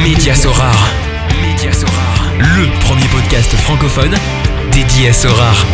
Média Sorare. Média Sorare. Le premier podcast francophone dédié à Sorare.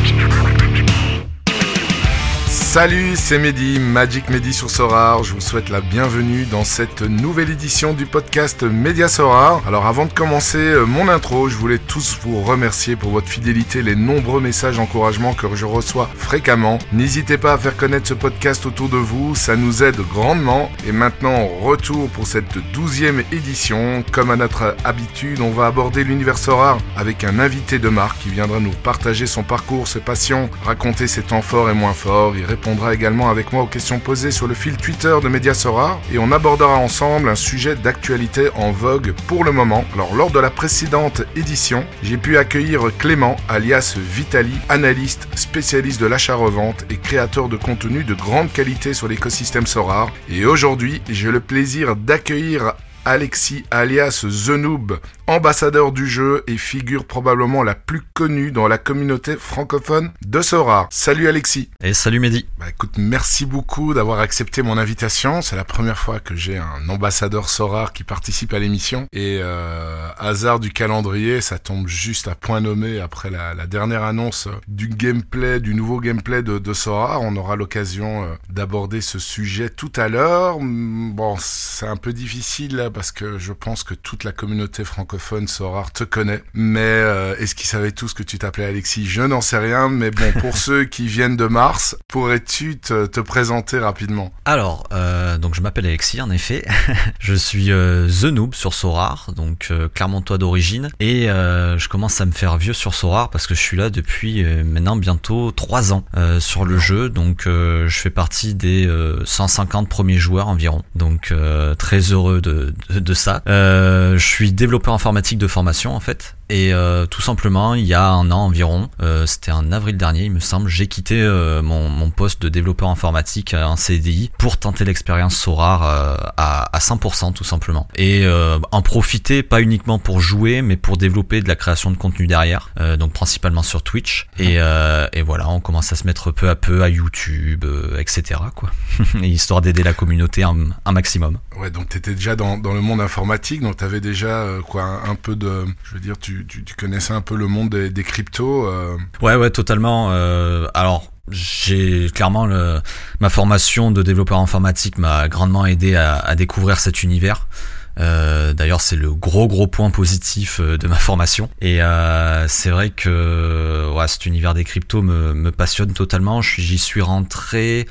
Salut, c'est Mehdi, Magic Mehdi sur Sorare. Je vous souhaite la bienvenue dans cette nouvelle édition du podcast Média Sorare. Alors avant de commencer mon intro, je voulais tous vous remercier pour votre fidélité, les nombreux messages d'encouragement que je reçois fréquemment. N'hésitez pas à faire connaître ce podcast autour de vous, ça nous aide grandement. Et maintenant, retour pour cette 12e édition. Comme à notre habitude, on va aborder l'univers Sorare avec un invité de marque qui viendra nous partager son parcours, ses passions, raconter ses temps forts et moins forts. Il répondra également avec moi aux questions posées sur le fil Twitter de Média Sorare et on abordera ensemble un sujet d'actualité en vogue pour le moment. Alors lors de la précédente édition, j'ai pu accueillir Clément alias Vitali, analyste, spécialiste de l'achat-revente et créateur de contenu de grande qualité sur l'écosystème Sorare. Et aujourd'hui, j'ai le plaisir d'accueillir Alexis alias The Noob, ambassadeur du jeu et figure probablement la plus connue dans la communauté francophone de Sorare. Salut Alexis. Et salut Mehdi. Écoute, merci beaucoup d'avoir accepté mon invitation. C'est la première fois que j'ai un ambassadeur Sorare qui participe à l'émission. Et hasard du calendrier, ça tombe juste à point nommé après la dernière annonce du nouveau gameplay de Sorare. On aura l'occasion d'aborder ce sujet tout à l'heure. Bon, c'est un peu difficile là, parce que je pense que toute la communauté francophone Sorare te connaît. Mais est-ce qu'ils savaient tous que tu t'appelais Alexis ? Je n'en sais rien, mais bon, pour ceux qui viennent de Mars, pourrais-tu te présenter rapidement ? Alors, donc je m'appelle Alexis, en effet. Je suis The Noob sur Sorare, donc Clermontois d'origine. Et je commence à me faire vieux sur Sorare parce que je suis là depuis maintenant bientôt 3 ans sur le jeu. Donc je fais partie des 150 premiers joueurs environ. Donc très heureux de ça. Je suis développeur informatique de formation en fait. Et tout simplement, il y a un an environ, c'était en avril dernier, il me semble, j'ai quitté mon poste de développeur informatique en CDI pour tenter l'expérience Sorare à 100% tout simplement. Et en profiter pas uniquement pour jouer, mais pour développer de la création de contenu derrière, donc principalement sur Twitch. Et voilà, on commence à se mettre peu à peu à YouTube, etc. quoi. Histoire d'aider la communauté un maximum. Ouais, donc t'étais déjà dans le monde informatique, donc t'avais déjà un peu de, je veux dire, tu connaissais un peu le monde des cryptos. Ouais, totalement. Alors, j'ai clairement ma formation de développeur informatique m'a grandement aidé à découvrir cet univers. D'ailleurs c'est le gros point positif de ma formation et c'est vrai que cet univers des cryptos me passionne totalement. J'y suis rentré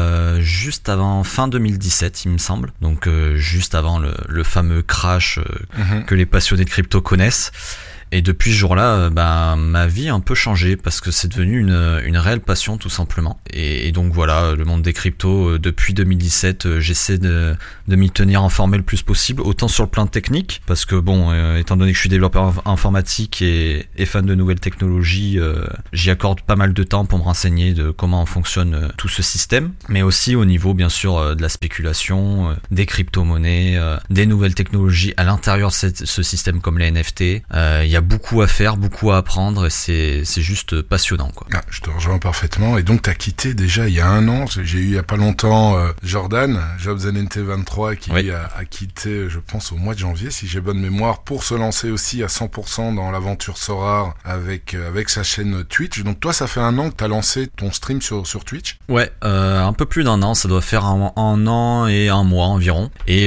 juste avant fin 2017 il me semble, donc juste avant le fameux crash que les passionnés de crypto connaissent. Et depuis ce jour-là, ma vie a un peu changé parce que c'est devenu une réelle passion tout simplement. Et donc voilà, le monde des cryptos, depuis 2017, j'essaie de m'y tenir informé le plus possible, autant sur le plan technique, parce que bon, étant donné que je suis développeur informatique et fan de nouvelles technologies, j'y accorde pas mal de temps pour me renseigner de comment fonctionne tout ce système, mais aussi au niveau bien sûr de la spéculation, des crypto-monnaies, des nouvelles technologies à l'intérieur de ce système comme les NFT. Il y a beaucoup à faire, beaucoup à apprendre et c'est juste passionnant quoi. Ah, je te rejoins parfaitement. Et donc t'as quitté déjà il y a 1 an. J'ai eu il y a pas longtemps Jordan JobsNNT23 qui oui. a quitté, je pense au mois de janvier si j'ai bonne mémoire, pour se lancer aussi à 100% dans l'aventure Sorare avec sa chaîne Twitch. Donc toi ça fait 1 an que t'as lancé ton stream sur Twitch. Ouais, un peu plus d'1 an, ça doit faire un an et 1 mois environ. Et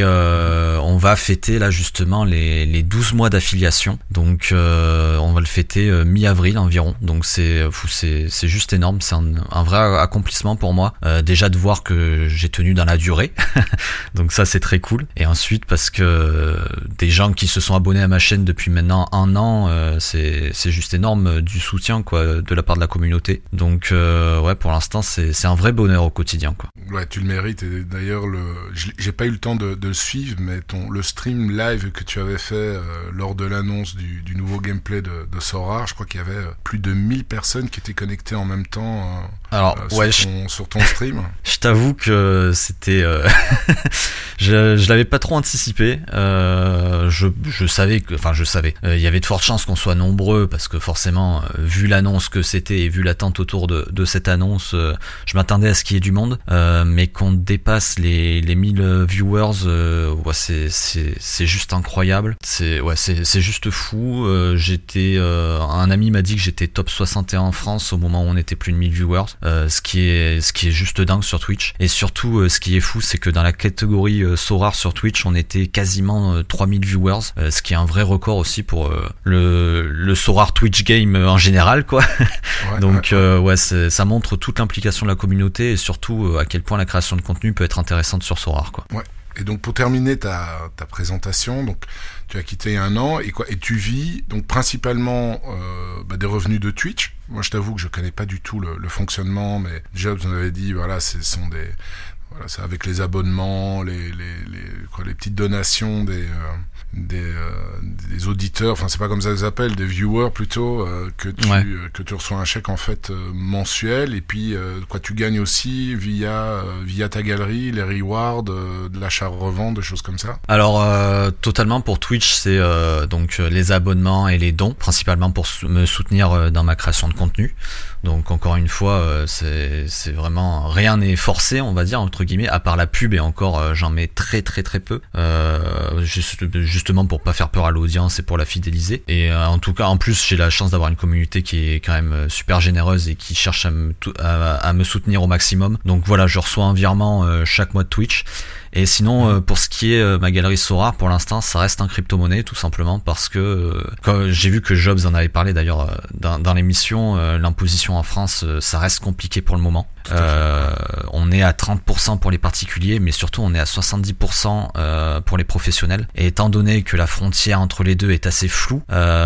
on va fêter là justement les 12 mois d'affiliation. Donc on va le fêter mi-avril environ, donc c'est juste énorme, c'est un vrai accomplissement pour moi, déjà de voir que j'ai tenu dans la durée donc ça c'est très cool, et ensuite parce que des gens qui se sont abonnés à ma chaîne depuis maintenant 1 an, c'est juste énorme du soutien quoi de la part de la communauté, donc ouais pour l'instant c'est un vrai bonheur au quotidien quoi. Ouais, tu le mérites, et d'ailleurs j'ai pas eu le temps de le suivre, mais le stream live que tu avais fait lors de l'annonce du nouveau gameplay de Sorare, je crois qu'il y avait plus de 1000 personnes qui étaient connectées en même temps sur ton stream. Je t'avoue que c'était je l'avais pas trop anticipé. Je savais il y avait de fortes chances qu'on soit nombreux parce que forcément vu l'annonce que c'était et vu l'attente autour de cette annonce, je m'attendais à ce qu'il y ait du monde, mais qu'on dépasse les 1000 viewers, c'est c'est juste incroyable. C'est juste fou. Un ami m'a dit que j'étais top 61 en France au moment où on était plus de 1000 viewers, ce qui est juste dingue sur Twitch. Et surtout, ce qui est fou, c'est que dans la catégorie Sorare sur Twitch, on était quasiment 3000 viewers, ce qui est un vrai record aussi pour le Sorare Twitch game en général, quoi. Ouais, donc ça montre toute l'implication de la communauté et surtout à quel point la création de contenu peut être intéressante sur Sorare, quoi. Ouais. Et donc pour terminer ta présentation, donc tu as quitté il y a 1 an et tu vis donc principalement des revenus de Twitch. Moi je t'avoue que je connais pas du tout le fonctionnement, mais déjà vous en avez dit c'est avec les abonnements, les petites donations des auditeurs, enfin c'est pas comme ça qu'ils s'appellent, des viewers plutôt, que tu reçois un chèque en fait mensuel, et puis tu gagnes aussi via ta galerie, les rewards, de l'achat-revente, des choses comme ça. Alors totalement pour Twitch, c'est donc les abonnements et les dons, principalement pour me soutenir dans ma création de contenu. Donc encore une fois, c'est vraiment rien n'est forcé, on va dire entre guillemets, à part la pub, et encore j'en mets très très très peu, justement pour pas faire peur à l'audience et pour la fidéliser. Et en tout cas, en plus, j'ai la chance d'avoir une communauté qui est quand même super généreuse et qui cherche à me soutenir au maximum. Donc voilà, je reçois un virement chaque mois de Twitch. Et sinon, pour ce qui est ma galerie Sorare, pour l'instant, ça reste un crypto-monnaie, tout simplement parce que quand j'ai vu que Jobs en avait parlé d'ailleurs dans l'émission, l'imposition en France, ça reste compliqué pour le moment. On est à 30% pour les particuliers, mais surtout on est à 70% pour les professionnels. Et étant donné que la frontière entre les deux est assez floue,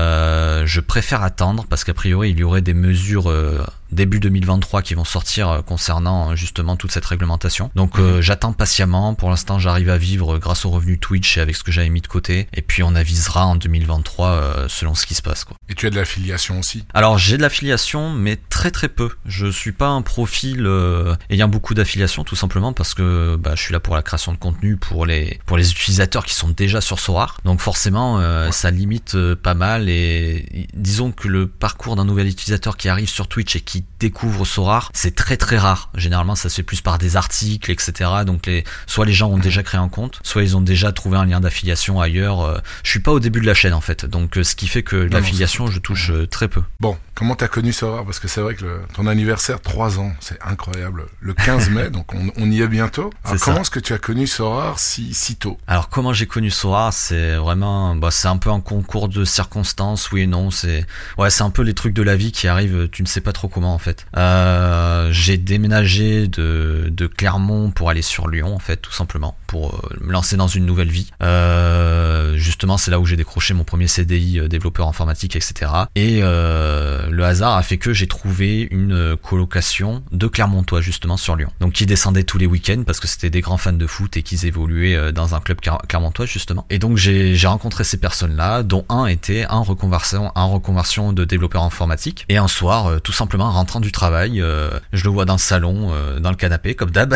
je préfère attendre parce qu'a priori il y aurait des mesures début 2023 qui vont sortir concernant justement toute cette réglementation. Donc j'attends patiemment. Pour l'instant, j'arrive à vivre grâce aux revenus Twitch et avec ce que j'avais mis de côté. Et puis on avisera en 2023 selon ce qui se passe, quoi. Et tu as de l'affiliation aussi? Alors j'ai de l'affiliation, mais très très peu. Je suis pas un profil ayant beaucoup d'affiliation, tout simplement parce que je suis là pour la création de contenu pour les utilisateurs qui sont déjà sur Sorare. Donc forcément, ça limite pas mal. Et disons que le parcours d'un nouvel utilisateur qui arrive sur Twitch et qui découvre Sorare, c'est très très rare. Généralement, ça se fait plus par des articles, etc. Donc soit les gens ont déjà créé un compte, soit ils ont déjà trouvé un lien d'affiliation ailleurs. Je suis pas au début de la chaîne en fait, donc ce qui fait que l'affiliation, je touche très peu. Bon, comment t'as connu Sorare? Parce que c'est vrai que ton anniversaire, 3 ans, c'est incroyable. Le 15 mai, donc on y est bientôt. Alors comment est-ce que tu as connu Sorare si tôt? Alors comment j'ai connu Sorare, c'est vraiment, c'est un peu un concours de circonstances, oui et non. C'est un peu les trucs de la vie qui arrivent, tu ne sais pas trop comment en fait. J'ai déménagé de Clermont pour aller sur Lyon en fait, tout simplement, pour me lancer dans une nouvelle vie. Justement, c'est là où j'ai décroché mon premier CDI développeur informatique, etc. Et le hasard a fait que j'ai trouvé une colocation de Clermontois justement sur Lyon. Donc qui descendaient tous les week-ends parce que c'était des grands fans de foot et qu'ils évoluaient dans un club clermontois justement. Et donc j'ai rencontré ces personnes-là, dont un était en reconversion de développeur informatique. Et un soir, tout simplement, rentrant du travail, je le vois dans le salon, dans le canapé comme d'hab,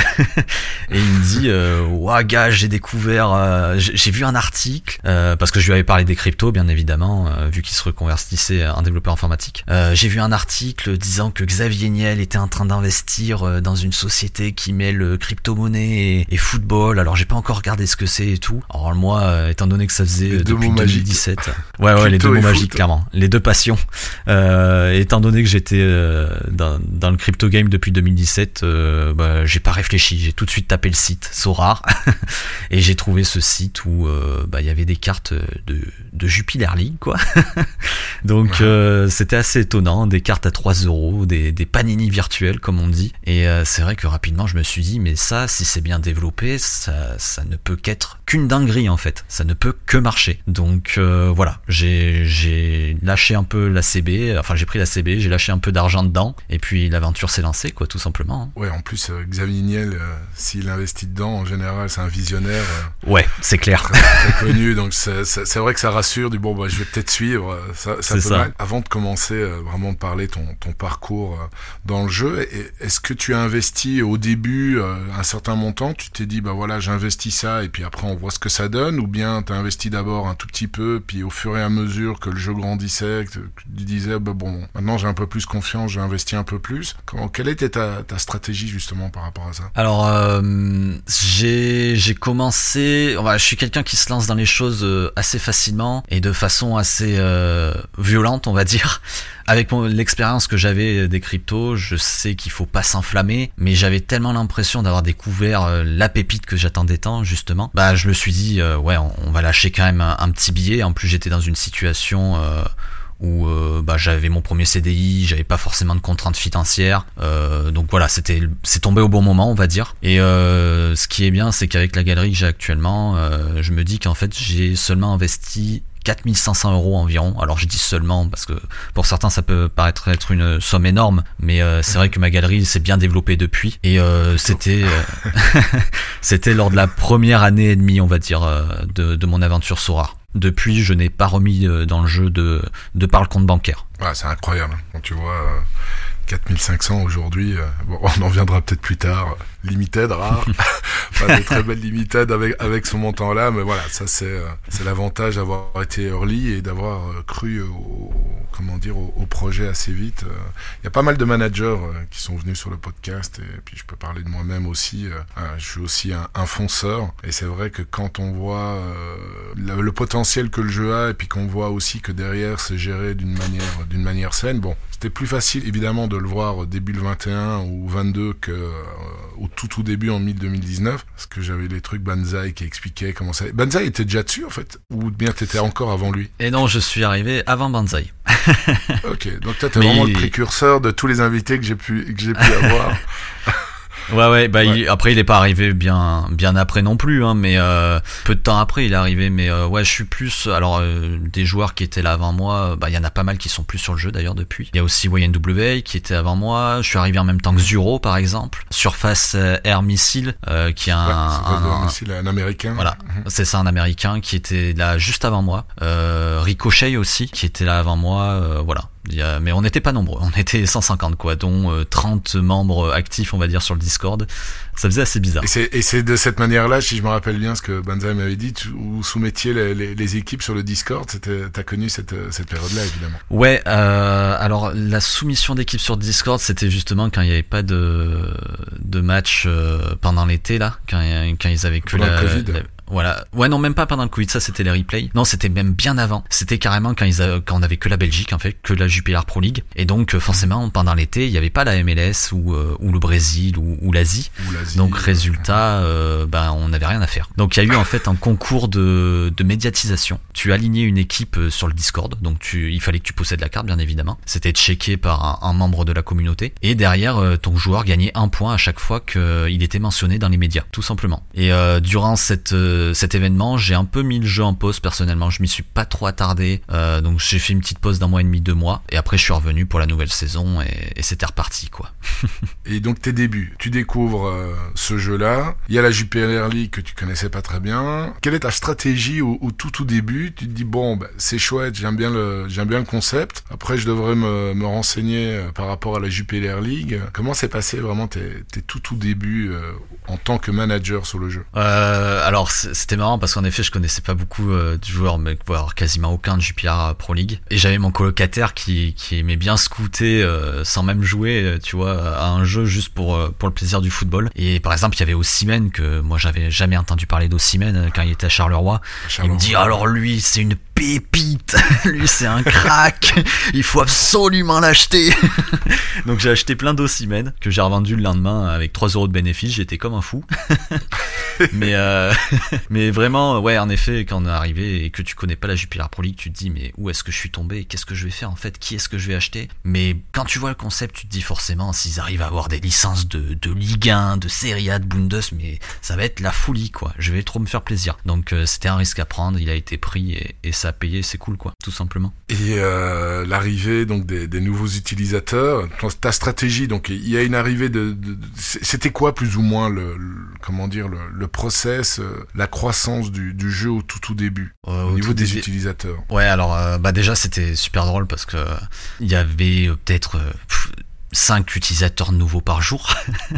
et il me dit gars, j'ai découvert, j'ai vu un article, parce que je lui avais parlé des cryptos bien évidemment, vu qu'il se reconvertissait en développeur informatique. J'ai vu un article disant que Xavier Niel était en train d'investir dans une société qui mêle crypto-monnaie et football. Alors j'ai pas encore regardé ce que c'est et tout. Alors moi, étant donné que ça faisait depuis 2017, les deux mots magiques, clairement, les deux passions. Étant donné que j'étais dans le crypto game depuis 2017, j'ai pas réfléchi, j'ai tout de suite tapé le site Sorare et j'ai trouvé ce site où il y avait des cartes de Jupiler League, quoi. Donc c'était assez étonnant, des cartes à 3€, des panini virtuels comme on dit. Et c'est vrai que rapidement je me suis dit, mais ça, si c'est bien développé, ça ne peut qu'être qu'une dinguerie en fait, ça ne peut que marcher. Donc voilà, j'ai lâché un peu la CB, enfin j'ai pris la CB, j'ai lâché un peu d'argent dedans, et puis l'aventure s'est lancée, quoi, tout simplement. Ouais, en plus Xavier Niel, s'il investit dedans, en général c'est un visionnaire. Ouais, c'est clair. Très connu, donc Donc c'est vrai que ça rassure, du bon, je vais peut-être suivre, ça peut ça. mal. Avant de commencer vraiment de parler ton parcours dans le jeu, est-ce que tu as investi au début un certain montant, tu t'es dit voilà, j'investis ça et puis après on voit ce que ça donne, ou bien tu as investi d'abord un tout petit peu, puis au fur et à mesure que le jeu grandissait, que tu disais bon, maintenant j'ai un peu plus confiance, j'ai investi un peu plus. Quelle était ta stratégie justement par rapport à ça? Alors j'ai commencé, je suis quelqu'un qui se lance dans les choses assez facilement et de façon assez violente, on va dire. Avec l'expérience que j'avais des cryptos, je sais qu'il faut pas s'enflammer, mais j'avais tellement l'impression d'avoir découvert la pépite que j'attendais tant, justement. Je me suis dit on va lâcher quand même un petit billet. En plus j'étais dans une situation où j'avais mon premier CDI, j'avais pas forcément de contraintes financières, donc voilà, c'est tombé au bon moment, on va dire. Et ce qui est bien, c'est qu'avec la galerie que j'ai actuellement, je me dis qu'en fait j'ai seulement investi 4500 € environ. Alors je dis seulement parce que pour certains ça peut paraître être une somme énorme, mais c'est vrai que ma galerie s'est bien développée depuis, et c'était lors de la première année et demie, on va dire, de mon aventure Sorare. Depuis, je n'ai pas remis dans le jeu de par le compte bancaire. Ouais, c'est incroyable. Quand tu vois 4500 aujourd'hui, on en viendra peut-être plus tard. Limited, rare. Pas de très belles limited avec ce montant-là, mais voilà, ça c'est l'avantage d'avoir été early et d'avoir cru au projet assez vite. Il y a pas mal de managers qui sont venus sur le podcast, et puis je peux parler de moi-même aussi. Je suis aussi un fonceur, et c'est vrai que quand on voit le potentiel que le jeu a, et puis qu'on voit aussi que derrière c'est géré d'une manière saine, c'était plus facile évidemment de le voir début le 21 ou 22 que au tout début en 2019, parce que j'avais les trucs Banzai qui expliquaient comment ça... Banzai était déjà dessus en fait, ou bien t'étais encore avant lui? Et non, je suis arrivé avant Banzai. Ok, donc toi t'es vraiment le précurseur de tous les invités que j'ai pu avoir. Ouais. Après il est pas arrivé bien après non plus, hein, mais peu de temps après il est arrivé. Mais je suis plus, alors des joueurs qui étaient là avant moi, il y en a pas mal qui sont plus sur le jeu d'ailleurs depuis. Il y a aussi YNWA qui était avant moi. Je suis arrivé en même temps que Zuro par exemple. Surface Air Missile qui est un américain. Voilà, c'est ça, un américain qui était là juste avant moi. Ricochet aussi qui était là avant moi. Voilà. Mais on n'était pas nombreux, on était 150 quoi, dont 30 membres actifs on va dire sur le Discord. Ça faisait assez bizarre. Et c'est de cette manière-là, si je me rappelle bien ce que Banzai m'avait dit, vous soumettiez les équipes sur le Discord. T'as connu cette période-là évidemment. Ouais, alors la soumission d'équipes sur Discord, c'était justement quand il n'y avait pas de match pendant l'été là, quand ils avaient que le Covid. Voilà. Ouais, non, même pas pendant le Covid, ça c'était les replays. Non, c'était même bien avant. C'était carrément quand on avait que la Belgique, en fait, que la Jupiler Pro League. Et donc, forcément, pendant l'été, il n'y avait pas la MLS ou le Brésil ou l'Asie. Donc, résultat, on n'avait rien à faire. Donc, il y a eu, en fait, un concours de médiatisation. Tu alignais une équipe sur le Discord. Donc, il fallait que tu possèdes la carte, bien évidemment. C'était checké par un membre de la communauté. Et derrière, ton joueur gagnait 1 point à chaque fois qu'il était mentionné dans les médias, tout simplement. Et durant cet événement, j'ai un peu mis le jeu en pause personnellement, je m'y suis pas trop attardé, donc j'ai fait une petite pause d'1 mois et demi, 2 mois, et après je suis revenu pour la nouvelle saison et c'était reparti quoi. Et donc tes débuts, tu découvres ce jeu-là, il y a la Jupiler League que tu connaissais pas très bien. Quelle est ta stratégie au tout début? Tu te dis c'est chouette, j'aime bien le concept. Après je devrais me renseigner par rapport à la Jupiler League. Comment s'est passé vraiment tes tout débuts en tant que manager sur le jeu? Alors c'était marrant parce qu'en effet je connaissais pas beaucoup de joueurs, mais voire quasiment aucun de Jupiler Pro League, et j'avais mon colocataire qui aimait bien scouter sans même jouer, tu vois, à un jeu juste pour le plaisir du football. Et par exemple il y avait Osimhen, que moi j'avais jamais entendu parler d'Osimhen quand il était à Charleroi. Il me dit alors lui c'est une pépite, lui c'est un crack, il faut absolument l'acheter. Donc j'ai acheté plein d'Osimhen que j'ai revendu le lendemain avec 3 € de bénéfice, j'étais comme un fou. Mais vraiment, ouais, en effet, quand on est arrivé et que tu connais pas la Jupiler Pro League, tu te dis mais où est-ce que je suis tombé, qu'est-ce que je vais faire en fait, qui est-ce que je vais acheter? Mais quand tu vois le concept, tu te dis forcément s'ils arrivent à avoir des licences de Ligue 1, de Serie A, de Bundes, mais ça va être la folie quoi, je vais trop me faire plaisir. Donc c'était un risque à prendre, il a été pris et ça à payer, c'est cool quoi, tout simplement. Et l'arrivée donc des nouveaux utilisateurs, ta stratégie, donc il y a une arrivée c'était quoi plus ou moins le process, la croissance du jeu au tout début, au niveau des utilisateurs? Ouais, alors déjà c'était super drôle parce que il y avait peut-être 5 utilisateurs nouveaux par jour.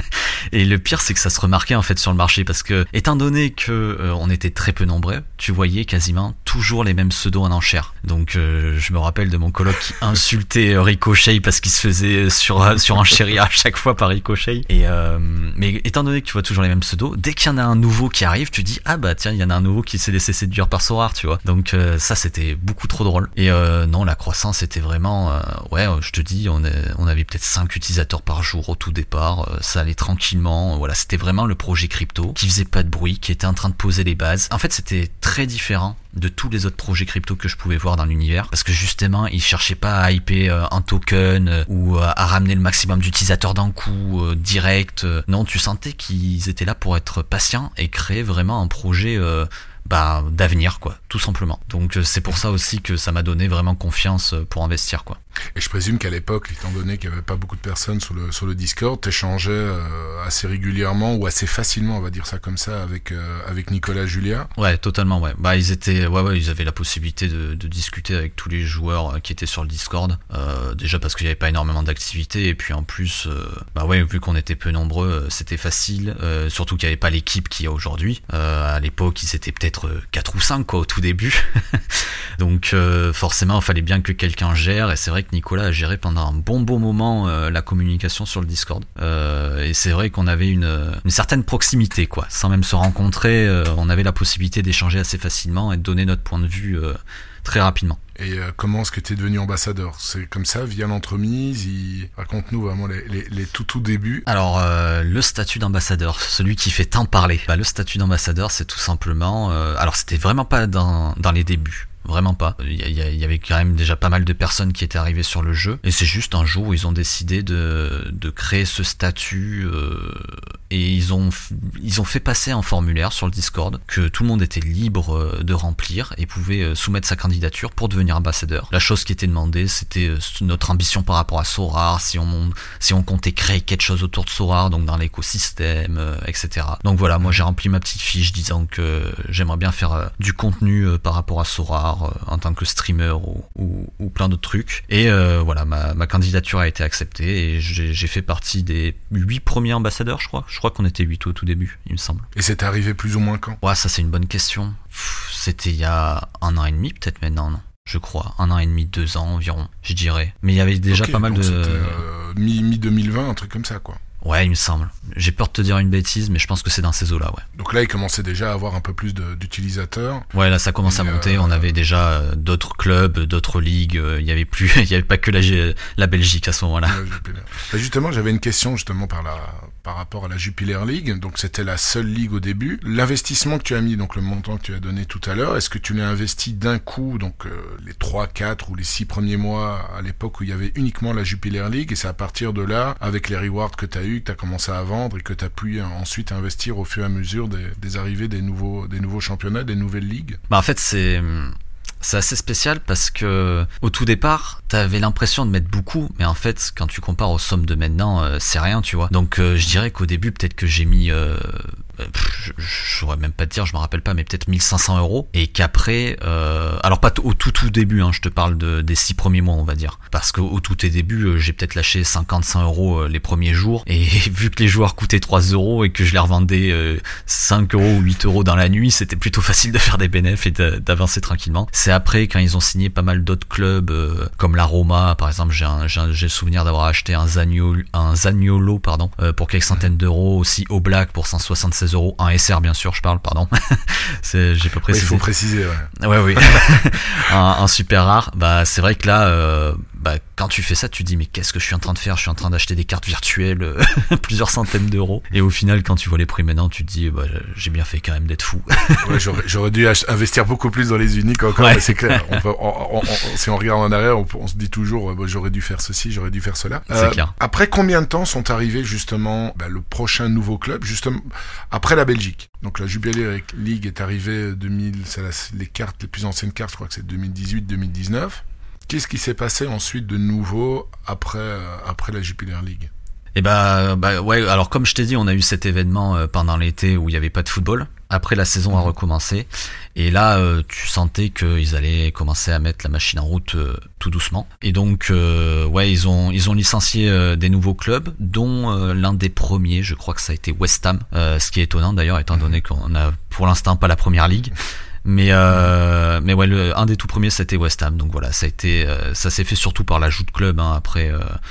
Et le pire, c'est que ça se remarquait en fait sur le marché parce que, étant donné que on était très peu nombreux, tu voyais quasiment toujours les mêmes pseudos en enchère. Donc je me rappelle de mon coloc qui insultait Ricochet parce qu'il se faisait surenchérir à chaque fois par Ricochet. Et mais étant donné que tu vois toujours les mêmes pseudos, dès qu'il y en a un nouveau qui arrive, tu dis ah bah tiens, il y en a un nouveau qui s'est laissé séduire par Sorare, tu vois. Donc ça c'était beaucoup trop drôle. Et non, la croissance était vraiment je te dis, on avait peut-être 5 utilisateurs par jour au tout départ, ça allait tranquillement, voilà, c'était vraiment le projet crypto qui faisait pas de bruit, qui était en train de poser les bases. En fait, c'était très différent de tous les autres projets crypto que je pouvais voir dans l'univers, parce que justement, ils cherchaient pas à hyper un token ou à ramener le maximum d'utilisateurs d'un coup direct. Non, tu sentais qu'ils étaient là pour être patients et créer vraiment un projet d'avenir quoi, tout simplement. Donc c'est pour ça aussi que ça m'a donné vraiment confiance pour investir quoi. Et je présume qu'à l'époque, étant donné qu'il n'y avait pas beaucoup de personnes sur le Discord, t'échangeais assez régulièrement ou assez facilement, on va dire ça comme ça, avec Nicolas Julia. Ouais, totalement, ouais. Ils étaient, ils avaient la possibilité de discuter avec tous les joueurs qui étaient sur le Discord. Déjà parce qu'il n'y avait pas énormément d'activité et puis en plus, vu qu'on était peu nombreux, c'était facile. Surtout qu'il n'y avait pas l'équipe qu'il y a aujourd'hui. À l'époque, ils étaient peut-être 4 ou 5 quoi au tout début. Donc forcément, il fallait bien que quelqu'un gère et c'est vrai que Nicolas a géré pendant un bon moment la communication sur le Discord et c'est vrai qu'on avait une certaine proximité quoi, sans même se rencontrer, on avait la possibilité d'échanger assez facilement et de donner notre point de vue très rapidement. Et comment est-ce que tu es devenu ambassadeur? C'est comme ça, via l'entremise? Raconte-nous vraiment les tout débuts. Alors, le statut d'ambassadeur, celui qui fait tant parler. Le statut d'ambassadeur, c'est tout simplement... alors, c'était vraiment pas dans les débuts. Vraiment pas. Il y avait quand même déjà pas mal de personnes qui étaient arrivées sur le jeu. Et c'est juste un jour où ils ont décidé de créer ce statut et ils ont fait passer un formulaire sur le Discord que tout le monde était libre de remplir et pouvait soumettre sa candidature pour devenir ambassadeur. La chose qui était demandée, c'était notre ambition par rapport à Sorare, si on comptait créer quelque chose autour de Sorare, donc dans l'écosystème, etc. Donc voilà, moi j'ai rempli ma petite fiche disant que j'aimerais bien faire du contenu par rapport à Sorare, en tant que streamer ou plein d'autres trucs. Et voilà, ma candidature a été acceptée et j'ai fait partie des 8 premiers ambassadeurs, je crois. Je crois qu'on était 8 au tout début, il me semble. Et c'est arrivé plus ou moins quand? Ouais, ça c'est une bonne question. C'était il y a 1 an et demi peut-être maintenant, non? Je crois, 1 an et demi, 2 ans environ, je dirais. Mais il y avait déjà pas mal de... C'était mi-2020, un truc comme ça, quoi. Ouais, il me semble. J'ai peur de te dire une bêtise, mais je pense que c'est dans ces eaux-là, ouais. Donc là, il commençait déjà à avoir un peu plus d'utilisateurs. Ouais, là, ça commence à monter. On avait déjà d'autres clubs, d'autres ligues. Il y avait pas que la Belgique à ce moment-là. Justement, j'avais une question justement par rapport à la Jupiler League. Donc, c'était la seule ligue au début. L'investissement que tu as mis, donc le montant que tu as donné tout à l'heure, est-ce que tu l'as investi d'un coup, donc les 3, 4 ou les 6 premiers mois à l'époque où il y avait uniquement la Jupiler League, et c'est à partir de là, avec les rewards que tu as eu, que tu as commencé à vendre et que tu as pu ensuite investir au fur et à mesure des arrivées des nouveaux championnats, des nouvelles ligues? En fait, c'est assez spécial parce que au tout départ, t'avais l'impression de mettre beaucoup, mais en fait, quand tu compares aux sommes de maintenant, c'est rien, tu vois. Donc, je dirais qu'au début, peut-être que j'ai mis... je saurais même pas te dire, je me rappelle pas, mais peut-être 1500 €, et qu'après, alors pas au tout début, hein, je te parle des 6 premiers mois, on va dire, parce qu'au tout début, j'ai peut-être lâché 50-100 € les premiers jours, et vu que les joueurs coûtaient 3 € et que je les revendais 5 € ou 8 € dans la nuit, c'était plutôt facile de faire des bénéfices et d'avancer tranquillement. C'est après, quand ils ont signé pas mal d'autres clubs, comme la Roma, par exemple, j'ai le souvenir d'avoir acheté un Zaniolo, pour quelques centaines d'euros, aussi au Black pour 176 €, un SR bien sûr, je parle, pardon. J'ai pas précisé. Il faut préciser, ouais. Ouais, oui. un super rare. C'est vrai que là, quand tu fais ça, tu te dis mais qu'est-ce que je suis en train de faire ? Je suis en train d'acheter des cartes virtuelles, plusieurs centaines d'euros. Et au final, quand tu vois les prix maintenant, tu te dis j'ai bien fait quand même d'être fou. Ouais, j'aurais dû investir beaucoup plus dans les uniques encore, mais c'est clair. Si on regarde en arrière, on se dit toujours j'aurais dû faire ceci, j'aurais dû faire cela. C'est clair. Après combien de temps sont arrivés justement le prochain nouveau club, justement après la Belgique? Donc la Jupiler League est arrivée 2000, les cartes, les plus anciennes cartes, je crois que c'est 2018-2019. Qu'est-ce qui s'est passé ensuite de nouveau après la Jupiler League? Et ouais, alors comme je t'ai dit, on a eu cet événement pendant l'été où il n'y avait pas de football. Après, la saison a recommencé. Et là, tu sentais qu'ils allaient commencer à mettre la machine en route tout doucement. Et donc, ils ont licencié des nouveaux clubs, dont l'un des premiers, je crois que ça a été West Ham. Ce qui est étonnant d'ailleurs, étant donné qu'on a pour l'instant pas la première ligue. Mais ouais, un des tout premiers c'était West Ham. Donc voilà, ça s'est fait surtout par l'ajout de clubs après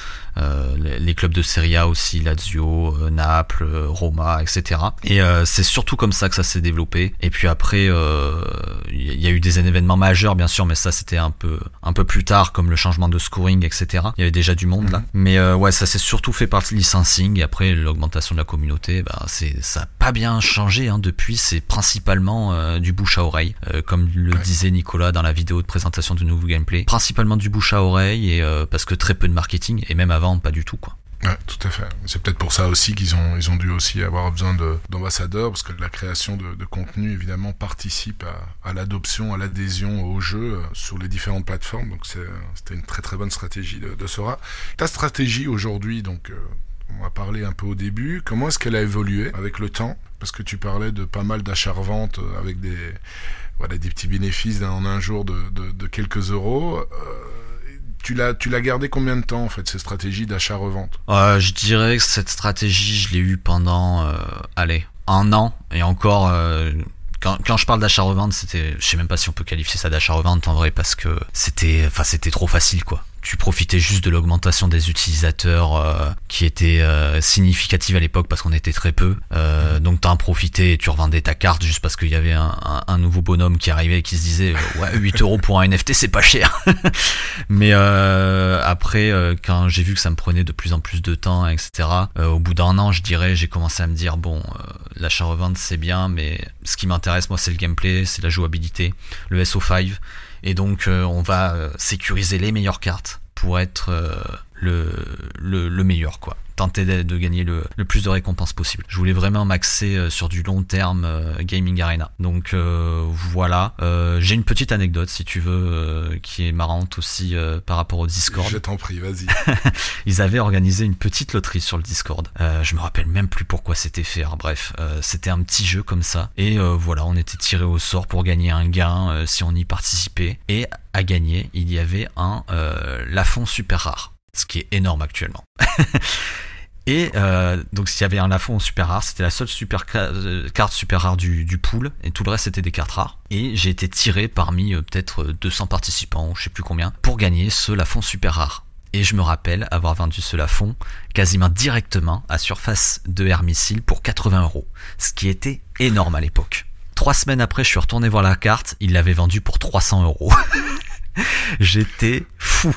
les clubs de Serie A aussi, Lazio, Naples, Roma, etc. Et c'est surtout comme ça que ça s'est développé. Et puis après, il y a eu des événements majeurs bien sûr, mais ça c'était un peu plus tard, comme le changement de scoring, etc. Il y avait déjà du monde là. Mais ouais, ça s'est surtout fait par le licensing. Et après l'augmentation de la communauté, ça a pas bien changé depuis. C'est principalement du bouche à oreille, comme le disait Nicolas dans la vidéo de présentation du nouveau gameplay. Principalement du bouche à oreille, et parce que très peu de marketing, et même avant pas du tout quoi. Ouais, tout à fait. C'est peut-être pour ça aussi qu'ils ont dû aussi avoir besoin d'ambassadeurs, parce que la création de contenu évidemment participe à l'adoption, à l'adhésion au jeu sur les différentes plateformes. Donc c'était une très très bonne stratégie de Sora. Ta stratégie aujourd'hui, donc on a parlé un peu au début, comment est-ce qu'elle a évolué avec le temps? Parce que tu parlais de pas mal d'achats-reventes avec des petits bénéfices en un jour de quelques euros. Tu l'as gardé combien de temps en fait, cette stratégie d'achat-revente? Je dirais que cette stratégie, je l'ai eue pendant 1 an, et encore quand je parle d'achat-revente, je sais même pas si on peut qualifier ça d'achat-revente en vrai, parce que c'était trop facile quoi. Tu profitais juste de l'augmentation des utilisateurs qui était significative à l'époque parce qu'on était très peu. Donc t'en profitais et tu revendais ta carte juste parce qu'il y avait un nouveau bonhomme qui arrivait et qui se disait 8 euros pour un NFT c'est pas cher. Mais après quand j'ai vu que ça me prenait de plus en plus de temps, etc. Au bout d'1 an, je dirais, j'ai commencé à me dire l'achat-revente c'est bien, mais ce qui m'intéresse moi c'est le gameplay, c'est la jouabilité, le SO5. Et donc on va sécuriser les meilleures cartes pour être le meilleur quoi. Tenter de gagner le plus de récompenses possible. Je voulais vraiment m'axer sur du long terme gaming arena. Donc voilà. J'ai une petite anecdote si tu veux qui est marrante aussi par rapport au Discord. Je t'en prie, vas-y. Ils avaient organisé une petite loterie sur le Discord. Je me rappelle même plus pourquoi c'était fait. Bref, c'était un petit jeu comme ça. Et voilà, on était tiré au sort pour gagner un gain si on y participait. Et à gagner, il y avait un Lafond super rare. Ce qui est énorme actuellement. Et donc s'il y avait un Lafond super rare, c'était la seule carte super rare du pool, et tout le reste c'était des cartes rares. Et j'ai été tiré parmi peut-être 200 participants, ou je sais plus combien, pour gagner ce Lafond super rare. Et je me rappelle avoir vendu ce Lafond quasiment directement à Surface de Air Missile pour 80 euros, ce qui était énorme à l'époque. 3 semaines après, je suis retourné voir la carte, il l'avait vendue pour 300 euros. J'étais fou.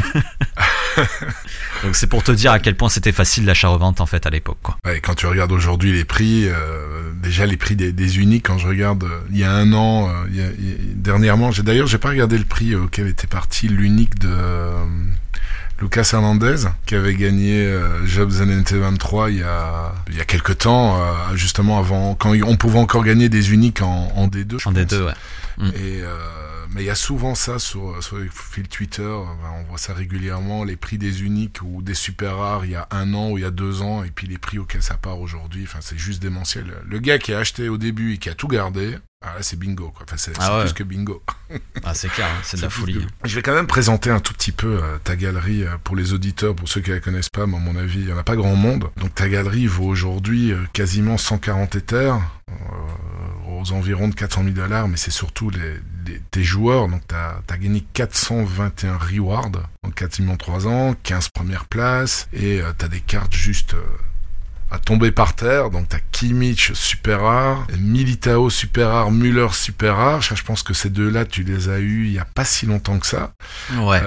Donc c'est pour te dire à quel point c'était facile l'achat-revente en fait à l'époque quoi. Ouais, quand tu regardes aujourd'hui les prix, déjà les prix des uniques, quand je regarde il y a 1 an, dernièrement, j'ai pas regardé le prix auquel était parti l'unique de Lucas Hernandez qui avait gagné Jobs NNT 23 il y a quelques temps, justement avant, quand on pouvait encore gagner des uniques en D2. En D2, ouais. Et mais il y a souvent ça sur les fils Twitter, on voit ça régulièrement, les prix des uniques ou des super rares il y a 1 an ou il y a 2 ans, et puis les prix auxquels ça part aujourd'hui, c'est juste démentiel. Le gars qui a acheté au début et qui a tout gardé, là c'est bingo quoi. C'est plus que bingo. C'est clair, c'est de la folie. Je vais quand même présenter un tout petit peu ta galerie pour les auditeurs, pour ceux qui la connaissent pas, mais à mon avis il y en a pas grand monde. Donc ta galerie vaut aujourd'hui quasiment 140 Ethers, aux environs de $400,000, mais c'est surtout tes joueurs. Donc t'as gagné 421 rewards en quasiment 3 ans, 15 premières places, et t'as des cartes juste à tomber par terre. Donc t'as Kimmich super rare, Militao super rare, Müller super rare. Je pense que ces deux-là, tu les as eus il y a pas si longtemps que ça. Ouais.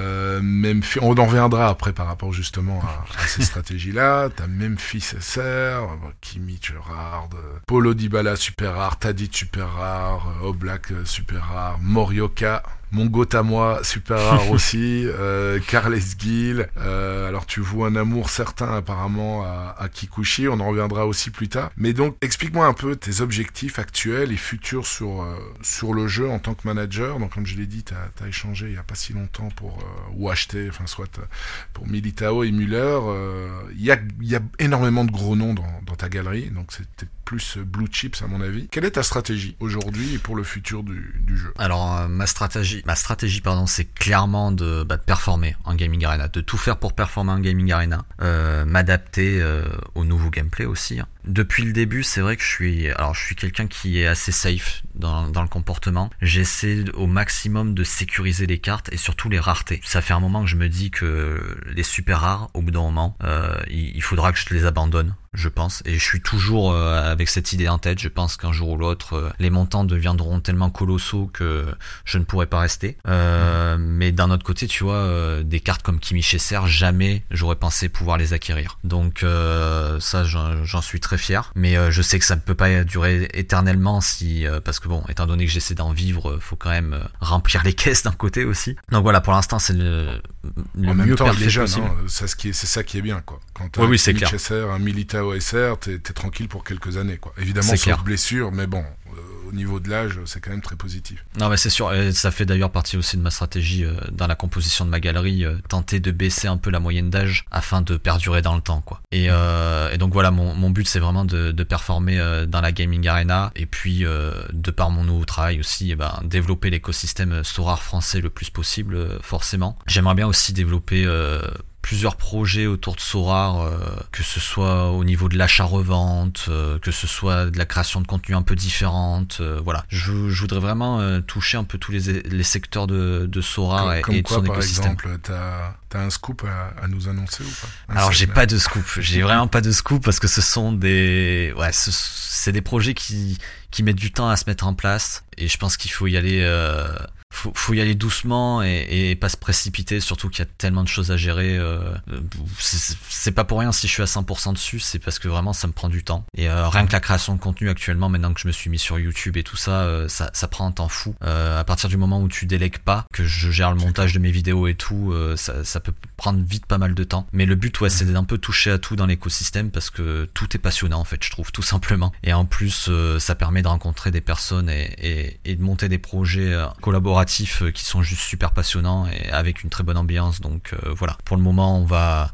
On en reviendra après par rapport justement à ces stratégies-là. T'as Memphis SR, Kimmich rare, Paulo Dybala super rare, Tadic super rare, Oblak super rare, Morioka, mon goth à moi, super rare aussi, Carles Gil, alors tu voues un amour certain apparemment à Kikuchi, on en reviendra aussi plus tard. Mais donc, explique-moi un peu tes objectifs actuels et futurs sur le jeu en tant que manager. Donc comme je l'ai dit, t'as échangé il y a pas si longtemps ou acheté, enfin soit pour Militao et Müller. Il y a énormément de gros noms dans ta galerie, donc c'était plus blue chips à mon avis. Quelle est ta stratégie aujourd'hui et pour le futur du jeu? Alors ma stratégie, c'est clairement de performer en gaming arena, de tout faire pour performer en gaming arena, m'adapter au nouveau gameplay aussi. Depuis le début, c'est vrai que je suis quelqu'un qui est assez safe dans le comportement. J'essaie au maximum de sécuriser les cartes et surtout les raretés. Ça fait un moment que je me dis que les super rares, au bout d'un moment, il faudra que je les abandonne, je pense. Et je suis toujours avec cette idée en tête. Je pense qu'un jour ou l'autre, les montants deviendront tellement colossaux que je ne pourrai pas rester. Mais d'un autre côté, tu vois, des cartes comme Kimmich SR, jamais j'aurais pensé pouvoir les acquérir. Donc ça, j'en suis très fier. Mais je sais que ça ne peut pas durer éternellement parce que bon, étant donné que j'essaie d'en vivre, faut quand même remplir les caisses d'un côté aussi. Donc voilà, pour l'instant, c'est le mieux parfait possible. C'est ça qui est bien, quoi. Quand t'as oui, c'est un clair. SR, un Militao SR, t'es tranquille pour quelques années, quoi. Évidemment, C'est sauf clair. blessure, mais bon, au niveau de l'âge, c'est quand même très positif. Non, mais c'est sûr, et ça fait d'ailleurs partie aussi de ma stratégie dans la composition de ma galerie, tenter de baisser un peu la moyenne d'âge afin de perdurer dans le temps, quoi. Et donc voilà, mon but c'est vraiment de performer dans la gaming arena, et puis de par mon nouveau travail aussi, développer l'écosystème Sorare français le plus possible, forcément. J'aimerais bien aussi développer plusieurs projets autour de Sorare, que ce soit au niveau de l'achat-revente, que ce soit de la création de contenu un peu différente, voilà. Je voudrais vraiment toucher un peu tous les secteurs de Sorare et de son écosystème. Par exemple, t'as un scoop à nous annoncer ou pas? Alors j'ai pas de scoop, j'ai vraiment pas de scoop parce que ce sont c'est des projets qui mettent du temps à se mettre en place et je pense qu'il faut y aller faut y aller doucement et pas se précipiter, surtout qu'il y a tellement de choses à gérer. C'est pas pour rien si je suis à 100% dessus, c'est parce que vraiment ça me prend du temps. Et rien que la création de contenu actuellement, maintenant que je me suis mis sur YouTube et tout ça, ça prend un temps fou. À partir du moment où tu délègues pas, que je gère le montage de mes vidéos et tout, ça peut prendre vite pas mal de temps. Mais le but, c'est d'un peu toucher à tout dans l'écosystème parce que tout est passionnant en fait, je trouve, tout simplement. Et en plus, ça permet de rencontrer des personnes et de monter des projets collaboratifs qui sont juste super passionnants et avec une très bonne ambiance. Donc voilà, pour le moment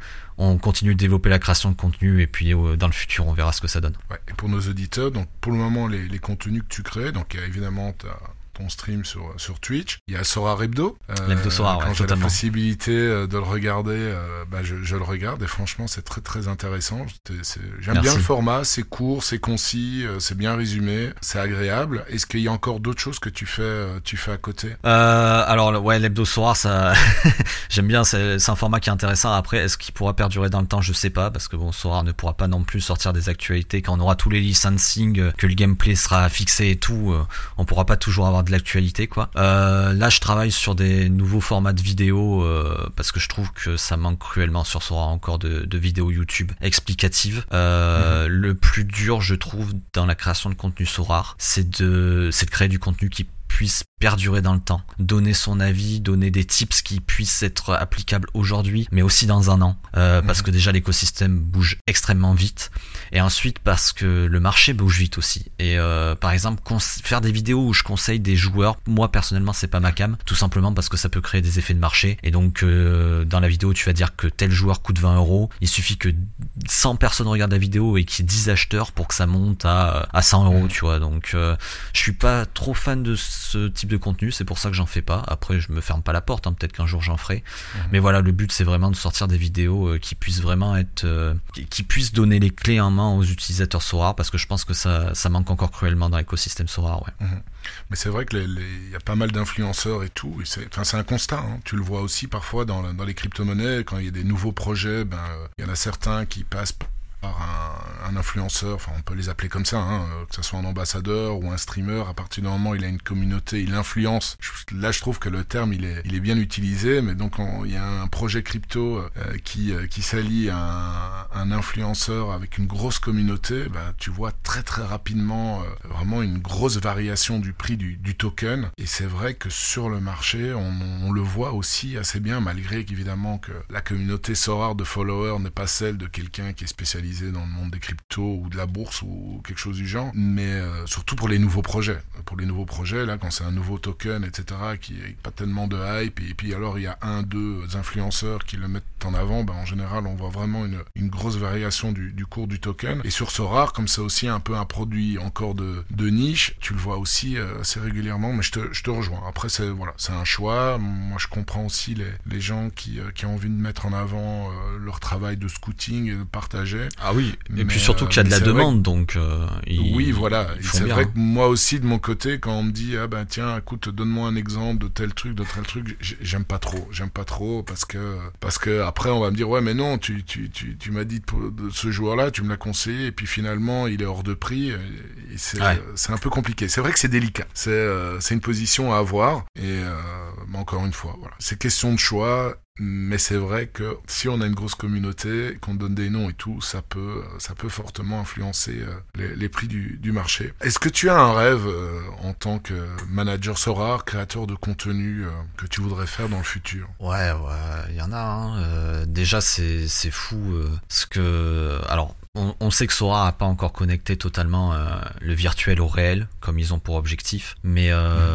on continue de développer la création de contenu et puis dans le futur on verra ce que ça donne. Ouais, et pour nos auditeurs, donc pour le moment les contenus que tu crées, donc évidemment ton stream sur Twitch, il y a Sorare Hebdo. L'Hebdo Sorare, quand j'ai totalement. la possibilité de le regarder, je le regarde et franchement c'est très très intéressant. J'aime bien le format, c'est court, c'est concis, c'est bien résumé, c'est agréable. Est-ce qu'il y a encore d'autres choses que tu fais à côté? Alors ouais, l'Hebdo Sorare, ça j'aime bien, c'est un format qui est intéressant. Après, est-ce qu'il pourra perdurer dans le temps? Je sais pas, parce que bon, Sorare ne pourra pas non plus sortir des actualités quand on aura tous les licensing, que le gameplay sera fixé et tout, on pourra pas toujours avoir de l'actualité, quoi. Là je travaille sur des nouveaux formats de vidéos parce que je trouve que ça manque cruellement sur Sorare encore de vidéos YouTube explicatives. Le plus dur, je trouve, dans la création de contenu Sorare, c'est de créer du contenu qui puisse perdurer dans le temps, donner son avis, donner des tips qui puissent être applicables aujourd'hui, mais aussi dans un an, parce que déjà l'écosystème bouge extrêmement vite, et ensuite parce que le marché bouge vite aussi. Et par exemple, faire des vidéos où je conseille des joueurs, moi personnellement c'est pas ma cam, tout simplement parce que ça peut créer des effets de marché, et donc dans la vidéo tu vas dire que tel joueur coûte 20€, il suffit que 100 personnes regardent la vidéo et qu'il y ait 10 acheteurs pour que ça monte à 100€, tu vois. Donc je suis pas trop fan de ce type de contenu, c'est pour ça que j'en fais pas. Après je me ferme pas la porte, peut-être qu'un jour j'en ferai, mais voilà, le but c'est vraiment de sortir des vidéos qui puissent vraiment être qui puissent donner les clés en main aux utilisateurs Sorare, parce que je pense que ça manque encore cruellement dans l'écosystème Sorare, ouais. Mais c'est vrai que y a pas mal d'influenceurs et tout, et c'est un constat, tu le vois aussi parfois dans les crypto-monnaies, quand il y a des nouveaux projets, il y en a certains qui passent un influenceur, enfin on peut les appeler comme ça, que ce soit un ambassadeur ou un streamer, à partir du moment où il a une communauté, il influence. Là je trouve que le terme il est bien utilisé, mais donc il y a un projet crypto qui s'allie à un influenceur avec une grosse communauté, tu vois très très rapidement vraiment une grosse variation du prix du token, et c'est vrai que sur le marché on le voit aussi assez bien, malgré qu'évidemment que la communauté Sorare de followers n'est pas celle de quelqu'un qui est spécialisé dans le monde des cryptos ou de la bourse ou quelque chose du genre, mais surtout pour les nouveaux projets. Pour les nouveaux projets, là, quand c'est un nouveau token, etc., qui n'a pas tellement de hype, et puis alors il y a deux influenceurs qui le mettent en avant, en général, on voit vraiment une grosse variation du cours du token. Et sur Sorare, comme c'est aussi un peu un produit encore de niche, tu le vois aussi assez régulièrement, mais je te rejoins. Après, c'est un choix. Moi, je comprends aussi les gens qui ont envie de mettre en avant leur travail de scouting et de partager. Ah oui, et puis surtout qu'il y a de la demande, donc oui, voilà. C'est bien, vrai que moi aussi, de mon côté, quand on me dit tiens, écoute, donne-moi un exemple de tel truc, j'aime pas trop parce que après on va me dire ouais mais non, tu m'as dit de ce joueur-là, tu me l'as conseillé et puis finalement il est hors de prix, et c'est un peu compliqué. C'est vrai que c'est délicat. C'est une position à avoir, et mais encore une fois, voilà, c'est question de choix. Mais c'est vrai que si on a une grosse communauté, qu'on donne des noms et tout, ça peut fortement influencer les prix du marché. Est-ce que tu as un rêve en tant que manager Sorare, créateur de contenu, que tu voudrais faire dans le futur ? Ouais, il y en a. Déjà, c'est fou. Ce que, alors, on sait que Sorare n'a pas encore connecté totalement le virtuel au réel, comme ils ont pour objectif. Mais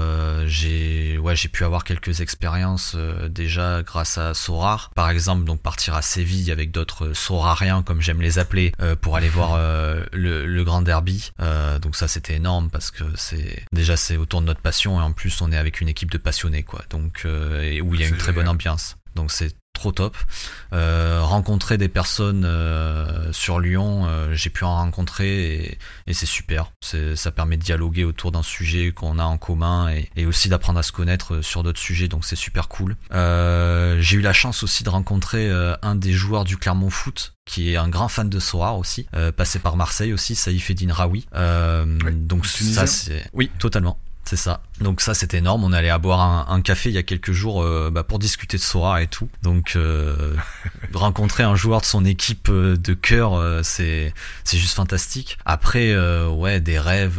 j'ai pu avoir quelques expériences déjà grâce à Sorare. Par exemple, donc partir à Séville avec d'autres Sorariens, comme j'aime les appeler, pour aller voir le Grand Derby. Donc ça, c'était énorme parce que c'est autour de notre passion, et en plus, on est avec une équipe de passionnés, quoi. Donc où il y a une très bonne ambiance. Donc c'est trop top. Rencontrer des personnes sur Lyon, j'ai pu en rencontrer, et c'est super. Ça permet de dialoguer autour d'un sujet qu'on a en commun, et aussi d'apprendre à se connaître sur d'autres sujets, donc c'est super cool. J'ai eu la chance aussi de rencontrer un des joueurs du Clermont Foot, qui est un grand fan de Sorare aussi, passé par Marseille aussi, Saïf Eddine Raoui. Donc ça c'est... Oui, totalement. C'est ça. Donc ça, c'était énorme. On allait à boire un café il y a quelques jours pour discuter de Sorare et tout. Donc rencontrer un joueur de son équipe de cœur, c'est juste fantastique. Après, des rêves.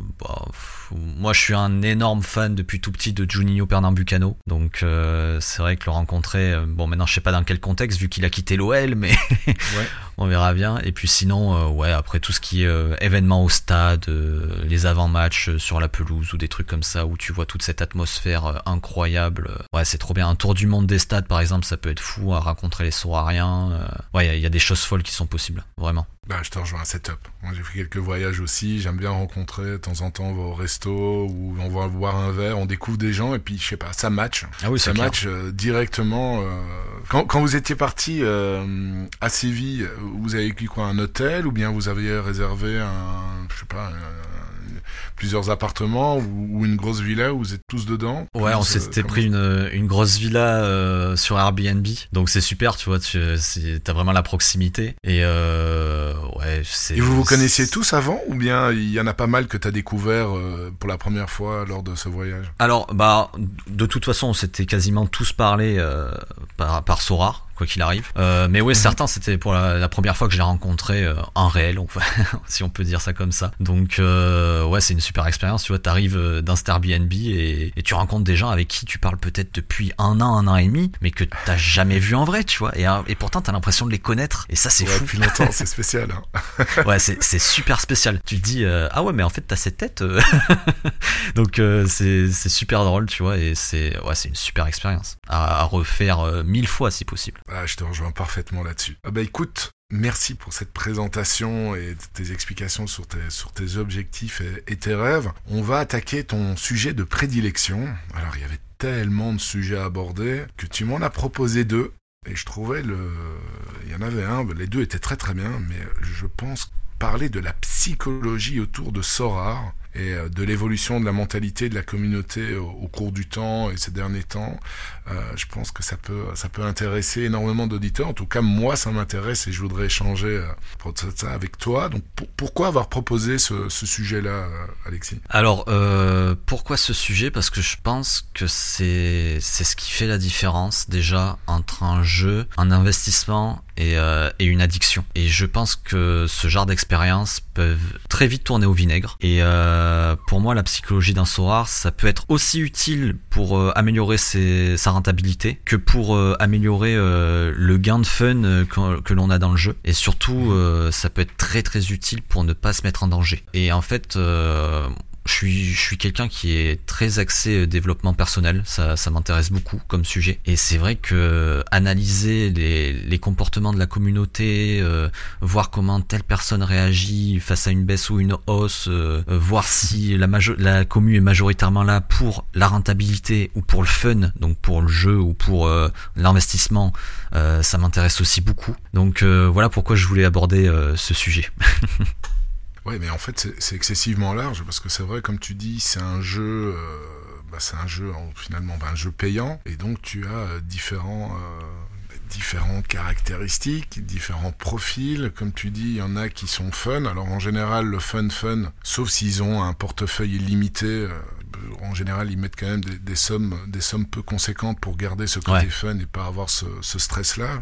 Moi, je suis un énorme fan depuis tout petit de Juninho Pernambucano. Donc c'est vrai que le rencontrer. Maintenant, je sais pas dans quel contexte vu qu'il a quitté l'OL, mais on verra bien. Et puis sinon, après tout ce qui est événements au stade, les avant-matchs sur la pelouse ou des trucs comme ça où tu vois toute cette atmosphère incroyable. C'est trop bien. Un tour du monde des stades, par exemple, ça peut être fou, à rencontrer les Sorariens. Il y a des choses folles qui sont possibles, vraiment. Je te rejoins, c'est top. Moi, j'ai fait quelques voyages aussi. J'aime bien rencontrer de temps en temps, on va au resto ou on va boire un verre, on découvre des gens et puis je sais pas, ça match. Ah oui, ça match directement. Quand vous étiez parti à Séville, vous avez pris quoi, un hôtel ou bien vous aviez réservé plusieurs appartements ou une grosse villa où vous êtes tous dedans? On s'était pris une grosse villa sur Airbnb, donc c'est super, tu vois, t'as vraiment la proximité, et Et vous connaissiez tous avant, ou bien il y en a pas mal que t'as découvert pour la première fois lors de ce voyage? Alors, de toute façon, on s'était quasiment tous parlé par Sorare, quoi qu'il arrive. Mais certains, c'était pour la première fois que je l'ai rencontré en réel, si on peut dire ça comme ça. Donc, c'est une super expérience. Tu vois, t'arrives dans cet Airbnb et tu rencontres des gens avec qui tu parles peut-être depuis un an et demi, mais que t'as jamais vu en vrai, tu vois. Et pourtant, t'as l'impression de les connaître. Et ça, c'est fou. Depuis longtemps, c'est spécial. C'est super spécial. Tu te dis, mais en fait, t'as cette tête. Donc, c'est super drôle, tu vois. Et c'est une super expérience à refaire 1000 fois si possible. Je te rejoins parfaitement là-dessus. Écoute, merci pour cette présentation et tes explications sur tes objectifs et tes rêves. On va attaquer ton sujet de prédilection. Alors, il y avait tellement de sujets à aborder que tu m'en as proposé 2. Et je trouvais il y en avait un, les 2 étaient très très bien, mais je pense parler de la psychologie autour de Sorare et de l'évolution de la mentalité de la communauté au cours du temps et ces derniers temps. Je pense que ça peut intéresser énormément d'auditeurs. En tout cas, moi, ça m'intéresse et je voudrais échanger pour ça avec toi. Donc, pourquoi avoir proposé ce sujet-là, Alexis ? Alors, pourquoi ce sujet ? Parce que je pense que c'est ce qui fait la différence déjà entre un jeu, un investissement et une addiction. Et je pense que ce genre d'expériences peuvent très vite tourner au vinaigre. Et pour moi, la psychologie d'un saut rare, ça peut être aussi utile pour améliorer sa rentabilité que pour améliorer le gain de fun que l'on a dans le jeu. Et surtout, ça peut être très très utile pour ne pas se mettre en danger. Et en fait, je suis quelqu'un qui est très axé développement personnel, ça m'intéresse beaucoup comme sujet. Et c'est vrai que analyser les comportements de la communauté, voir comment telle personne réagit face à une baisse ou une hausse, voir si la commu est majoritairement là pour la rentabilité ou pour le fun, donc pour le jeu ou pour l'investissement, ça m'intéresse aussi beaucoup. Donc voilà pourquoi je voulais aborder ce sujet. Oui, mais en fait, c'est excessivement large, parce que c'est vrai, comme tu dis, c'est un jeu, finalement, un jeu payant, et donc tu as différentes caractéristiques, différents profils. Comme tu dis, il y en a qui sont fun. Alors en général, le fun, sauf s'ils ont un portefeuille illimité, en général, ils mettent quand même des sommes peu conséquentes pour garder ce côté fun et pas avoir ce stress-là.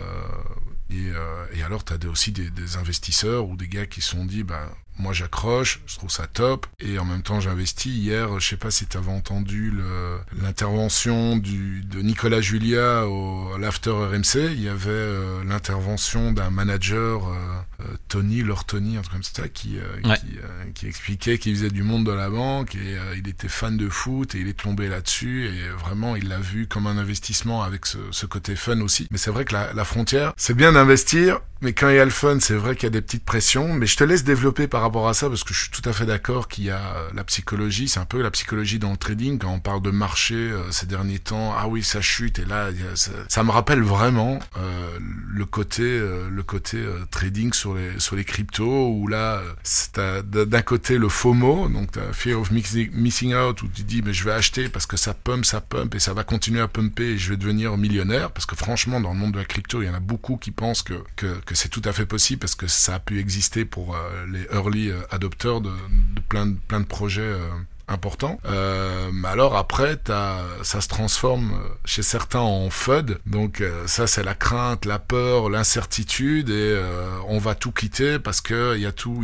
Et alors, tu as aussi des investisseurs ou des gars qui se sont dit, moi j'accroche, je trouve ça top, et en même temps j'investis. Hier, je sais pas si tu avais entendu l'intervention de Nicolas Julia à l'After RMC. Il y avait l'intervention d'un manager, Tony, un truc comme ça, qui expliquait qu'il faisait du monde de la banque, et il était fan de foot, et il est tombé là-dessus, et vraiment il l'a vu comme un investissement avec ce côté fun aussi. Mais c'est vrai que la frontière, c'est bien d'investir, mais quand il y a le fun, c'est vrai qu'il y a des petites pressions. Mais je te laisse développer par rapport à ça, parce que je suis tout à fait d'accord qu'il y a la psychologie. C'est un peu la psychologie dans le trading. Quand on parle de marché ces derniers temps, ah oui, ça chute, et là, ça me rappelle vraiment le côté trading sur les cryptos, où là, t'as d'un côté le FOMO, donc t'as Fear of Missing Out, où tu dis, mais je vais acheter parce que ça pump, et ça va continuer à pumper, et je vais devenir millionnaire. Parce que franchement, dans le monde de la crypto, il y en a beaucoup qui pensent que c'est tout à fait possible, parce que ça a pu exister pour les early adopters de plein de projets important. Mais alors après, ça se transforme chez certains en FUD. Donc ça, c'est la crainte, la peur, l'incertitude, et on va tout quitter parce que il y a tout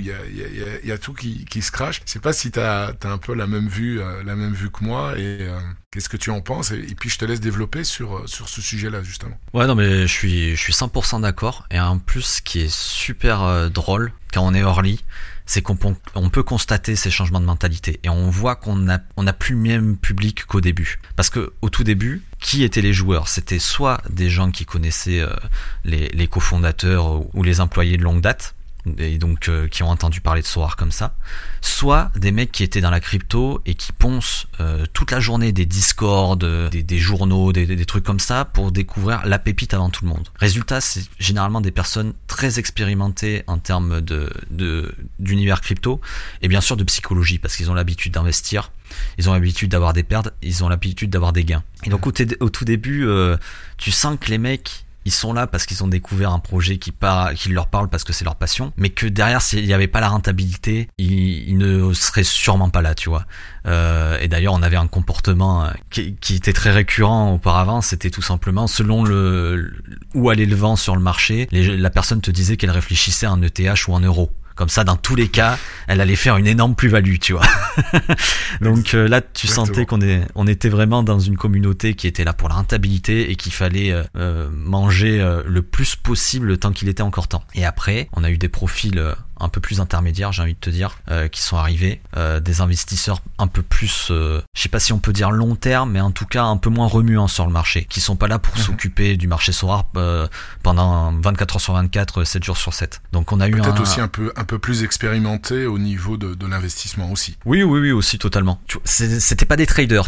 qui se crache. Je sais pas si t'as un peu la même vue que moi, et qu'est-ce que tu en penses, et puis je te laisse développer sur ce sujet-là justement. Ouais, non, mais je suis 100% d'accord. Et en plus, ce qui est super drôle quand on est early, c'est qu'on peut constater ces changements de mentalité, et on voit qu'on n'a plus le même public qu'au début. Parce que au tout début, qui étaient les joueurs ? C'était soit des gens qui connaissaient les cofondateurs ou les employés de longue date, et donc qui ont entendu parler de Sorare comme ça, soit des mecs qui étaient dans la crypto et qui poncent toute la journée des Discord, des journaux, des trucs comme ça pour découvrir la pépite avant tout le monde. Résultat, c'est généralement des personnes très expérimentées en termes d'univers crypto, et bien sûr de psychologie, parce qu'ils ont l'habitude d'investir, ils ont l'habitude d'avoir des pertes, ils ont l'habitude d'avoir des gains. Et donc au tout début, tu sens que les mecs, ils sont là parce qu'ils ont découvert un projet qui leur parle parce que c'est leur passion, mais que derrière, s'il n'y avait pas la rentabilité, ils ne seraient sûrement pas là, tu vois. Et d'ailleurs, on avait un comportement qui était très récurrent auparavant. C'était tout simplement, selon où allait le vent sur le marché, la personne te disait qu'elle réfléchissait à un ETH ou un euro. Comme ça, dans tous les cas, elle allait faire une énorme plus-value, tu vois. Donc là, tu sentais qu'on était vraiment dans une communauté qui était là pour la rentabilité, et qu'il fallait manger le plus possible tant qu'il était encore temps. Et après, on a eu des profils un peu plus intermédiaires, j'ai envie de te dire, qui sont arrivés, des investisseurs un peu plus, je sais pas si on peut dire long terme, mais en tout cas un peu moins remuants sur le marché, qui sont pas là pour s'occuper du marché Sorare pendant 24 heures sur 24, 7 jours sur 7. Donc on a eu peut-être aussi un peu plus expérimenté au niveau de l'investissement aussi. Oui, aussi totalement. C'était pas des traders, tu vois.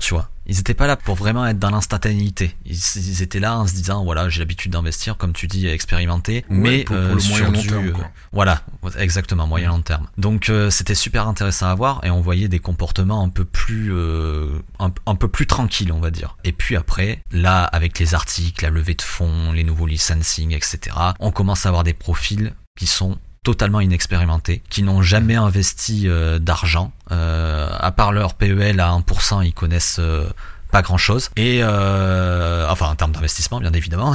Ils étaient pas là pour vraiment être dans l'instantanéité. Ils étaient là en se disant voilà, j'ai l'habitude d'investir, comme tu dis, expérimenter, mais pour le moyen long terme, voilà, exactement, moyen long terme. Donc c'était super intéressant à voir et on voyait des comportements un peu plus tranquilles, on va dire. Et puis après, là, avec les articles, la levée de fonds, les nouveaux licensing, etc., on commence à avoir des profils qui sont totalement inexpérimentés, qui n'ont jamais investi d'argent, à part leur PEL à 1%, ils connaissent pas grand chose, et enfin en termes d'investissement bien évidemment.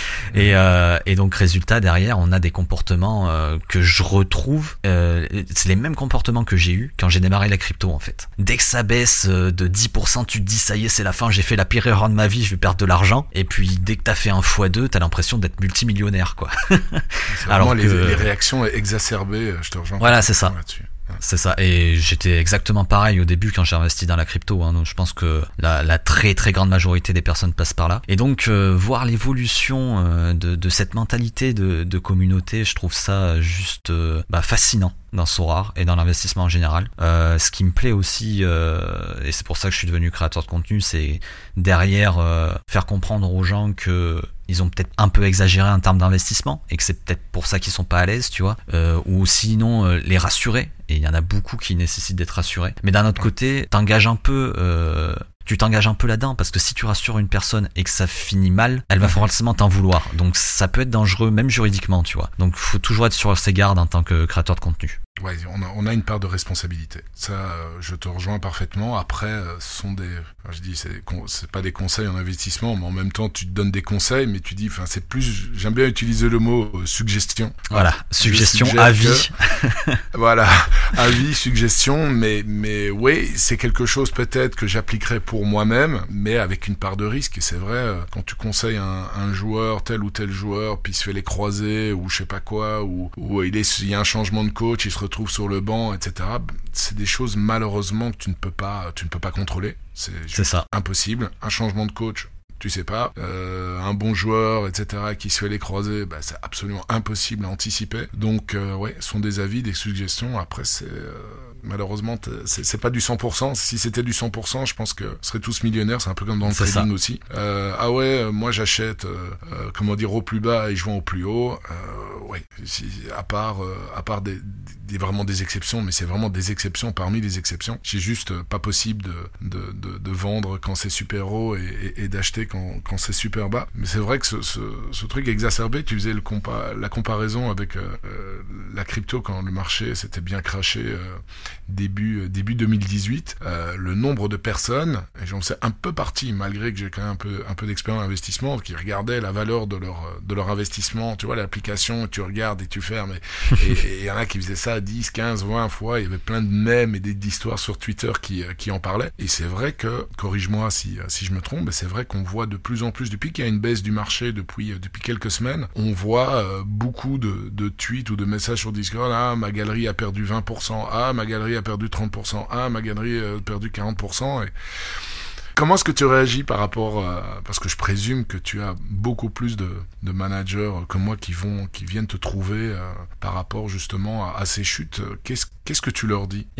Et donc résultat, derrière on a des comportements que je retrouve, c'est les mêmes comportements que j'ai eu quand j'ai démarré la crypto en fait. Dès que ça baisse de 10%, tu te dis ça y est, c'est la fin, j'ai fait la pire erreur de ma vie, je vais perdre de l'argent, et puis dès que t'as fait un x2, t'as l'impression d'être multimillionnaire quoi. C'est vraiment les réactions exacerbées, je te rejoins. Voilà, c'est ça. Là-dessus. C'est ça, et j'étais exactement pareil au début quand j'ai investi dans la crypto, hein, donc je pense que la très très grande majorité des personnes passent par là. Et donc voir l'évolution de cette mentalité de communauté, je trouve ça juste fascinant dans Sorare et dans l'investissement en général. Ce qui me plaît aussi, et c'est pour ça que je suis devenu créateur de contenu, c'est derrière faire comprendre aux gens que ils ont peut-être un peu exagéré en termes d'investissement et que c'est peut-être pour ça qu'ils sont pas à l'aise, tu vois, ou sinon les rassurer, et il y en a beaucoup qui nécessitent d'être rassurés, mais d'un autre côté tu t'engages un peu là-dedans, parce que si tu rassures une personne et que ça finit mal, elle va forcément t'en vouloir, donc ça peut être dangereux même juridiquement, tu vois, donc faut toujours être sur ses gardes en tant que créateur de contenu. Ouais, on a une part de responsabilité. Ça, je te rejoins parfaitement. Après, ce sont je dis, c'est pas des conseils en investissement, mais en même temps, tu te donnes des conseils, mais tu dis, enfin, c'est plus, j'aime bien utiliser le mot suggestion. Voilà, suggestion, avis. Voilà, avis, suggestion, mais oui, c'est quelque chose peut-être que j'appliquerai pour moi-même, mais avec une part de risque. Et c'est vrai, quand tu conseilles un joueur, tel ou tel joueur, puis il se fait les croisés, ou je sais pas quoi, ou il y a un changement de coach, il se retrouve sur le banc, etc. C'est des choses malheureusement que tu ne peux pas contrôler. C'est ça. Impossible. Un changement de coach, tu sais pas. Un bon joueur, etc. qui se fait les croisés, c'est absolument impossible à anticiper. Donc ouais, ce sont des avis, des suggestions. Après c'est malheureusement c'est pas du 100%. Si c'était du 100%, je pense que on serait tous millionnaires. C'est un peu comme dans le trading aussi. Moi j'achète au plus bas et je vends au plus haut. Ouais, à part vraiment des exceptions, mais c'est vraiment des exceptions parmi les exceptions. C'est juste pas possible de vendre quand c'est super haut et d'acheter quand c'est super bas. Mais c'est vrai que ce truc exacerbé, tu faisais la comparaison avec la crypto quand le marché s'était bien crashé début 2018. Le nombre de personnes, et j'en sais un peu partie, malgré que j'ai quand même un peu d'expérience en investissement, qui regardaient la valeur de leur investissement. Tu vois, l'application, tu regardes et tu fermes. Et il y en a qui faisaient ça 10, 15, 20 fois. Il y avait plein de mèmes et d'histoires sur Twitter qui en parlaient. Et c'est vrai que, corrige-moi si je me trompe, mais c'est vrai qu'on voit de plus en plus, depuis qu'il y a une baisse du marché depuis quelques semaines, on voit beaucoup de tweets ou de messages sur Discord. Ah, ma galerie a perdu 20%. Ah, ma galerie a perdu 30%. Ah, ma galerie a perdu 40%. Et comment est-ce que tu réagis par rapport parce que je présume que tu as beaucoup plus de managers que moi qui viennent te trouver par rapport justement à ces chutes. Qu'est-ce que tu leur dis?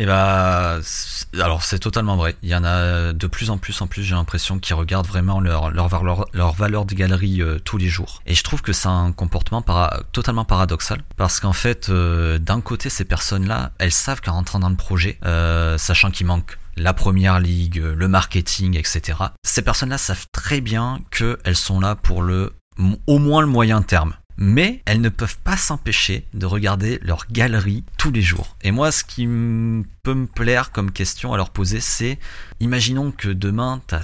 Alors c'est totalement vrai. Il y en a de plus en plus, j'ai l'impression qu'ils regardent vraiment leur valeur de galerie tous les jours. Et je trouve que c'est un comportement totalement paradoxal, parce qu'en fait, d'un côté, ces personnes-là, elles savent qu'en rentrant dans le projet, sachant qu'il manque la première ligue, le marketing, etc. Ces personnes-là savent très bien qu'elles sont là pour au moins le moyen terme. Mais elles ne peuvent pas s'empêcher de regarder leur galerie tous les jours. Et moi, ce qui peut me plaire comme question à leur poser, c'est, imaginons que demain, tu as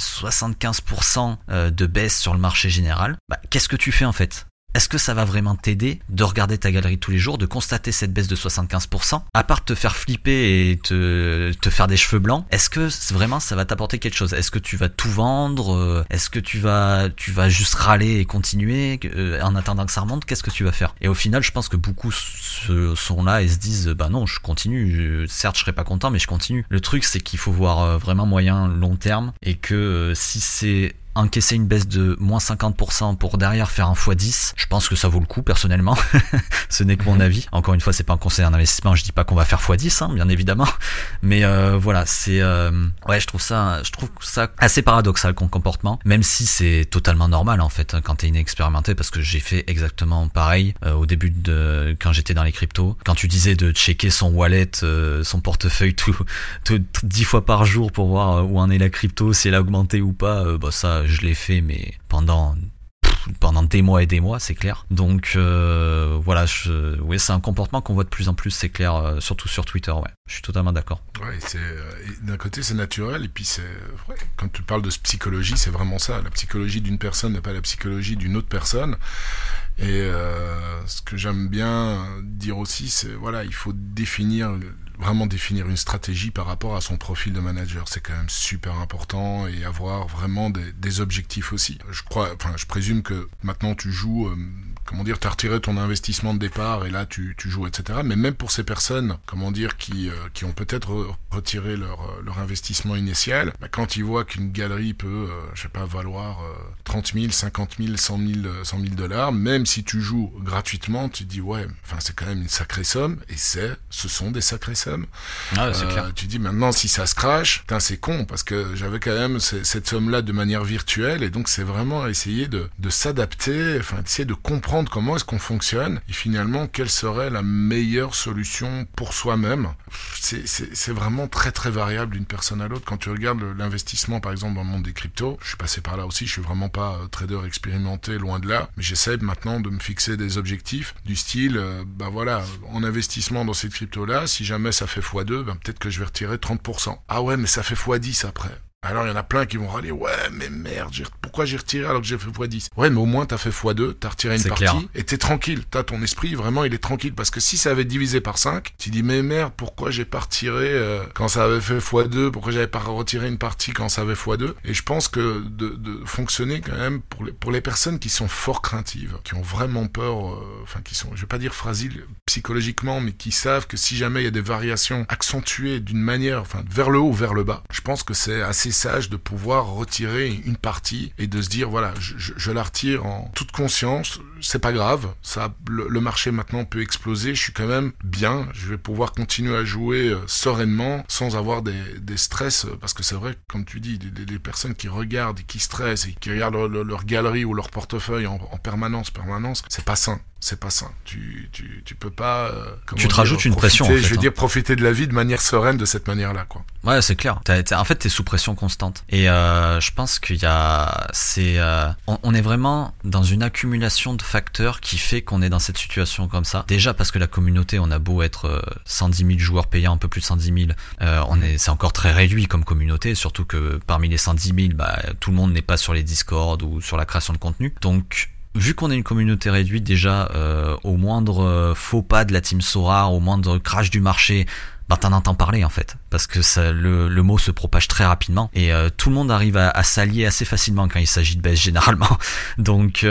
75% de baisse sur le marché général. Qu'est-ce que tu fais en fait ? Est-ce que ça va vraiment t'aider de regarder ta galerie tous les jours, de constater cette baisse de 75%, à part te faire flipper et te faire des cheveux blancs? Est-ce que vraiment ça va t'apporter quelque chose? Est-ce que tu vas tout vendre? Est-ce que tu vas juste râler et continuer en attendant que ça remonte? Qu'est-ce que tu vas faire? Et au final, je pense que beaucoup sont là et se disent non, je continue. Certes, je serai pas content, mais je continue. Le truc, c'est qu'il faut voir vraiment moyen, long terme, et que si c'est encaisser une baisse de moins 50% pour derrière faire un x10, je pense que ça vaut le coup personnellement. Ce n'est que mon avis. Encore une fois, c'est pas un conseil en investissement, je dis pas qu'on va faire x10, hein, bien évidemment. Mais voilà, c'est ouais, je trouve ça assez paradoxal comme comportement, même si c'est totalement normal en fait quand t'es inexpérimenté, parce que j'ai fait exactement pareil au début de quand j'étais dans les cryptos. Quand tu disais de checker son wallet, son portefeuille tout 10 fois par jour pour voir où en est la crypto, si elle a augmenté ou pas, ça je l'ai fait, mais pendant des mois et des mois, c'est clair. Donc voilà, oui, c'est un comportement qu'on voit de plus en plus, c'est clair, surtout sur Twitter. Ouais, je suis totalement d'accord. Ouais, d'un côté c'est naturel, et puis quand tu parles de psychologie, c'est vraiment ça. La psychologie d'une personne n'est pas la psychologie d'une autre personne. Et ce que j'aime bien dire aussi, c'est voilà, il faut vraiment définir une stratégie par rapport à son profil de manager. C'est quand même super important, et avoir vraiment des objectifs aussi. Je présume que maintenant tu joues, tu as retiré ton investissement de départ et là tu joues, etc. Mais même pour ces personnes, qui ont peut-être retiré leur investissement initial, quand ils voient qu'une galerie peut, valoir 30 000, 50 000, 100 000 $, même si tu joues gratuitement, tu te dis ouais, c'est quand même une sacrée somme, et ce sont des sacrées sommes. Ah, c'est clair. Tu te dis maintenant, si ça se crache, c'est con, parce que j'avais quand même cette somme-là de manière virtuelle, et donc c'est vraiment essayer de s'adapter, d'essayer de comprendre comment est-ce qu'on fonctionne, et finalement quelle serait la meilleure solution pour soi-même. C'est vraiment très très variable d'une personne à l'autre. Quand tu regardes l'investissement par exemple dans le monde des cryptos, je suis passé par là aussi, je suis vraiment pas trader expérimenté, loin de là, mais j'essaie maintenant de me fixer des objectifs du style, en investissement dans cette crypto-là, si jamais ça fait x2, peut-être que je vais retirer 30%. Ah ouais, mais ça fait x10 après. Alors il y en a plein qui vont râler, ouais mais merde, pourquoi j'ai retiré alors que j'ai fait x10? Ouais, mais au moins t'as fait x2, t'as retiré une partie, clair. Et t'es tranquille, t'as ton esprit, vraiment il est tranquille, parce que si ça avait divisé par 5, tu dis mais merde, pourquoi j'ai pas retiré quand ça avait fait x2, pourquoi j'avais pas retiré une partie quand ça avait x2? Et je pense que de fonctionner quand même pour les personnes qui sont fort craintives, qui ont vraiment peur, qui sont, je vais pas dire fragiles psychologiquement, mais qui savent que si jamais il y a des variations accentuées d'une manière, vers le haut ou vers le bas, je pense que c'est assez sage de pouvoir retirer une partie et de se dire voilà, je la retire en toute conscience, c'est pas grave, ça, le marché maintenant peut exploser, je suis quand même bien, je vais pouvoir continuer à jouer sereinement sans avoir des stress, parce que c'est vrai, comme tu dis, des personnes qui regardent et qui stressent et qui regardent leur galerie ou leur portefeuille en permanence, c'est pas sain. C'est pas sain. Tu peux pas. Tu te rajoutes une pression. En fait, je veux dire, profiter de la vie de manière sereine de cette manière-là, quoi. Ouais, c'est clair. En fait, t'es sous pression constante. Et je pense qu'il y a, on est vraiment dans une accumulation de facteurs qui fait qu'on est dans cette situation comme ça. Déjà parce que la communauté, on a beau être 110 000 joueurs payants, un peu plus de 110 000, c'est encore très réduit comme communauté. Surtout que parmi les 110 000, tout le monde n'est pas sur les Discord ou sur la création de contenu. Donc vu qu'on est une communauté réduite, déjà, au moindre faux pas de la team Sorare, au moindre crash du marché, t'en entends parler en fait, parce que le mot se propage très rapidement, et tout le monde arrive à s'allier assez facilement quand il s'agit de baisse généralement. Donc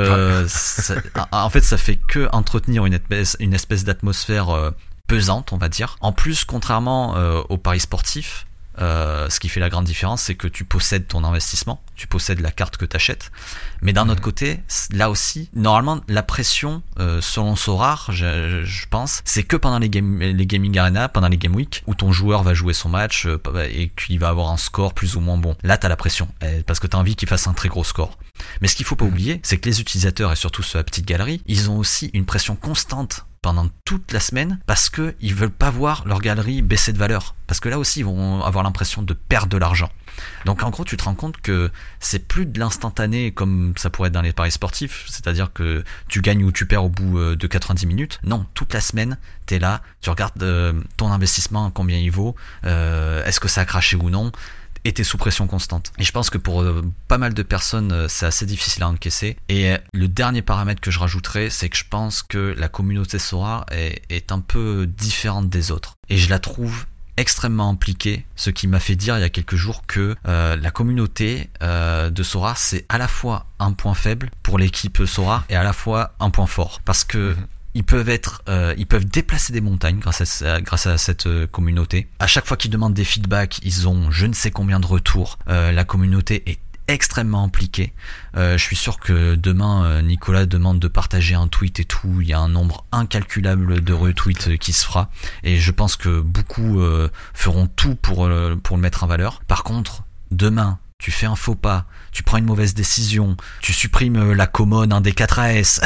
en fait ça fait que entretenir une espèce d'atmosphère pesante, on va dire. En plus, contrairement aux paris sportifs, ce qui fait la grande différence, c'est que tu possèdes ton investissement, tu possèdes la carte que tu achètes. Mais d'un autre côté, là aussi, normalement, la pression, selon Sorare, je pense, c'est que pendant les gaming arena, pendant les game week, où ton joueur va jouer son match et qu'il va avoir un score plus ou moins bon. Là, t'as la pression, parce que t'as envie qu'il fasse un très gros score. Mais ce qu'il faut pas oublier, c'est que les utilisateurs, et surtout ceux à petite galerie, ils ont aussi une pression constante pendant toute la semaine, parce que ils veulent pas voir leur galerie baisser de valeur, parce que là aussi ils vont avoir l'impression de perdre de l'argent. Donc en gros tu te rends compte que c'est plus de l'instantané comme ça pourrait être dans les paris sportifs, c'est-à-dire que tu gagnes ou tu perds au bout de 90 minutes. Non, toute la semaine t'es là, tu regardes ton investissement, combien il vaut, est-ce que ça a craché ou non, et t'es sous pression constante. Et je pense que pour pas mal de personnes, c'est assez difficile à encaisser. Et le dernier paramètre que je rajouterais, c'est que je pense que la communauté Sorare est un peu différente des autres. Et je la trouve extrêmement impliquée, ce qui m'a fait dire il y a quelques jours que la communauté de Sorare, c'est à la fois un point faible pour l'équipe Sorare et à la fois un point fort. Parce que ils peuvent déplacer des montagnes grâce à cette communauté. À chaque fois qu'ils demandent des feedbacks, ils ont je ne sais combien de retours. La communauté est extrêmement impliqués. Je suis sûr que demain, Nicolas demande de partager un tweet et tout. Il y a un nombre incalculable de retweets qui se fera. Et je pense que beaucoup feront tout pour le mettre en valeur. Par contre, demain, tu fais un faux pas, tu prends une mauvaise décision, tu supprimes la commode 1 des 4AS,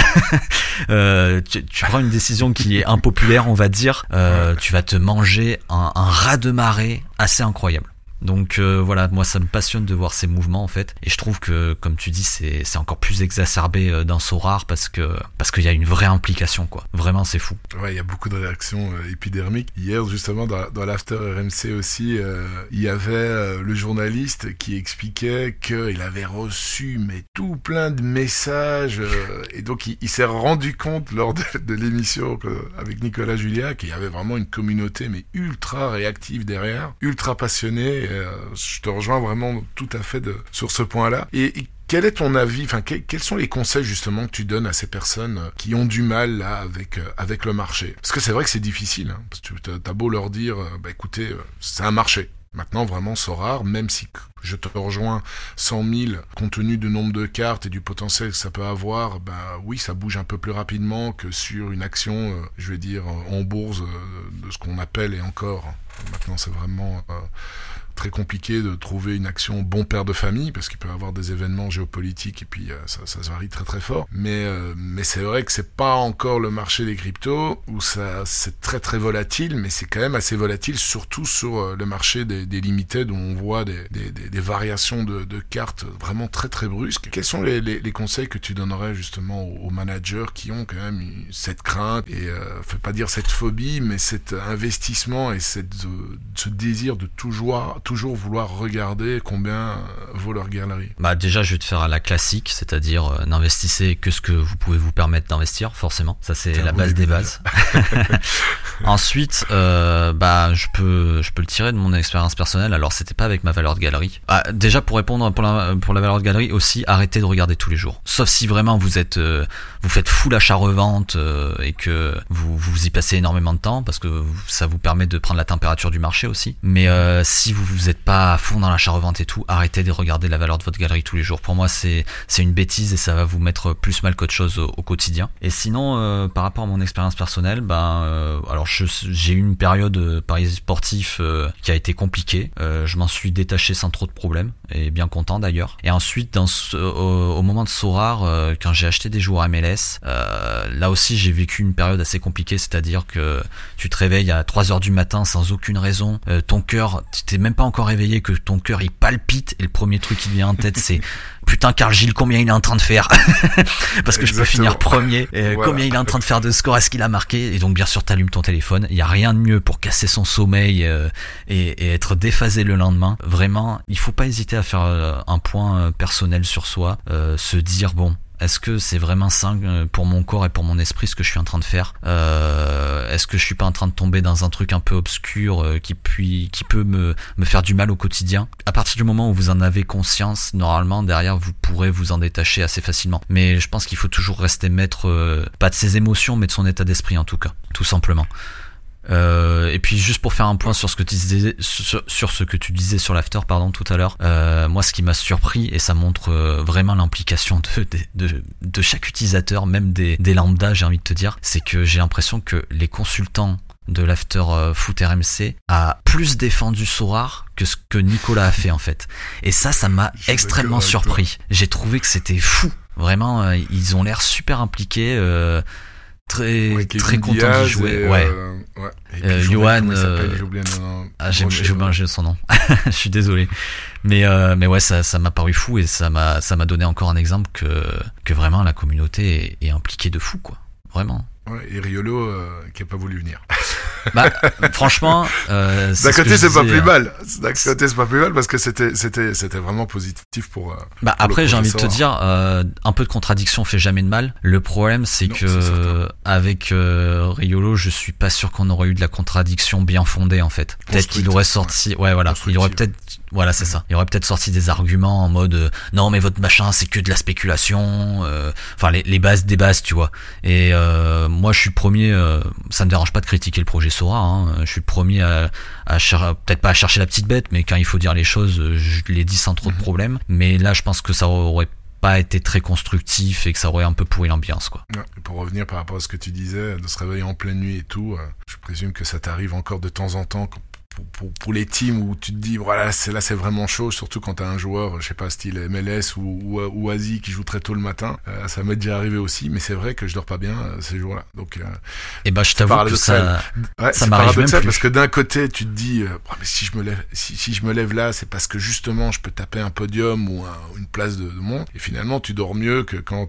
tu prends une décision qui est impopulaire, on va dire, tu vas te manger un raz de marée assez incroyable. Donc voilà, moi ça me passionne de voir ces mouvements en fait, et je trouve que comme tu dis c'est encore plus exacerbé dans Sorare parce qu'il y a une vraie implication quoi. Vraiment c'est fou. Ouais, il y a beaucoup de réactions épidermiques. Hier justement dans l'after RMC aussi, il y avait le journaliste qui expliquait qu'il avait reçu mais tout plein de messages et donc il s'est rendu compte lors de l'émission avec Nicolas Julia qu'il y avait vraiment une communauté mais ultra réactive derrière, ultra passionnée. Je te rejoins vraiment tout à fait sur ce point-là. Et quel est ton avis, quels sont les conseils justement que tu donnes à ces personnes qui ont du mal là avec le marché? Parce que c'est vrai que c'est difficile, hein, parce que t'as beau leur dire, écoutez, c'est un marché. Maintenant, vraiment, Sorare, même si je te rejoins 100 000, compte tenu du nombre de cartes et du potentiel que ça peut avoir, oui, ça bouge un peu plus rapidement que sur une action, je vais dire, en bourse, de ce qu'on appelle, et encore, maintenant c'est vraiment très compliqué de trouver une action bon père de famille, parce qu'il peut y avoir des événements géopolitiques, et puis ça se varie très très fort. Mais c'est vrai que c'est pas encore le marché des cryptos, où c'est très très volatile, mais c'est quand même assez volatile, surtout sur le marché des limited, où on voit des variations de cartes vraiment très très brusques. Quels sont les conseils que tu donnerais justement aux managers qui ont quand même cette crainte, et faut pas dire cette phobie, mais cet investissement et ce désir de toujours vouloir regarder combien vaut leur galerie? Déjà, je vais te faire la classique, c'est-à-dire n'investissez que ce que vous pouvez vous permettre d'investir, forcément. Ça, c'est la base des bases. Ensuite, je peux le tirer de mon expérience personnelle. Alors, c'était pas avec ma valeur de galerie. Déjà, pour répondre pour la valeur de galerie aussi, arrêtez de regarder tous les jours. Sauf si vraiment vous faites full achat-revente et que vous y passez énormément de temps, parce que ça vous permet de prendre la température du marché aussi. Mais si vous êtes pas à fond dans l'achat-revente et tout, arrêtez de regarder la valeur de votre galerie tous les jours. Pour moi, c'est une bêtise et ça va vous mettre plus mal qu'autre chose au quotidien. Et sinon, par rapport à mon expérience personnelle, alors j'ai eu une période paris sportif qui a été compliquée. Je m'en suis détaché sans trop de problèmes et bien content d'ailleurs. Et ensuite, au moment de Sorare, quand j'ai acheté des joueurs MLS, là aussi j'ai vécu une période assez compliquée, c'est-à-dire que tu te réveilles à 3h du matin sans aucune raison, ton cœur, tu t'es même pas encore réveillé que ton cœur il palpite et le premier truc qui te vient en tête c'est putain Carl Gilles combien il est en train de faire parce que je peux finir premier, combien il est en train de faire de score, est-ce qu'il a marqué, et donc bien sûr t'allumes ton téléphone. Il y a rien de mieux pour casser son sommeil et être déphasé le lendemain. Vraiment, il faut pas hésiter à faire un point personnel sur soi, se dire bon, est-ce que c'est vraiment sain pour mon corps et pour mon esprit ce que je suis en train de faire? Est-ce que je suis pas en train de tomber dans un truc un peu obscur qui peut me faire du mal au quotidien? À partir du moment où vous en avez conscience, normalement derrière vous pourrez vous en détacher assez facilement. Mais je pense qu'il faut toujours rester maître, pas de ses émotions, mais de son état d'esprit en tout cas, tout simplement. Et puis juste pour faire un point sur ce que tu disais sur l'after tout à l'heure, moi ce qui m'a surpris, et ça montre vraiment l'implication de chaque utilisateur, même des lambda, j'ai envie de te dire, c'est que j'ai l'impression que les consultants de l'after foot RMC a plus défendu Sorare que ce que Nicolas a fait en fait, et ça m'a extrêmement surpris. J'ai trouvé que c'était fou, vraiment, ils ont l'air super impliqués, très content d'y jouer. Johan, j'ai oublié son nom. Je suis désolé. Mais ouais, ça m'a paru fou, et ça m'a donné encore un exemple que vraiment la communauté est impliquée de fou, quoi. Vraiment. Ouais, et Riolo qui a pas voulu venir. Franchement, d'un côté c'est pas plus mal. D'un côté c'est pas plus mal parce que c'était vraiment positif pour. Après j'ai envie de te dire, un peu de contradiction fait jamais de mal. Le problème c'est avec Riolo, je suis pas sûr qu'on aurait eu de la contradiction bien fondée en fait. Peut-être qu'il aurait sorti, il aurait peut-être, c'est ça. Il aurait peut-être sorti des arguments en mode non mais votre machin c'est que de la spéculation, les bases des bases, tu vois. Et moi je suis le premier, ça me dérange pas de critiquer le projet Sora, hein. Je suis le premier à peut-être pas à chercher la petite bête, mais quand il faut dire les choses, je l'ai dit sans trop de problème. Mais là je pense que ça aurait pas été très constructif et que ça aurait un peu pourri l'ambiance, quoi. Ouais, pour revenir par rapport à ce que tu disais, de se réveiller en pleine nuit et tout, je présume que ça t'arrive encore de temps en temps pour les teams où tu te dis voilà, c'est vraiment chaud, surtout quand t'as un joueur, je sais pas, style MLS ou Asie qui joue très tôt le matin. Ça m'est déjà arrivé aussi, mais c'est vrai que je dors pas bien ces jours-là. Donc et bah je t'avoue que ça m'arrive même plus. Parce que d'un côté tu te dis mais si je me lève là, c'est parce que justement je peux taper un podium ou une place de monde, et finalement tu dors mieux que quand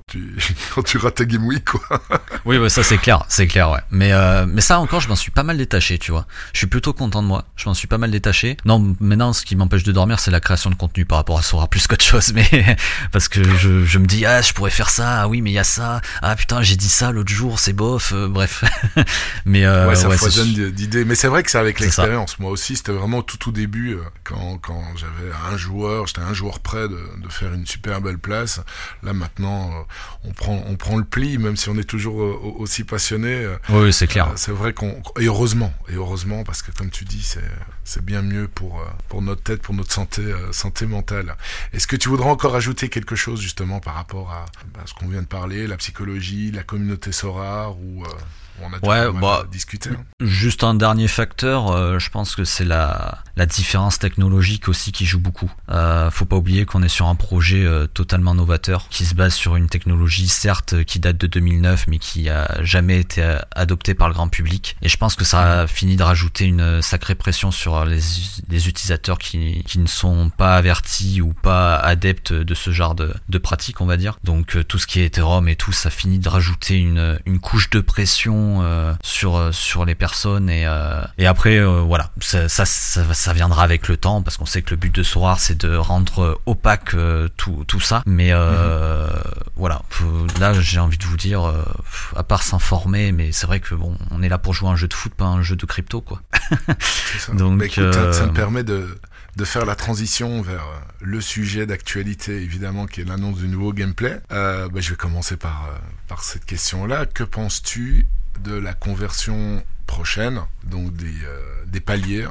tu rates ta game week, quoi. Oui, ça c'est clair, ouais. Mais ça encore, je m'en suis pas mal détaché, tu vois. Je suis plutôt content de moi. Je m'en suis pas mal détaché. Non, maintenant, ce qui m'empêche de dormir, c'est la création de contenu par rapport à Sora plus qu'autre chose. Mais parce que je me dis, je pourrais faire ça. Ah oui, mais il y a ça. Ah putain, j'ai dit ça l'autre jour, c'est bof. Bref. Mais ça foisonne d'idées. Mais c'est vrai que c'est avec l'expérience. Moi aussi, c'était vraiment tout début quand j'avais j'étais un joueur près de faire une super belle place. Là maintenant, on prend le pli, même si on est toujours aussi passionné. Oui, c'est clair. C'est vrai et heureusement, parce que comme tu dis, c'est bien mieux pour notre tête, pour notre santé mentale. Est-ce que tu voudrais encore ajouter quelque chose justement par rapport à ce qu'on vient de parler, la psychologie, la communauté Sora, ou on a déjà discuté, hein. Juste un dernier facteur, je pense que c'est la différence technologique aussi qui joue beaucoup. Faut pas oublier qu'on est sur un projet totalement novateur qui se base sur une technologie certes qui date de 2009 mais qui a jamais été adoptée par le grand public, et je pense que ça a fini de rajouter une sacrée pression sur les utilisateurs qui ne sont pas avertis ou pas adeptes de ce genre de pratique, on va dire. Donc tout ce qui est Ethereum et tout, ça finit de rajouter une couche de pression sur les personnes, et après voilà, ça viendra avec le temps, parce qu'on sait que le but de Sora c'est de rendre opaque tout ça, mais voilà, là j'ai envie de vous dire, à part s'informer, mais c'est vrai que bon, on est là pour jouer à un jeu de foot, pas un jeu de crypto, quoi. C'est ça. Donc écoute, ça me permet de faire la transition vers le sujet d'actualité, évidemment, qui est l'annonce du nouveau gameplay. Je vais commencer par cette question-là. Que penses-tu de la conversion prochaine, donc des paliers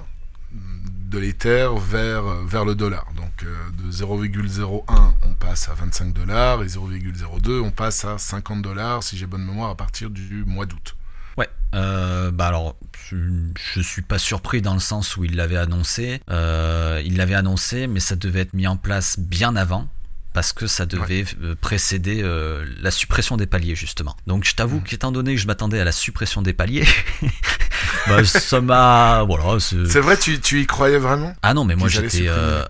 de l'Ether vers le dollar? Donc de 0,01 on passe à 25 $, et 0,02 on passe à 50 $, si j'ai bonne mémoire, à partir du mois d'août. Ouais, alors je suis pas surpris dans le sens où il l'avait annoncé, mais ça devait être mis en place bien avant, parce que ça devait précéder la suppression des paliers, justement. Donc je t'avoue qu'étant donné que je m'attendais à la suppression des paliers, ça m'a... Voilà, c'est vrai, tu y croyais vraiment? Ah non, mais moi j'étais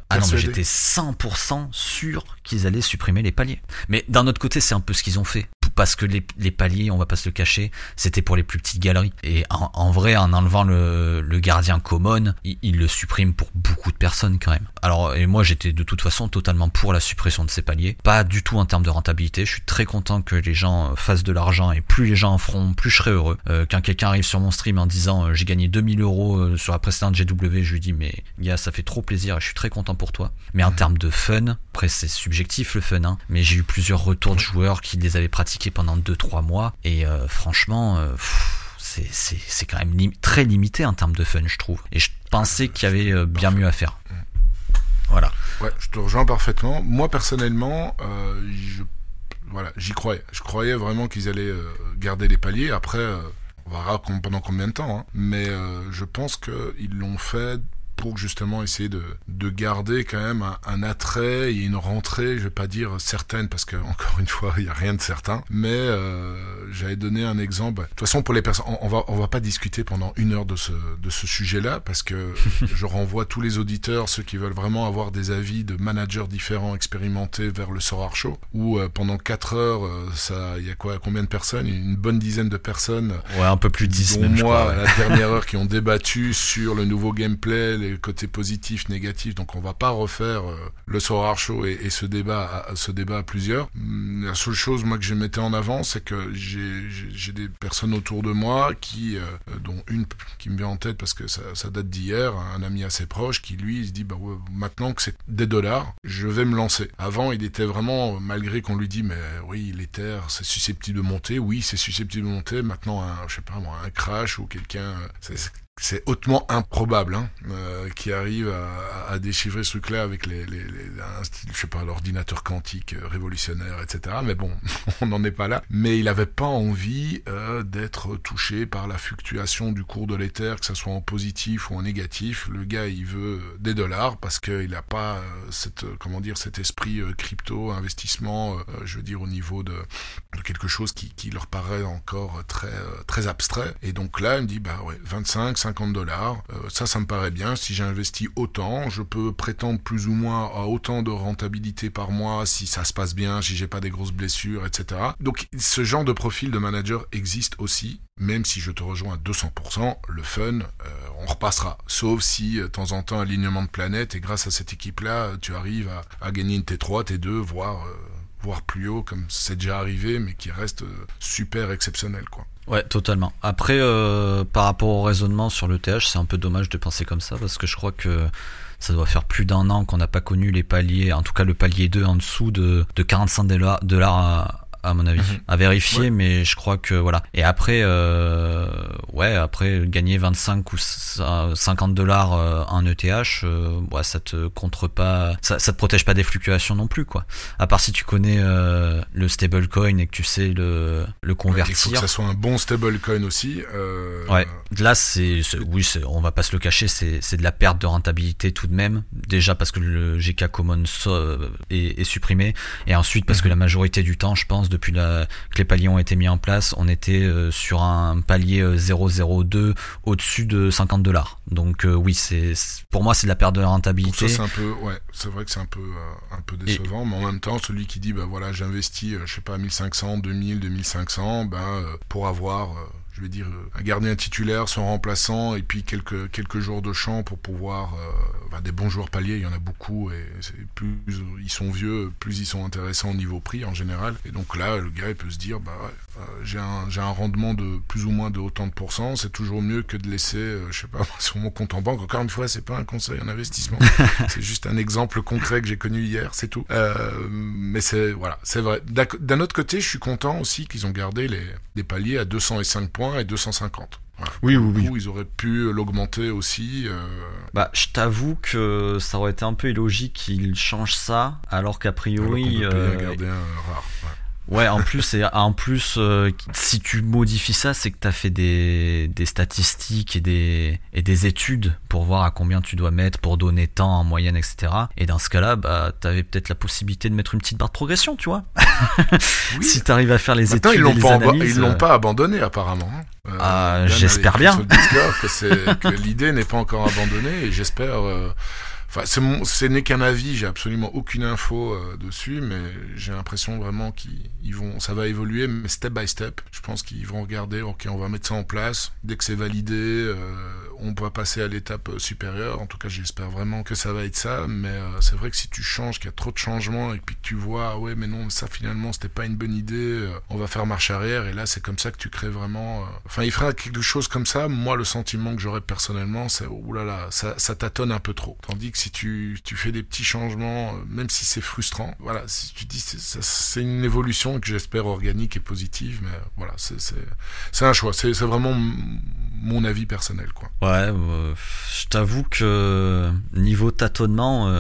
100% sûr qu'ils allaient supprimer les paliers. Mais d'un autre côté, c'est un peu ce qu'ils ont fait. Parce que les paliers, on va pas se le cacher, c'était pour les plus petites galeries. Et en vrai, en enlevant le gardien common, il le supprime pour beaucoup de personnes quand même. Alors, et moi j'étais de toute façon totalement pour la suppression de ces paliers. Pas du tout en termes de rentabilité. Je suis très content que les gens fassent de l'argent, et plus les gens en feront, plus je serai heureux. Quand quelqu'un arrive sur mon stream en disant j'ai gagné 2000 € sur la précédente GW, je lui dis mais gars, ça fait trop plaisir et je suis très content pour toi. Mais en termes de fun, après c'est subjectif le fun, hein, mais j'ai eu plusieurs retours de joueurs qui les avaient pratiqués pendant 2-3 mois, et franchement c'est quand même très limité en termes de fun, je trouve, et je pensais qu'il y avait bien mieux à faire. Voilà. Ouais, je te rejoins parfaitement. Moi personnellement, j'y croyais. Je croyais vraiment qu'ils allaient garder les paliers. Après, on verra pendant combien de temps, hein. Mais je pense qu'ils l'ont fait pour justement essayer de garder quand même un attrait et une rentrée, je vais pas dire certaine, parce que encore une fois il y a rien de certain, mais j'avais donné un exemple. De toute façon, pour les personnes, on va pas discuter pendant 1 heure de ce sujet-là, parce que je renvoie tous les auditeurs, ceux qui veulent vraiment avoir des avis de managers différents expérimentés, vers le Sora Show, où pendant 4 heures il y a combien de personnes? Une bonne dizaine de personnes, un peu plus de 10 dont même, moi, je crois, à la dernière heure, qui ont débattu sur le nouveau gameplay, les côtés positifs, négatifs, donc on va pas refaire le Sorare Show et ce débat à plusieurs. La seule chose moi que je mettais en avant, c'est que j'ai des personnes autour de moi dont une qui me vient en tête parce que ça date d'hier, un ami assez proche qui lui il se dit ouais, maintenant que c'est des dollars, je vais me lancer. Avant il était vraiment, malgré qu'on lui dit mais oui l'Ether c'est susceptible de monter, oui c'est susceptible de monter, maintenant un crash ou quelqu'un c'est hautement improbable qui arrive à déchiffrer ce truc-là avec un style, l'ordinateur quantique révolutionnaire, etc. Mais bon, on n'en est pas là. Mais il n'avait pas envie d'être touché par la fluctuation du cours de l'Ether, que ça soit en positif ou en négatif. Le gars, il veut des dollars parce qu'il n'a pas cet esprit crypto, investissement, au niveau de quelque chose qui leur paraît encore très, très abstrait. Et donc là, il me dit, 50 dollars, ça me paraît bien. Si j'ai investi autant, je peux prétendre plus ou moins à autant de rentabilité par mois si ça se passe bien, si j'ai pas des grosses blessures, etc. Donc ce genre de profil de manager existe aussi, même si je te rejoins à 200%, le fun, on repassera. Sauf si, de temps en temps, alignement de planète, et grâce à cette équipe-là, tu arrives à gagner une T3, T2, voire plus haut, comme c'est déjà arrivé, mais qui reste super exceptionnel, quoi. Ouais, totalement. Après, par rapport au raisonnement sur l'ETH, c'est un peu dommage de penser comme ça, parce que je crois que ça doit faire plus d'1 an qu'on n'a pas connu les paliers, en tout cas le palier 2 en dessous de 45 dollars à mon avis, à vérifier, mais je crois que voilà. Et après, gagner 25 ou 50 dollars en ETH, ça te contre pas, ça te protège pas des fluctuations non plus, quoi. À part si tu connais le stablecoin et que tu sais le convertir. Il faut que ça soit un bon stablecoin aussi. Ouais. Là, on va pas se le cacher, c'est de la perte de rentabilité tout de même. Déjà parce que le GK Commons est supprimé, et ensuite parce que la majorité du temps, je pense, depuis que les paliers ont été mis en place, on était sur un palier 0,02 au-dessus de 50 dollars. Donc oui, pour moi c'est de la perte de rentabilité. Donc ça c'est vrai que c'est un peu décevant, mais en même temps celui qui dit j'investis 1500, 2000, 2500, pour avoir garder un titulaire, son remplaçant, et puis quelques jours de champ pour pouvoir des bons joueurs paliers, il y en a beaucoup, et plus ils sont vieux, plus ils sont intéressants au niveau prix en général. Et donc là, le gars il peut se dire j'ai un rendement de plus ou moins de autant de pourcents, c'est toujours mieux que de laisser sur mon compte en banque. Encore une fois, c'est pas un conseil en investissement, c'est juste un exemple concret que j'ai connu hier, c'est tout. Mais c'est vrai. D'un autre côté, je suis content aussi qu'ils ont gardé les paliers à 205 points et 250. Voilà. Oui. Ils auraient pu l'augmenter aussi. Je t'avoue que ça aurait été un peu illogique qu'ils changent ça, alors qu'à priori, alors qu'on peut payer un gardien rare. Ouais, en plus, si tu modifies ça, c'est que t'as fait des statistiques et des études pour voir à combien tu dois mettre pour donner temps en moyenne, etc. Et dans ce cas-là, t'avais peut-être la possibilité de mettre une petite barre de progression, tu vois. Oui. Si t'arrives à faire les études et les analyses. Ils l'ont pas abandonné apparemment. J'espère bien. Sur le Discord que l'idée n'est pas encore abandonnée, et j'espère. Ce n'est qu'un avis, j'ai absolument aucune info dessus, mais j'ai l'impression vraiment ça va évoluer, mais step by step. Je pense qu'ils vont regarder, ok, on va mettre ça en place. Dès que c'est validé, on va passer à l'étape supérieure. En tout cas, j'espère vraiment que ça va être ça, mais c'est vrai que si tu changes, qu'il y a trop de changements, et puis que tu vois, ouais, mais non, ça finalement, c'était pas une bonne idée, on va faire marche arrière, et là, c'est comme ça que tu crées vraiment... il fera quelque chose comme ça. Moi, le sentiment que j'aurais personnellement, c'est, oulala, ça tâtonne un peu trop. Tandis que si tu fais des petits changements, même si c'est frustrant, voilà, si tu dis c'est une évolution que j'espère organique et positive, mais voilà, c'est un choix, c'est vraiment mon avis personnel, quoi. Ouais, je t'avoue que niveau tâtonnement,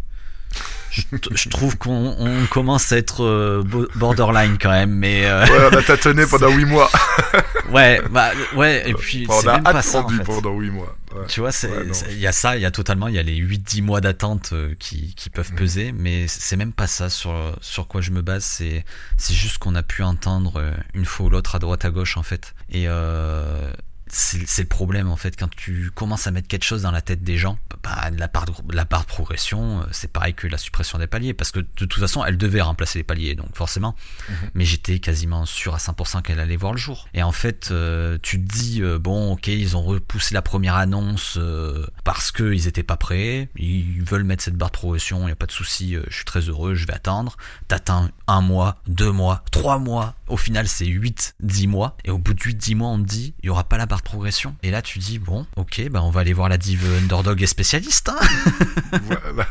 je trouve qu'on commence à être borderline quand même, mais ouais, on a tâtonné pendant 8 mois. ouais, et puis on c'est a même pas ça en fait. Pendant 8 mois. Ouais. Tu vois, il y a ça, il y a les 8-10 mois d'attente qui peuvent peser, mais c'est même pas ça sur quoi je me base, c'est juste qu'on a pu entendre une fois ou l'autre à droite à gauche en fait. Et c'est le problème en fait, quand tu commences à mettre quelque chose dans la tête des gens, bah, la part de progression, c'est pareil que la suppression des paliers, parce que de toute façon elle devait remplacer les paliers, donc forcément, mais j'étais quasiment sûr à 100% qu'elle allait voir le jour. Et en fait tu te dis bon ok, ils ont repoussé la première annonce parce qu'ils étaient pas prêts, ils veulent mettre cette barre de progression, il n'y a pas de souci, je suis très heureux, je vais attendre. T'attends 1 mois, 2 mois, 3 mois, au final c'est 8-10 mois, et au bout de 8-10 mois on te dit il n'y aura pas la barre de progression, et là tu dis bon ok, bah on va aller voir la div Underdog et spécialiste, hein. Voilà.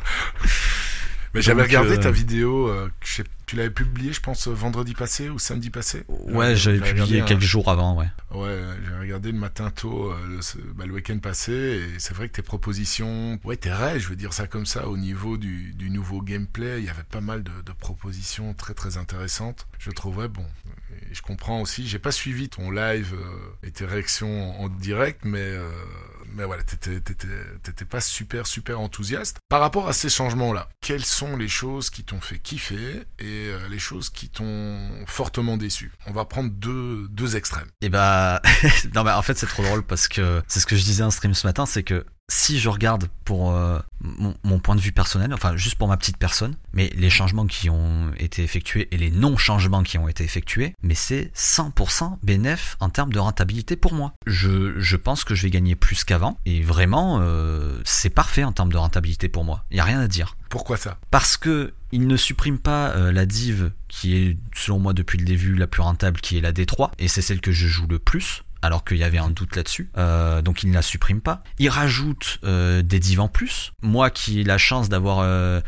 Mais j'avais regardé ta vidéo, tu l'avais publiée je pense vendredi passé ou samedi passé. Ouais, j'avais publié quelques jours avant, ouais. Ouais, j'ai regardé le matin tôt, le week-end passé, et c'est vrai que tes propositions, ouais, tes rêves, je veux dire ça comme ça, au niveau du nouveau gameplay, il y avait pas mal de propositions très très intéressantes, je trouvais, bon, et je comprends aussi, j'ai pas suivi ton live et tes réactions en direct, mais voilà, t'étais pas super enthousiaste. Par rapport à ces changements-là, quelles sont les choses qui t'ont fait kiffer et les choses qui t'ont fortement déçu? On va prendre deux extrêmes. Et bah, non, bah, en fait, c'est trop drôle parce que c'est ce que je disais en stream ce matin, c'est que si je regarde pour mon point de vue personnel, enfin juste pour ma petite personne, mais les changements qui ont été effectués et les non-changements qui ont été effectués, mais c'est 100% bénéf en termes de rentabilité pour moi. Je pense que je vais gagner plus qu'avant, et vraiment c'est parfait en termes de rentabilité pour moi, il n'y a rien à dire. Pourquoi ça? Parce que il ne supprime pas la div qui est selon moi depuis le début la plus rentable, qui est la D3, et c'est celle que je joue le plus, alors qu'il y avait un doute là-dessus, donc il ne la supprime pas. Il rajoute des divs en plus. Moi qui ai la chance d'avoir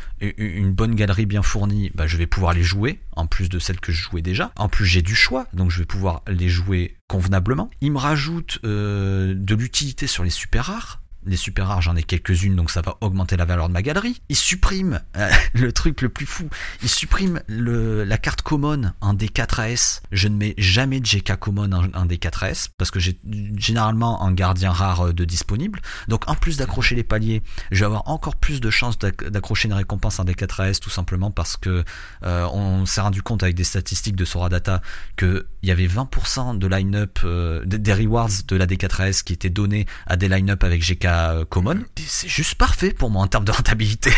une bonne galerie bien fournie, bah, je vais pouvoir les jouer, en plus de celles que je jouais déjà. En plus j'ai du choix, donc je vais pouvoir les jouer convenablement. Il me rajoute de l'utilité sur les super rares. Les super rares, j'en ai quelques-unes, donc ça va augmenter la valeur de ma galerie. Il supprime le truc le plus fou. Il supprime la carte common en D4AS. Je ne mets jamais de GK common en D4AS parce que j'ai généralement un gardien rare de disponible. Donc en plus d'accrocher les paliers, je vais avoir encore plus de chances d'accrocher une récompense en D4AS, tout simplement parce que on s'est rendu compte avec des statistiques de Sora Data que il y avait 20% de line-up des rewards de la D4AS qui étaient donnés à des line-up avec GK common. C'est juste parfait pour moi en termes de rentabilité.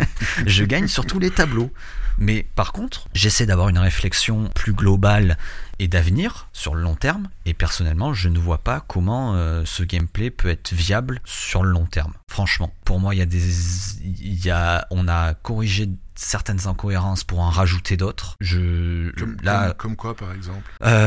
Je gagne sur tous les tableaux. Mais par contre, j'essaie d'avoir une réflexion plus globale et d'avenir sur le long terme, et personnellement je ne vois pas comment ce gameplay peut être viable sur le long terme. Franchement, pour moi on a corrigé certaines incohérences pour en rajouter d'autres. Comme quoi par exemple?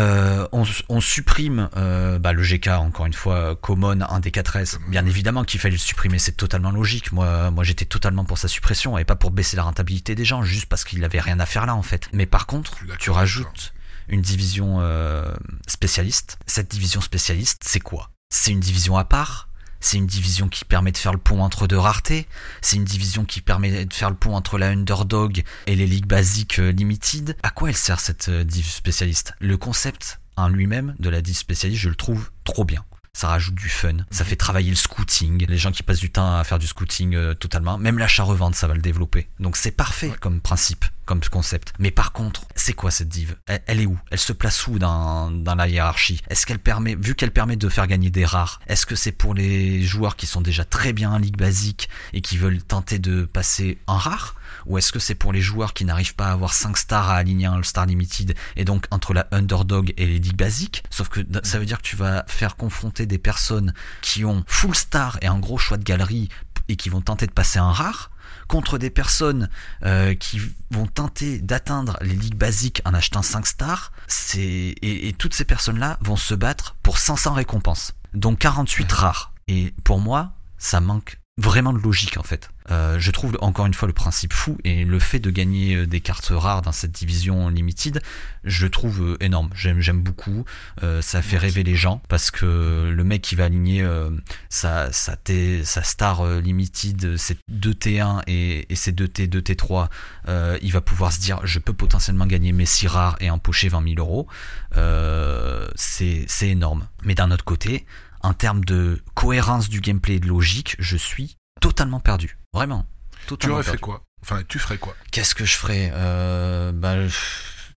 On supprime le GK, encore une fois, common 1 des 4S. Bien évidemment qu'il fallait le supprimer, c'est totalement logique. Moi j'étais totalement pour sa suppression et pas pour baisser la rentabilité des gens, juste parce qu'il avait rien à faire là en fait. Mais par contre, tu rajoutes une division spécialiste. Cette division spécialiste, c'est quoi? C'est une division à part. C'est une division qui permet de faire le pont entre deux raretés. C'est une division qui permet de faire le pont entre la Underdog et les ligues basiques limited. À quoi elle sert cette div spécialiste? Le concept en lui-même de la div spécialiste, je le trouve trop bien. Ça rajoute du fun, ça fait travailler le scouting, les gens qui passent du temps à faire du scouting totalement, même l'achat-revente ça va le développer. Donc c'est parfait comme principe, comme concept. Mais par contre, c'est quoi cette div? Elle est où? Elle se place où dans la hiérarchie? Est-ce qu'elle permet, vu qu'elle permet de faire gagner des rares, est-ce que c'est pour les joueurs qui sont déjà très bien en ligue basique et qui veulent tenter de passer en rare? Ou est-ce que c'est pour les joueurs qui n'arrivent pas à avoir 5 stars à aligner un All-Star Limited, et donc entre la Underdog et les ligues basiques? Sauf que ça veut dire que tu vas faire confronter des personnes qui ont full star et un gros choix de galerie et qui vont tenter de passer un rare, contre des personnes qui vont tenter d'atteindre les ligues basiques en achetant 5 stars, et toutes ces personnes-là vont se battre pour 500 récompenses, donc 48 rares. Et pour moi, ça manque vraiment de logique en fait. Je trouve encore une fois le principe fou, et le fait de gagner des cartes rares dans cette division limited, je le trouve énorme. J'aime beaucoup. Ça fait rêver les gens, parce que le mec qui va aligner sa star limited, ses 2T1 et ses 2T, 2T3, il va pouvoir se dire je peux potentiellement gagner mes 6 rares et empocher 20 000 €. C'est énorme. Mais d'un autre côté, en termes de cohérence du gameplay et de logique, je suis totalement perdu. Vraiment. Totalement tu aurais perdu. fait quoi? Enfin, tu ferais quoi? Qu'est-ce que je ferais?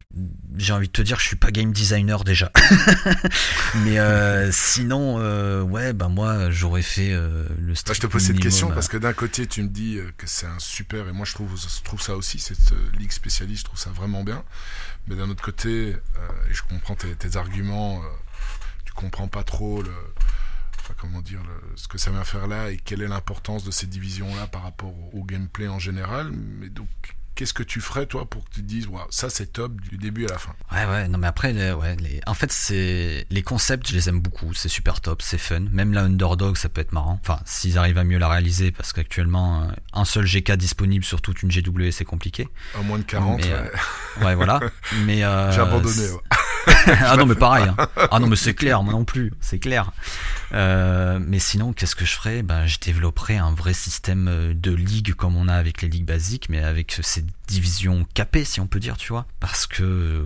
j'ai envie de te dire que je suis pas game designer déjà. Mais sinon, ouais, bah moi j'aurais fait le strict je te pose cette minimum, question parce que d'un côté tu me dis que c'est un super, et moi je trouve ça aussi, cette ligue spécialiste, je trouve ça vraiment bien. Mais d'un autre côté, et je comprends tes arguments, tu comprends pas trop ce que ça vient faire là et quelle est l'importance de ces divisions-là par rapport au gameplay en général. Mais donc, qu'est-ce que tu ferais, toi, pour que tu te dises, wow, ça c'est top du début à la fin? Ouais, non mais après, en fait, les concepts, je les aime beaucoup, c'est super top, c'est fun. Même la Underdog, ça peut être marrant. Enfin, s'ils arrivent à mieux la réaliser, parce qu'actuellement, un seul GK disponible sur toute une GW, c'est compliqué. À moins de 40, ouais, voilà. Mais, j'ai abandonné, ouais. Ah non mais pareil hein. Ah non mais c'est clair, moi non plus, c'est clair. Mais sinon qu'est-ce que je ferais? Je développerais un vrai système de ligue comme on a avec les ligues basiques, mais avec ces divisions capées, si on peut dire, tu vois, parce que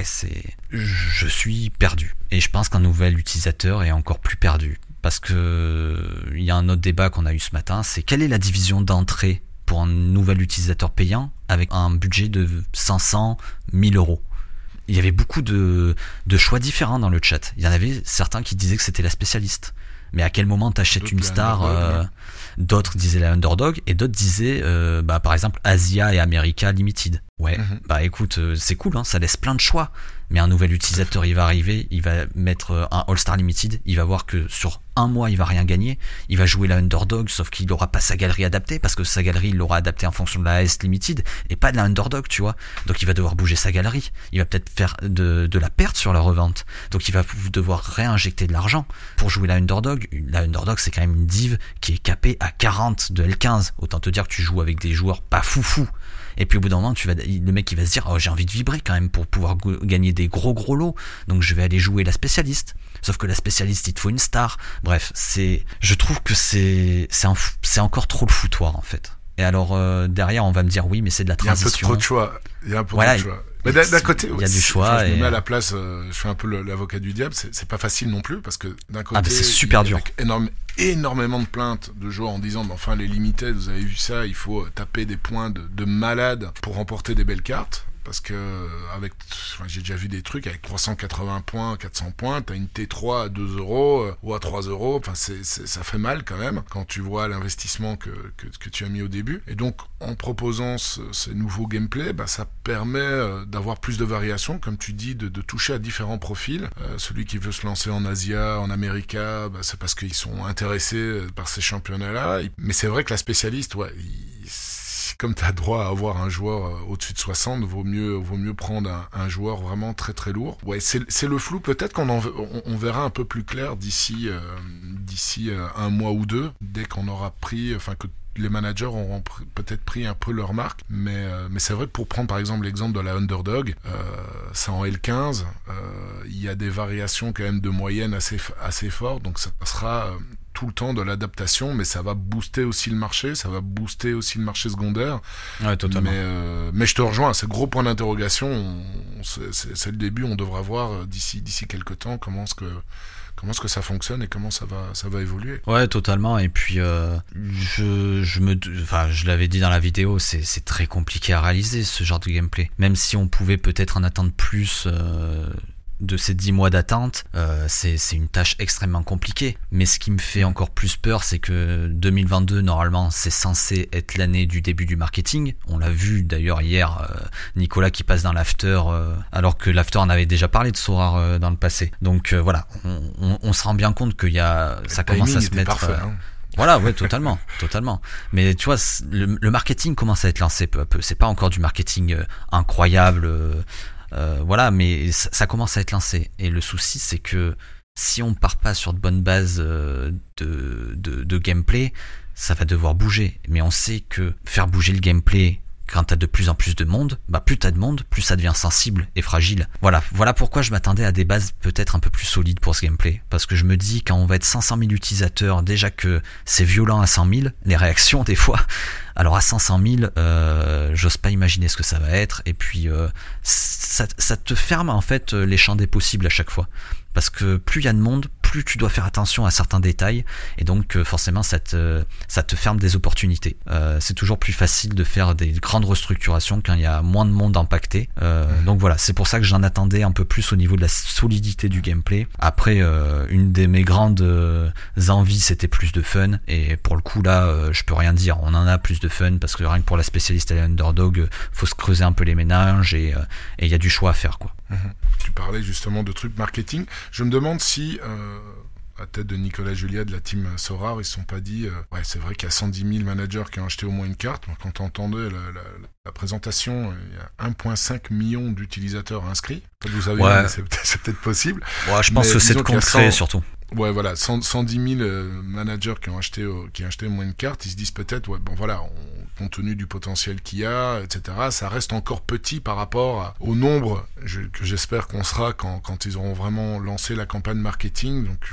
je suis perdu et je pense qu'un nouvel utilisateur est encore plus perdu, parce que il y a un autre débat qu'on a eu ce matin, c'est quelle est la division d'entrée pour un nouvel utilisateur payant avec un budget de 500 000 euros. Il y avait beaucoup de choix différents dans le chat. Il y en avait certains qui disaient que c'était la spécialiste. Mais à quel moment t'achètes une star? D'autres disaient la Underdog et d'autres disaient, par exemple, Asia et America Limited. Ouais, écoute, c'est cool, hein, ça laisse plein de choix. Mais un nouvel utilisateur, il va arriver, il va mettre un All-Star Limited, il va voir que sur un mois, il va rien gagner. Il va jouer la Underdog, sauf qu'il n'aura pas sa galerie adaptée, parce que sa galerie, il l'aura adaptée en fonction de la AS Limited, et pas de la Underdog, tu vois. Donc il va devoir bouger sa galerie. Il va peut-être faire de la perte sur la revente. Donc il va devoir réinjecter de l'argent pour jouer la Underdog. La Underdog, c'est quand même une div qui est capée à 40 de L15. Autant te dire que tu joues avec des joueurs pas foufou. Et puis au bout d'un moment, le mec il va se dire, oh, j'ai envie de vibrer quand même pour pouvoir gagner des gros lots, donc je vais aller jouer la spécialiste. Sauf que la spécialiste, il te faut une star. Bref, je trouve que c'est encore trop le foutoir en fait. Et alors derrière, on va me dire oui, mais c'est de la transition. Il y a un peu trop de choix. Mais d'un côté, il y a du choix. Je me mets à la place, je fais un peu l'avocat du diable. C'est pas facile non plus parce que d'un côté, c'est super dur. Énormément de plaintes de joueurs en disant, enfin les limited, vous avez vu ça, il faut taper des points de malade pour remporter des belles cartes. Parce que j'ai déjà vu des trucs avec 380 points, 400 points, t'as une T3 à 2 euros ou à 3 euros. Enfin, ça fait mal quand même quand tu vois l'investissement que tu as mis au début. Et donc, en proposant ce nouveau gameplay, ça permet d'avoir plus de variations, comme tu dis, de toucher à différents profils. Celui qui veut se lancer en Asia, en America, c'est parce qu'ils sont intéressés par ces championnats-là. Mais c'est vrai que la spécialiste, comme tu as droit à avoir un joueur au-dessus de 60, vaut mieux prendre un joueur vraiment très très lourd. Ouais, c'est le flou. Peut-être qu'on verra un peu plus clair d'ici un mois ou deux, dès qu'on aura pris, que les managers auront peut-être pris un peu leur marque, mais c'est vrai que pour prendre par exemple l'exemple de la Underdog, c'est en L15, il y a des variations quand même de moyenne assez fortes, donc ça sera tout le temps de l'adaptation, mais ça va booster aussi le marché, secondaire. Ouais, totalement. Mais je te rejoins, c'est gros point d'interrogation. C'est le début, on devra voir d'ici quelques temps comment est-ce que ça fonctionne et comment ça va évoluer. Ouais, totalement. Et puis je l'avais dit dans la vidéo, c'est très compliqué à réaliser ce genre de gameplay. Même si on pouvait peut-être en attendre plus de ces 10 mois d'attente, c'est une tâche extrêmement compliquée. Mais ce qui me fait encore plus peur, c'est que 2022, normalement, c'est censé être l'année du début du marketing. On l'a vu d'ailleurs hier, Nicolas qui passe dans l'after, alors que l'after en avait déjà parlé de Sorare dans le passé. Donc voilà, on se rend bien compte que ça commence à se mettre... Parfait, hein. Voilà, ouais, totalement. Mais tu vois, le marketing commence à être lancé peu à peu. C'est pas encore du marketing incroyable... voilà, mais ça commence à être lancé. Et le souci, c'est que si on part pas sur de bonnes bases de gameplay, ça va devoir bouger. Mais on sait que faire bouger le gameplay quand t'as de plus en plus de monde, plus t'as de monde, plus ça devient sensible et fragile. Voilà pourquoi je m'attendais à des bases peut-être un peu plus solides pour ce gameplay. Parce que je me dis, quand on va être 500 000 utilisateurs, déjà que c'est violent à 100 000, les réactions des fois. Alors à 500 000, j'ose pas imaginer ce que ça va être. Et puis ça te ferme en fait les champs des possibles à chaque fois. Parce que plus il y a de monde, plus plus tu dois faire attention à certains détails, et donc forcément ça te ferme des opportunités. C'est toujours plus facile de faire des grandes restructurations quand il y a moins de monde impacté. Donc voilà, c'est pour ça que j'en attendais un peu plus au niveau de la solidité du gameplay. Après, une de mes grandes envies, c'était plus de fun, et pour le coup là, je peux rien dire. On en a plus de fun parce que rien que pour la spécialiste et l'underdog, faut se creuser un peu les méninges, et il y a du choix à faire, quoi. Tu parlais justement de trucs marketing. Je me demande si à tête de Nicolas Julia de la team Sorare, ils se sont pas dit ouais, c'est vrai qu'il y a 110 000 managers qui ont acheté au moins une carte. Donc, quand on entendait la présentation, il y a 1,5 million d'utilisateurs inscrits. Vous savez, ouais. c'est peut-être possible. Ouais, je pense que c'est de concret surtout. Ouais, voilà, 110 000 managers qui ont acheté au moins une carte. Ils se disent peut-être, ouais, bon voilà, compte tenu du potentiel qu'il y a, etc., ça reste encore petit par rapport au nombre que j'espère qu'on sera quand ils auront vraiment lancé la campagne marketing. Donc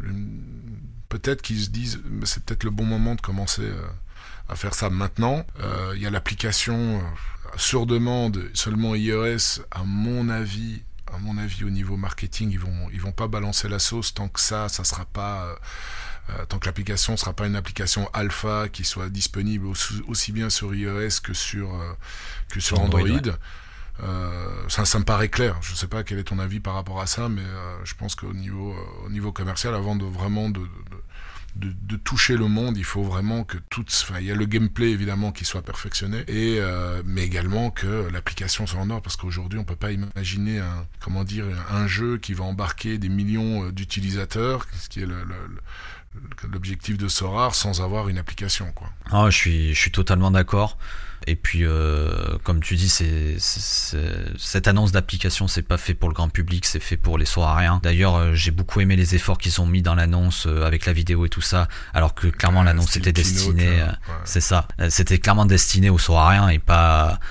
peut-être qu'ils se disent, c'est peut-être le bon moment de commencer à faire ça maintenant. Il y a l'application sur demande, seulement iOS, à mon avis, au niveau marketing, ils vont pas balancer la sauce tant que ça sera pas, tant que l'application sera pas une application alpha qui soit disponible aussi bien sur iOS que sur Android. Ouais. Ça me paraît clair. Je sais pas quel est ton avis par rapport à ça, mais je pense qu'au niveau commercial, avant de vraiment de toucher le monde, il faut vraiment que il y a le gameplay évidemment qui soit perfectionné, mais également que l'application soit en ordre, parce qu'aujourd'hui on peut pas imaginer un jeu qui va embarquer des millions d'utilisateurs, ce qui est l'objectif de Sorare, sans avoir une application, quoi. Ah, je suis totalement d'accord. Et puis, comme tu dis, cette annonce d'application, c'est pas fait pour le grand public, c'est fait pour les Sorariens. D'ailleurs, j'ai beaucoup aimé les efforts qu'ils ont mis dans l'annonce avec la vidéo et tout ça, alors que clairement l'annonce était destinée, c'est ça, c'était clairement destiné aux Sorariens et pas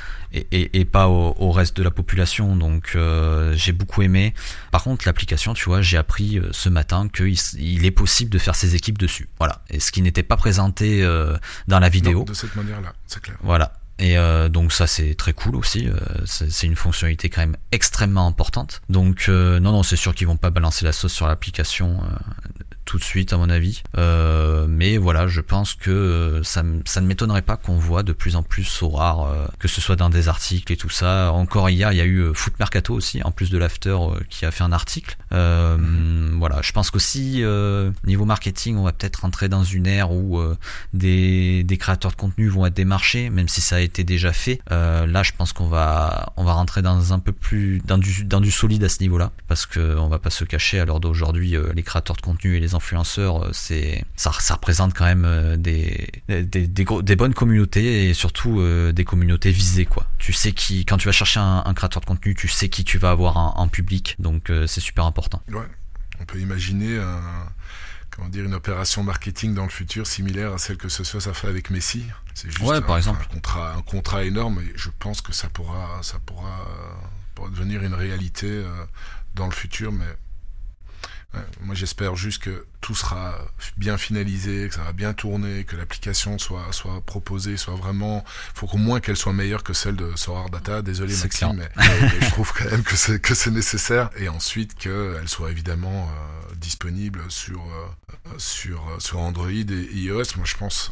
au reste de la population. Donc j'ai beaucoup aimé. Par contre, l'application, tu vois, j'ai appris ce matin qu'il est possible de faire ses équipes dessus. Voilà. Et ce qui n'était pas présenté dans la vidéo. Non, de cette manière-là, c'est clair. Voilà. Et donc ça, c'est très cool aussi. C'est une fonctionnalité quand même extrêmement importante. Donc non, c'est sûr qu'ils vont pas balancer la sauce sur l'application tout de suite, à mon avis. Mais voilà, je pense que ça ne m'étonnerait pas qu'on voit de plus en plus Sorare, que ce soit dans des articles et tout ça. Encore hier, il y a eu Foot Mercato aussi, en plus de l'After, qui a fait un article. Voilà, je pense qu'aussi, niveau marketing, on va peut-être rentrer dans une ère où des créateurs de contenu vont être démarchés, même si ça a été déjà fait. Là, je pense qu'on va rentrer dans un peu plus dans du solide à ce niveau-là, parce que on va pas se cacher, à l'heure d'aujourd'hui, les créateurs de contenu et les influenceurs, ça représente quand même des bonnes communautés, et surtout des communautés visées, quoi. Tu sais quand tu vas chercher un créateur de contenu, tu sais qui tu vas avoir en public, donc c'est super important. Ouais, on peut imaginer une opération marketing dans le futur similaire à celle que ça fait avec Messi. C'est juste par exemple. un contrat énorme, et je pense que ça pourra devenir une réalité dans le futur, mais ouais, moi j'espère juste que tout sera bien finalisé, que ça va bien tourner, que l'application soit proposée, soit vraiment, faut qu'au moins qu'elle soit meilleure que celle de Sorare Data. Désolé Maxime, mais je trouve quand même que c'est nécessaire, et ensuite qu'elle soit évidemment disponible sur Android et iOS. Moi je pense,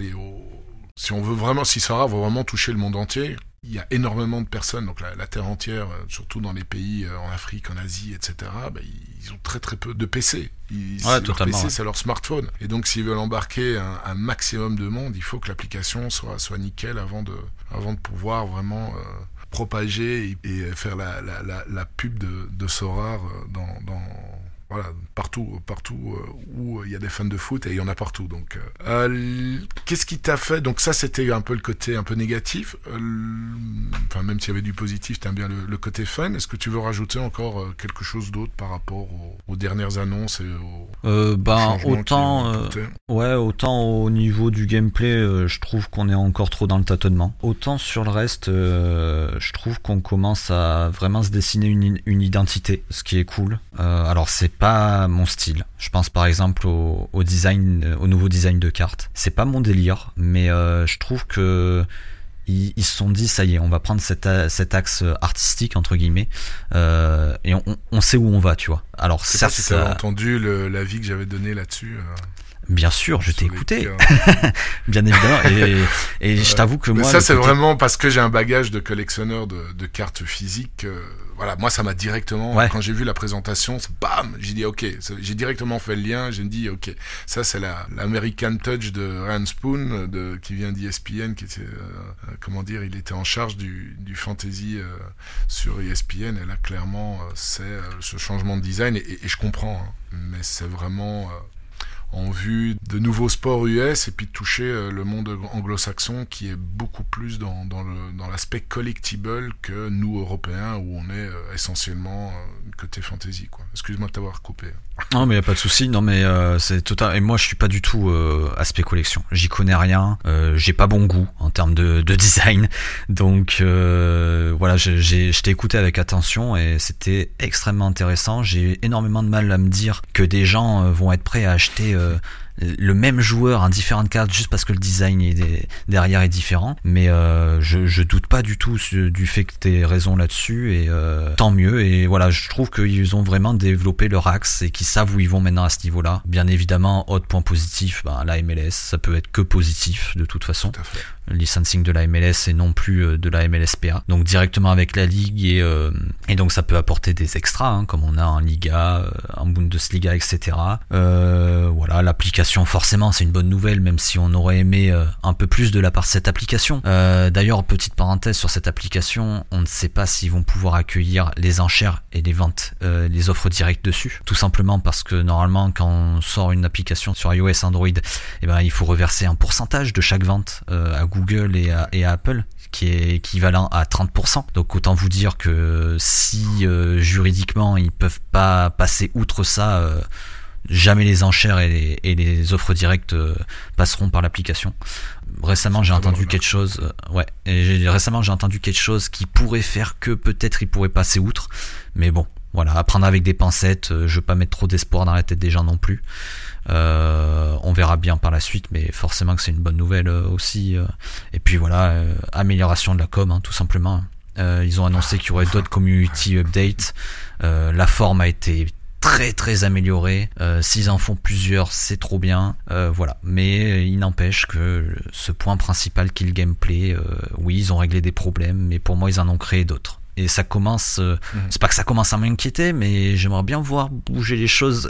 si Sorare veut vraiment toucher le monde entier, il y a énormément de personnes, donc la terre entière, surtout dans les pays en Afrique, en Asie, etc., ils ont très très peu de PC. Leur PC, c'est leur smartphone. Et donc s'ils veulent embarquer un maximum de monde, il faut que l'application soit nickel avant de pouvoir vraiment propager et faire la pub de Sorare partout où il y a des fans de foot, et il y en a partout. Donc, qu'est-ce qui t'a fait? Donc ça, c'était un peu le côté un peu négatif. Même s'il y avait du positif, t'aimes bien le côté fun. Est-ce que tu veux rajouter encore quelque chose d'autre par rapport aux dernières annonces et autant au niveau du gameplay, je trouve qu'on est encore trop dans le tâtonnement. Autant sur le reste, je trouve qu'on commence à vraiment se dessiner une identité, ce qui est cool. Alors c'est pas mon style. Je pense par exemple au nouveau design de cartes. C'est pas mon délire, mais je trouve que ils se sont dit ça y est, on va prendre cet axe artistique entre guillemets et on sait où on va, tu vois. Alors certes, si tu as entendu l'avis que j'avais donné là-dessus. Bien sûr, je t'ai écouté. Bien évidemment. Et je t'avoue que moi. Ça, c'est vraiment parce que j'ai un bagage de collectionneur de cartes physiques. Voilà, moi, ça m'a directement. Quand j'ai vu la présentation, bam, j'ai dit ok. J'ai directement fait le lien. J'ai dit ok. Ça, c'est l'American Touch de Ryan Spoon, qui vient d'ESPN, qui était, il était en charge du fantasy sur ESPN. Et là, clairement, c'est ce changement de design. Et je comprends, hein, mais c'est vraiment. En vue de nouveaux sports US et puis de toucher le monde anglo-saxon qui est beaucoup plus dans l'aspect collectible que nous Européens où on est essentiellement côté fantasy, quoi. Excuse-moi de t'avoir coupé. Non mais y a pas de souci. Non mais c'est total. Et moi je suis pas du tout aspect collection. J'y connais rien. J'ai pas bon goût en termes de design. Donc voilà, je t'ai écouté avec attention et c'était extrêmement intéressant. J'ai énormément de mal à me dire que des gens vont être prêts à acheter le même joueur en différentes cartes juste parce que le design derrière est différent, mais je doute pas du tout du fait que t'aies raison là-dessus et tant mieux. Et voilà, je trouve qu'ils ont vraiment développé leur axe et qu'ils savent où ils vont maintenant à ce niveau-là. Bien évidemment, autre point positif, la MLS, ça peut être que positif de toute façon. Tout à fait. Le licensing de la MLS et non plus de la MLSPA, donc directement avec la ligue et donc ça peut apporter des extras, hein, comme on a en Liga, en Bundesliga, etc. Voilà, l'application forcément c'est une bonne nouvelle, même si on aurait aimé un peu plus de la part de cette application. D'ailleurs, petite parenthèse sur cette application, on ne sait pas s'ils vont pouvoir accueillir les enchères et les ventes, les offres directes dessus, tout simplement parce que normalement quand on sort une application sur iOS, Android, il faut reverser un pourcentage de chaque vente à Google et à Apple, qui est équivalent à 30%. Donc autant vous dire que si juridiquement ils peuvent pas passer outre ça, jamais les enchères et les offres directes passeront par l'application. Récemment j'ai entendu quelque chose, récemment j'ai entendu quelque chose qui pourrait faire que peut-être ils pourraient passer outre, mais bon. Voilà, à prendre avec des pincettes, je veux pas mettre trop d'espoir dans la tête des gens non plus. On verra bien par la suite, mais forcément que c'est une bonne nouvelle aussi. Et puis voilà, amélioration de la com, hein, tout simplement. Ils ont annoncé qu'il y aurait d'autres community updates. La forme a été très très améliorée. S'ils en font plusieurs, c'est trop bien. Voilà, mais il n'empêche que ce point principal qui est le gameplay, oui, ils ont réglé des problèmes, mais pour moi ils en ont créé d'autres. Et ça commence, c'est pas que ça commence à m'inquiéter, mais j'aimerais bien voir bouger les choses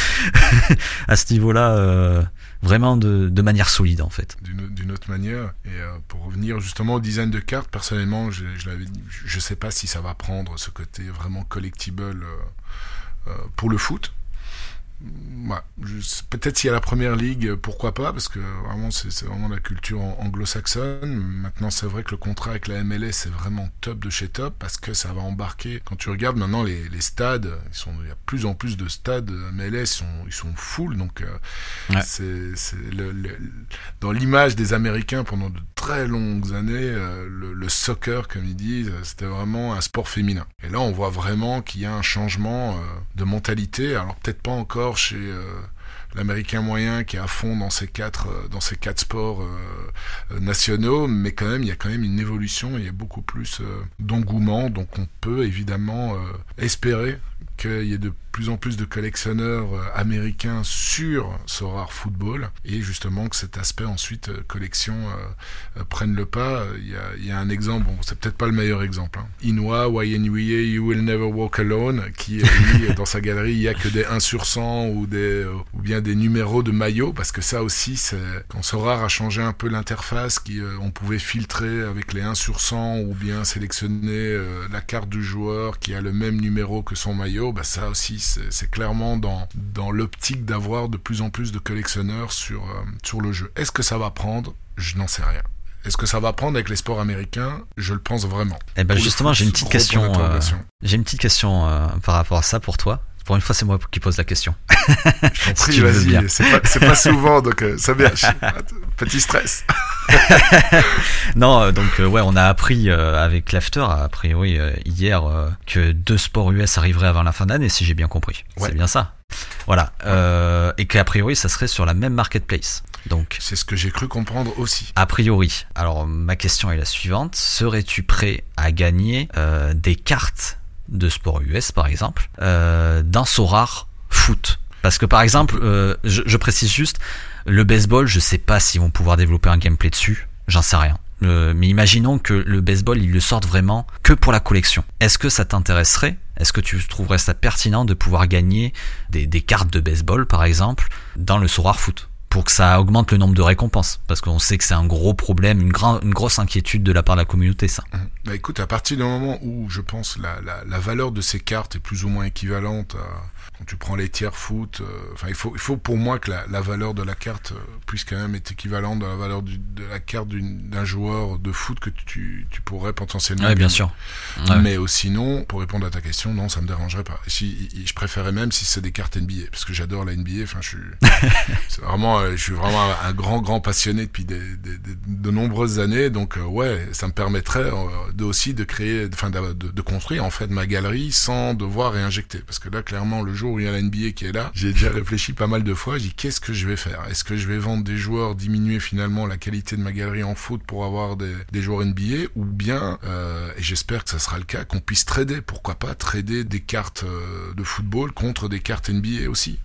à ce niveau-là, vraiment de manière solide en fait. D'une autre manière. Et pour revenir justement au design de cartes, personnellement, je sais pas si ça va prendre ce côté vraiment collectible pour le foot. Ouais, peut-être s'il y a la première ligue, pourquoi pas, parce que vraiment c'est vraiment la culture anglo-saxonne. Maintenant c'est vrai que le contrat avec la MLS c'est vraiment top de chez top, parce que ça va embarquer. Quand tu regardes maintenant les stades, il y a plus en plus de stades MLS, ils sont full, donc c'est dans l'image des Américains pendant de très longues années, le soccer comme ils disent, c'était vraiment un sport féminin. Et là on voit vraiment qu'il y a un changement de mentalité, alors peut-être pas encore chez l'Américain moyen qui est à fond dans ces quatre sports nationaux, mais quand même il y a quand même une évolution, il y a beaucoup plus d'engouement, donc on peut évidemment espérer qu'il y ait de plus en plus de collectionneurs américains sur ce rare football, et justement que cet aspect ensuite collection prenne le pas. Il y a un exemple, bon, c'est peut-être pas le meilleur exemple, hein. Inouye, YNUA, You Will Never Walk Alone, qui lui, dans sa galerie, il y a que des 1 sur 100 ou bien des numéros de maillots, parce que ça aussi, c'est quand Sorare a changé un peu l'interface, on pouvait filtrer avec les 1 sur 100 ou bien sélectionner la carte du joueur qui a le même numéro que son maillot, ça aussi c'est clairement dans l'optique d'avoir de plus en plus de collectionneurs sur le jeu. Est-ce que ça va prendre ? Je n'en sais rien. Est-ce que ça va prendre avec les sports américains ? Je le pense vraiment. Justement, j'ai une petite question. J'ai une petite question par rapport à ça pour toi. Pour une fois, c'est moi qui pose la question. Je t'en prie, vas-y. C'est pas souvent, donc ça vient. Petit stress. Non, donc on a appris avec l'After, a priori hier, que 2 sports US arriveraient avant la fin d'année, si j'ai bien compris. Ouais. C'est bien ça. Voilà. Et qu'a priori, ça serait sur la même marketplace. Donc, c'est ce que j'ai cru comprendre aussi. A priori. Alors, ma question est la suivante. Serais-tu prêt à gagner des cartes de sport US, par exemple, d'un Sorare foot? Parce que, par exemple, je précise juste, le baseball, je sais pas s'ils vont pouvoir développer un gameplay dessus. J'en sais rien. Mais imaginons que le baseball, ils le sortent vraiment que pour la collection. Est-ce que ça t'intéresserait? Est-ce que tu trouverais ça pertinent de pouvoir gagner des cartes de baseball, par exemple, dans le Sorare foot, pour que ça augmente le nombre de récompenses? Parce qu'on sait que c'est un gros problème, une grosse inquiétude de la part de la communauté, ça. Bah écoute, à partir du moment où je pense la valeur de ces cartes est plus ou moins équivalente à... Quand tu prends les tiers foot, il faut pour moi que la valeur de la carte puisse quand même être équivalente à la valeur de la carte d'un joueur de foot que tu pourrais potentiellement... Oui, bien sûr. Ouais. Mais sinon, pour répondre à ta question, non, ça me dérangerait pas. Je préférerais même si c'est des cartes NBA, parce que j'adore la NBA. Enfin, je suis vraiment un grand passionné depuis de nombreuses années. Donc ouais, ça me permettrait aussi de créer, de construire en fait ma galerie sans devoir réinjecter. Parce que là, clairement, le jour où il y a la NBA qui est là, j'ai déjà réfléchi pas mal de fois. J'ai dit, qu'est-ce que je vais faire? Est-ce que je vais vendre des joueurs, diminuer finalement la qualité de ma galerie en foot pour avoir des joueurs NBA, ou bien, et j'espère que ça sera le cas, qu'on puisse trader. Pourquoi pas trader des cartes de football contre des cartes NBA aussi,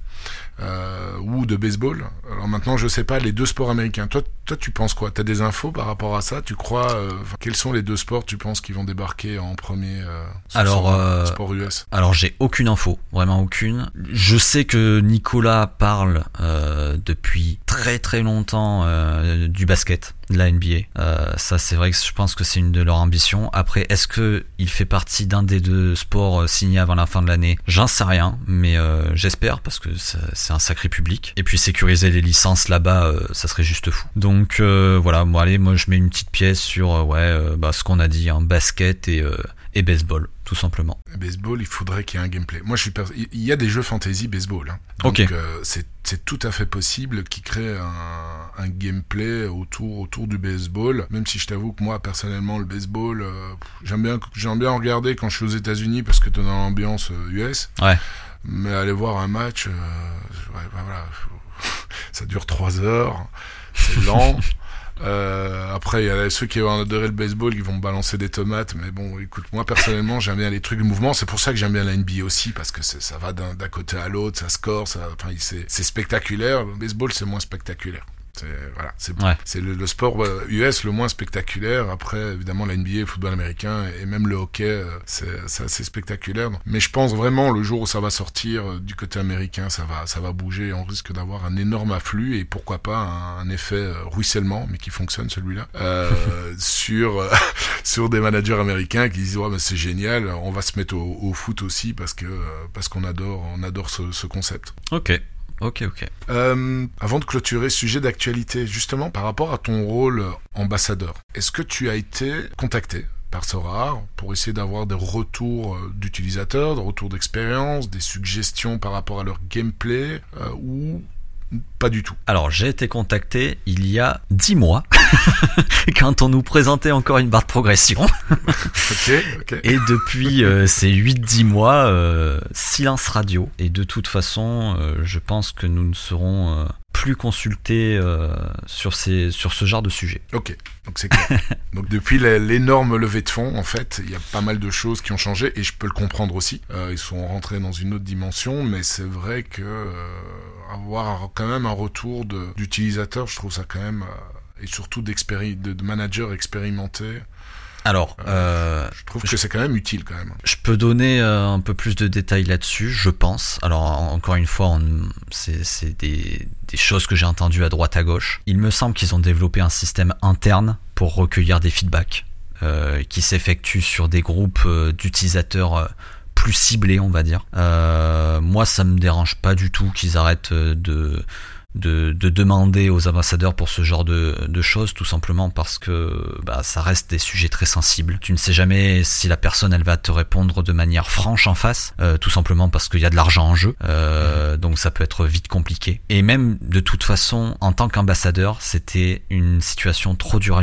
ou de baseball. Alors maintenant, je sais pas, les deux sports américains. Toi, tu penses quoi? T'as des infos par rapport à ça? Tu crois quels sont les deux sports tu penses qui vont débarquer en premier sport US? Alors j'ai aucune info, vraiment aucune. Je sais que Nicolas parle depuis très très longtemps du basket, de la NBA. Ça, c'est vrai que je pense que c'est une de leurs ambitions. Après, est-ce que il fait partie d'un des deux sports signés avant la fin de l'année? J'en sais rien, mais j'espère, parce que c'est un sacré public. Et puis sécuriser les licences là-bas, ça serait juste fou. Donc voilà, moi je mets une petite pièce sur ce qu'on a dit, basket et baseball, tout simplement. Baseball, il faudrait qu'il y ait un gameplay. Moi, il y a des jeux fantasy baseball. Hein. Donc, ok. C'est tout à fait possible qu'ils créent un gameplay autour du baseball. Même si je t'avoue que moi, personnellement, le baseball, j'aime bien regarder quand je suis aux États-Unis parce que t'es dans l'ambiance US. Ouais. Mais aller voir un match, ça dure 3 heures, c'est lent. Après, il y a ceux qui vont adorer le baseball, qui vont me balancer des tomates, mais bon, écoute, moi personnellement, j'aime bien les trucs de mouvement. C'est pour ça que j'aime bien la NBA aussi, parce que ça va d'un côté à l'autre, ça score, c'est spectaculaire. Le baseball, c'est moins spectaculaire. C'est le sport US le moins spectaculaire. Après, évidemment, la NBA, le football américain et même le hockey, c'est assez spectaculaire. Mais je pense vraiment, le jour où ça va sortir du côté américain, ça va bouger. On risque d'avoir un énorme afflux et pourquoi pas un effet ruissellement, mais qui fonctionne celui-là, sur des managers américains qui disent ouais, mais c'est génial, on va se mettre au foot aussi parce qu'on adore ce concept. Ok. Avant de clôturer, sujet d'actualité, justement par rapport à ton rôle ambassadeur, est-ce que tu as été contacté par Sorare pour essayer d'avoir des retours d'utilisateurs, des retours d'expérience, des suggestions par rapport à leur gameplay, ou pas du tout? Alors, j'ai été contacté il y a 10 mois, quand on nous présentait encore une barre de progression. Ok. Et depuis ces 8-10 mois, silence radio. Et de toute façon, je pense que nous ne serons plus consultés sur ce genre de sujet. Ok, donc c'est clair. Donc depuis l'énorme levée de fonds, en fait, il y a pas mal de choses qui ont changé, et je peux le comprendre aussi. Ils sont rentrés dans une autre dimension, mais c'est vrai que avoir quand même un retour d'utilisateurs, je trouve ça quand même, et surtout de managers expérimentés. Alors, je trouve que c'est quand même utile quand même. Je peux donner un peu plus de détails là-dessus, je pense. Alors, encore une fois, c'est des choses que j'ai entendues à droite à gauche. Il me semble qu'ils ont développé un système interne pour recueillir des feedbacks qui s'effectuent sur des groupes d'utilisateurs plus ciblés, on va dire. Moi, ça me dérange pas du tout qu'ils arrêtent de demander aux ambassadeurs pour ce genre de choses, tout simplement parce que ça reste des sujets très sensibles. Tu ne sais jamais si la personne elle va te répondre de manière franche en face, tout simplement parce qu'il y a de l'argent en jeu, donc ça peut être vite compliqué. Et même de toute façon, en tant qu'ambassadeur, c'était une situation trop dure à gérer.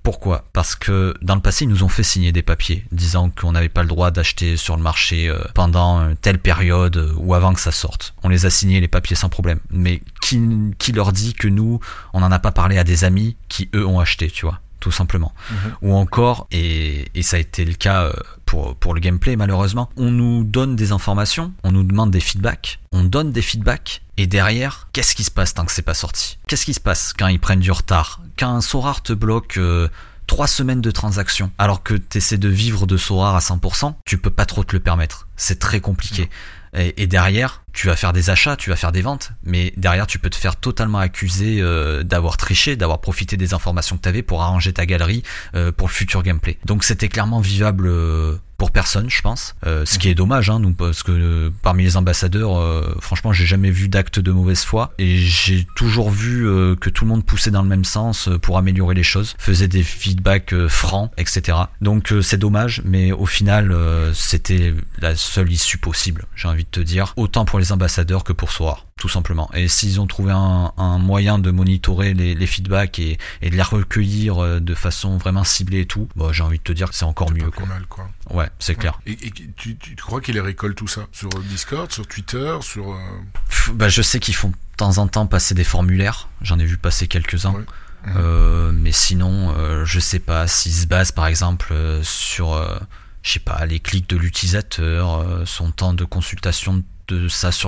Pourquoi ? Parce que dans le passé, ils nous ont fait signer des papiers disant qu'on n'avait pas le droit d'acheter sur le marché pendant telle période ou avant que ça sorte. On les a signés les papiers sans problème. Mais qui leur dit que nous, on n'en a pas parlé à des amis qui eux ont acheté, tu vois ? Tout simplement. Ou encore, et ça a été le cas pour le gameplay malheureusement, on nous donne des informations, on nous demande des feedbacks, on donne des feedbacks, et derrière, qu'est-ce qui se passe tant que c'est pas sorti ? Qu'est-ce qui se passe quand ils prennent du retard ? Quand un Sorare te bloque 3 semaines de transactions, alors que tu essaies de vivre de Sorare à 100%, tu peux pas trop te le permettre. C'est très compliqué. Et derrière, tu vas faire des achats, tu vas faire des ventes, mais derrière, tu peux te faire totalement accuser d'avoir triché, d'avoir profité des informations que tu avais pour arranger ta galerie pour le futur gameplay. Donc c'était clairement vivable pour personne, je pense. Ce qui est dommage, hein, nous, parce que parmi les ambassadeurs, franchement, j'ai jamais vu d'acte de mauvaise foi, et j'ai toujours vu que tout le monde poussait dans le même sens pour améliorer les choses, faisait des feedbacks francs, etc. Donc c'est dommage, mais au final, c'était la seule issue possible, j'ai envie de te dire, autant pour les ambassadeurs que pour Sorare, tout simplement. Et s'ils ont trouvé un moyen de monitorer les feedbacks et de les recueillir de façon vraiment ciblée et tout, bah, j'ai envie de te dire que c'est encore mieux, quoi. Mal, quoi. Ouais, c'est clair. Et tu crois qu'ils les récoltent tout ça sur Discord, sur Twitter, sur Bah, je sais qu'ils font de temps en temps passer des formulaires, j'en ai vu passer quelques-uns. Ouais. Mais sinon, je sais pas s'ils se basent par exemple sur je sais pas, les clics de l'utilisateur, son temps de consultation de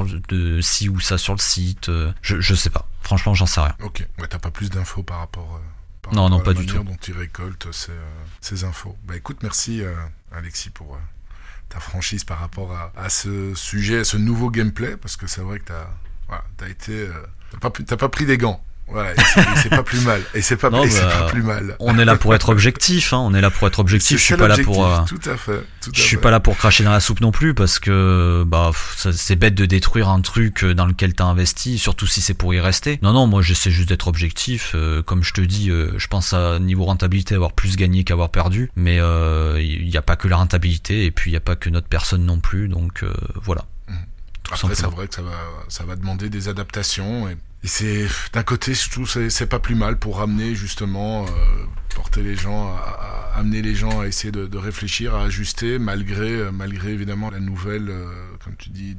ci ou ça sur le site, je sais pas. Franchement, j'en sais rien. Ok, ouais, t'as pas plus d'infos par rapport non, à pas la du tout. manière dont ils récoltent ces infos. Bah écoute, merci Alexis pour ta franchise par rapport à ce sujet, à ce nouveau gameplay, parce que c'est vrai que t'as été, t'as pas pris des gants. Ouais, et c'est pas plus mal. Et c'est pas plus mal. On est là pour être objectif, hein. On est là pour être objectif. Je suis pas là pour. Tout à fait. Je suis pas là pour cracher dans la soupe non plus, parce que c'est bête de détruire un truc dans lequel t'as investi, surtout si c'est pour y rester. Non, moi j'essaie juste d'être objectif. Comme je te dis, je pense à niveau rentabilité avoir plus gagné qu'avoir perdu, mais il y a pas que la rentabilité, et puis il y a pas que notre personne non plus. Donc voilà. Après, c'est vrai que ça va demander des adaptations. Et c'est, d'un côté, je trouve c'est pas plus mal pour ramener justement, porter les gens, amener les gens à essayer de réfléchir, à ajuster, malgré évidemment la nouvelle, comme tu dis,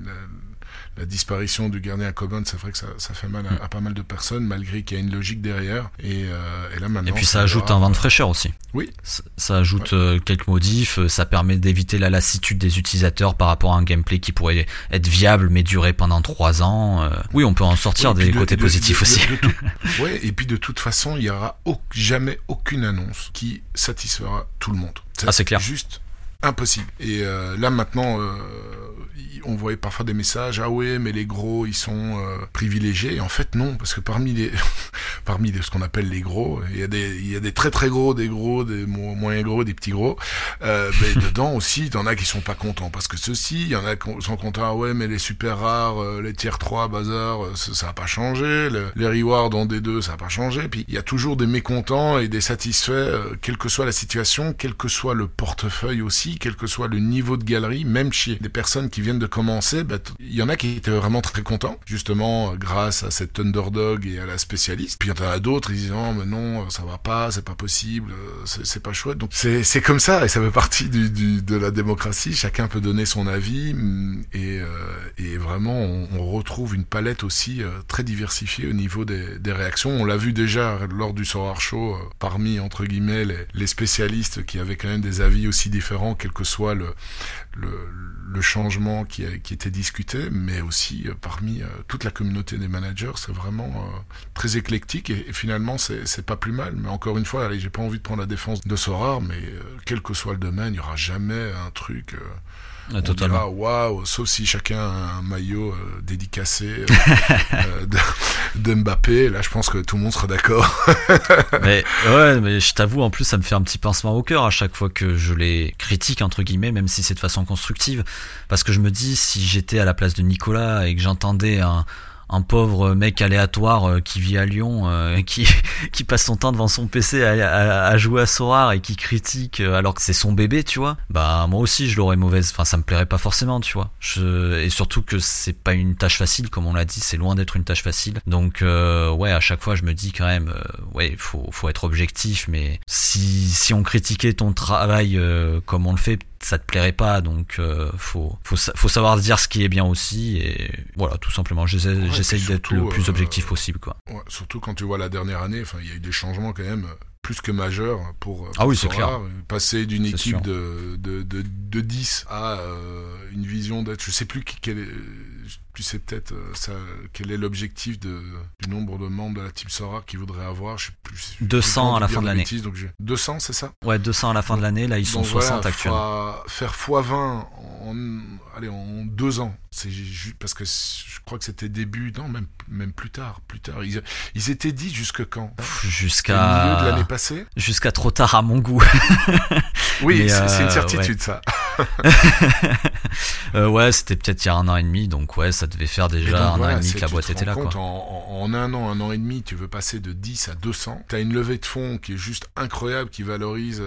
la disparition du gardien commun. C'est vrai que ça fait mal à pas mal de personnes, malgré qu'il y a une logique derrière. Et là maintenant. Et puis ça ajoute un vent de fraîcheur aussi. Oui. Ça ajoute quelques modifs. Ça permet d'éviter la lassitude des utilisateurs par rapport à un gameplay qui pourrait être viable mais durer pendant 3 ans. Oui, on peut en sortir des côtés positifs aussi. Ouais. Et puis de toute façon, il y aura jamais aucune annonce qui satisfera tout le monde. C'est clair. Juste impossible. Et là maintenant, on voyait parfois des messages, ah ouais, mais les gros, ils sont privilégiés. Et en fait, non, parce que parmi ce qu'on appelle les gros, il y a des très très gros, des moyens gros, des petits gros. Mais dedans aussi, t'en as qui sont pas contents, parce que ceux-ci, il y en a qui sont contents, ah ouais, mais les super rares, les tiers 3, bazar, ça a pas changé. Les rewards en D2, ça a pas changé. Puis il y a toujours des mécontents et des satisfaits, quelle que soit la situation, quel que soit le portefeuille aussi, quel que soit le niveau de galerie, même chez des personnes qui viennent de commencer, il y en a qui étaient vraiment très contents, justement, grâce à cette underdog et à la spécialiste. Puis il y en a d'autres, ils disent, non, mais non, ça va pas, c'est pas possible, c'est pas chouette. Donc c'est comme ça, et ça fait partie de la démocratie, chacun peut donner son avis, et vraiment, on retrouve une palette aussi très diversifiée au niveau des réactions. On l'a vu déjà lors du Sorare Show, parmi, entre guillemets, les spécialistes qui avaient quand même des avis aussi différents, quel que soit le changement qui était discuté, mais aussi parmi toute la communauté des managers, c'est vraiment très éclectique, et finalement c'est pas plus mal. Mais encore une fois, allez, j'ai pas envie de prendre la défense de Sorare, mais quel que soit le domaine, il y aura jamais un truc on dira waouh, sauf si chacun a un maillot dédicacé de Mbappé. Là, je pense que tout le monde sera d'accord. mais je t'avoue, en plus, ça me fait un petit pincement au cœur à chaque fois que je les critique, entre guillemets, même si c'est de façon constructive, parce que je me dis, si j'étais à la place de Nicolas et que j'entendais un pauvre mec aléatoire qui vit à Lyon, qui passe son temps devant son PC à jouer à Sorare et qui critique alors que c'est son bébé, tu vois. Bah moi aussi je l'aurais mauvaise, enfin ça me plairait pas forcément, tu vois. Et surtout que c'est pas une tâche facile, comme on l'a dit, c'est loin d'être une tâche facile. Donc ouais, à chaque fois je me dis quand même, ouais, faut être objectif, mais si on critiquait ton travail comme on le fait, ça te plairait pas, donc faut savoir dire ce qui est bien aussi, et voilà, tout simplement j'essaye d'être le plus objectif possible, quoi. Ouais, surtout quand tu vois la dernière année, enfin il y a eu des changements quand même plus que majeurs pour ah oui, Sorare. c'est clair. Passer d'une c'est équipe sûr. de 10 à une vision d'être, je sais plus tu sais peut-être quel est l'objectif du nombre de membres de la team Sorare qu'ils voudraient avoir, je sais plus. 200 à la fin de l'année. Bêtises, donc 200, c'est ça? Ouais, 200 à la fin de l'année, là ils sont donc 60 voilà, actuellement. Faire x20 en 2 ans, c'est juste parce que je crois que c'était début, non, même plus tard. Ils étaient dit jusque quand? Jusqu'à le milieu de l'année passée? Jusqu'à trop tard à mon goût. Oui, mais, c'est une certitude, ouais. ça. Ouais, c'était peut-être il y a 1 an et demi, donc ouais, ça devait faire déjà donc, 1 voilà, an et demi que la boîte tu te était là, rends quoi. compte, en 1 an et demi, tu veux passer de 10 à 200. T'as une levée de fonds qui est juste incroyable, qui valorise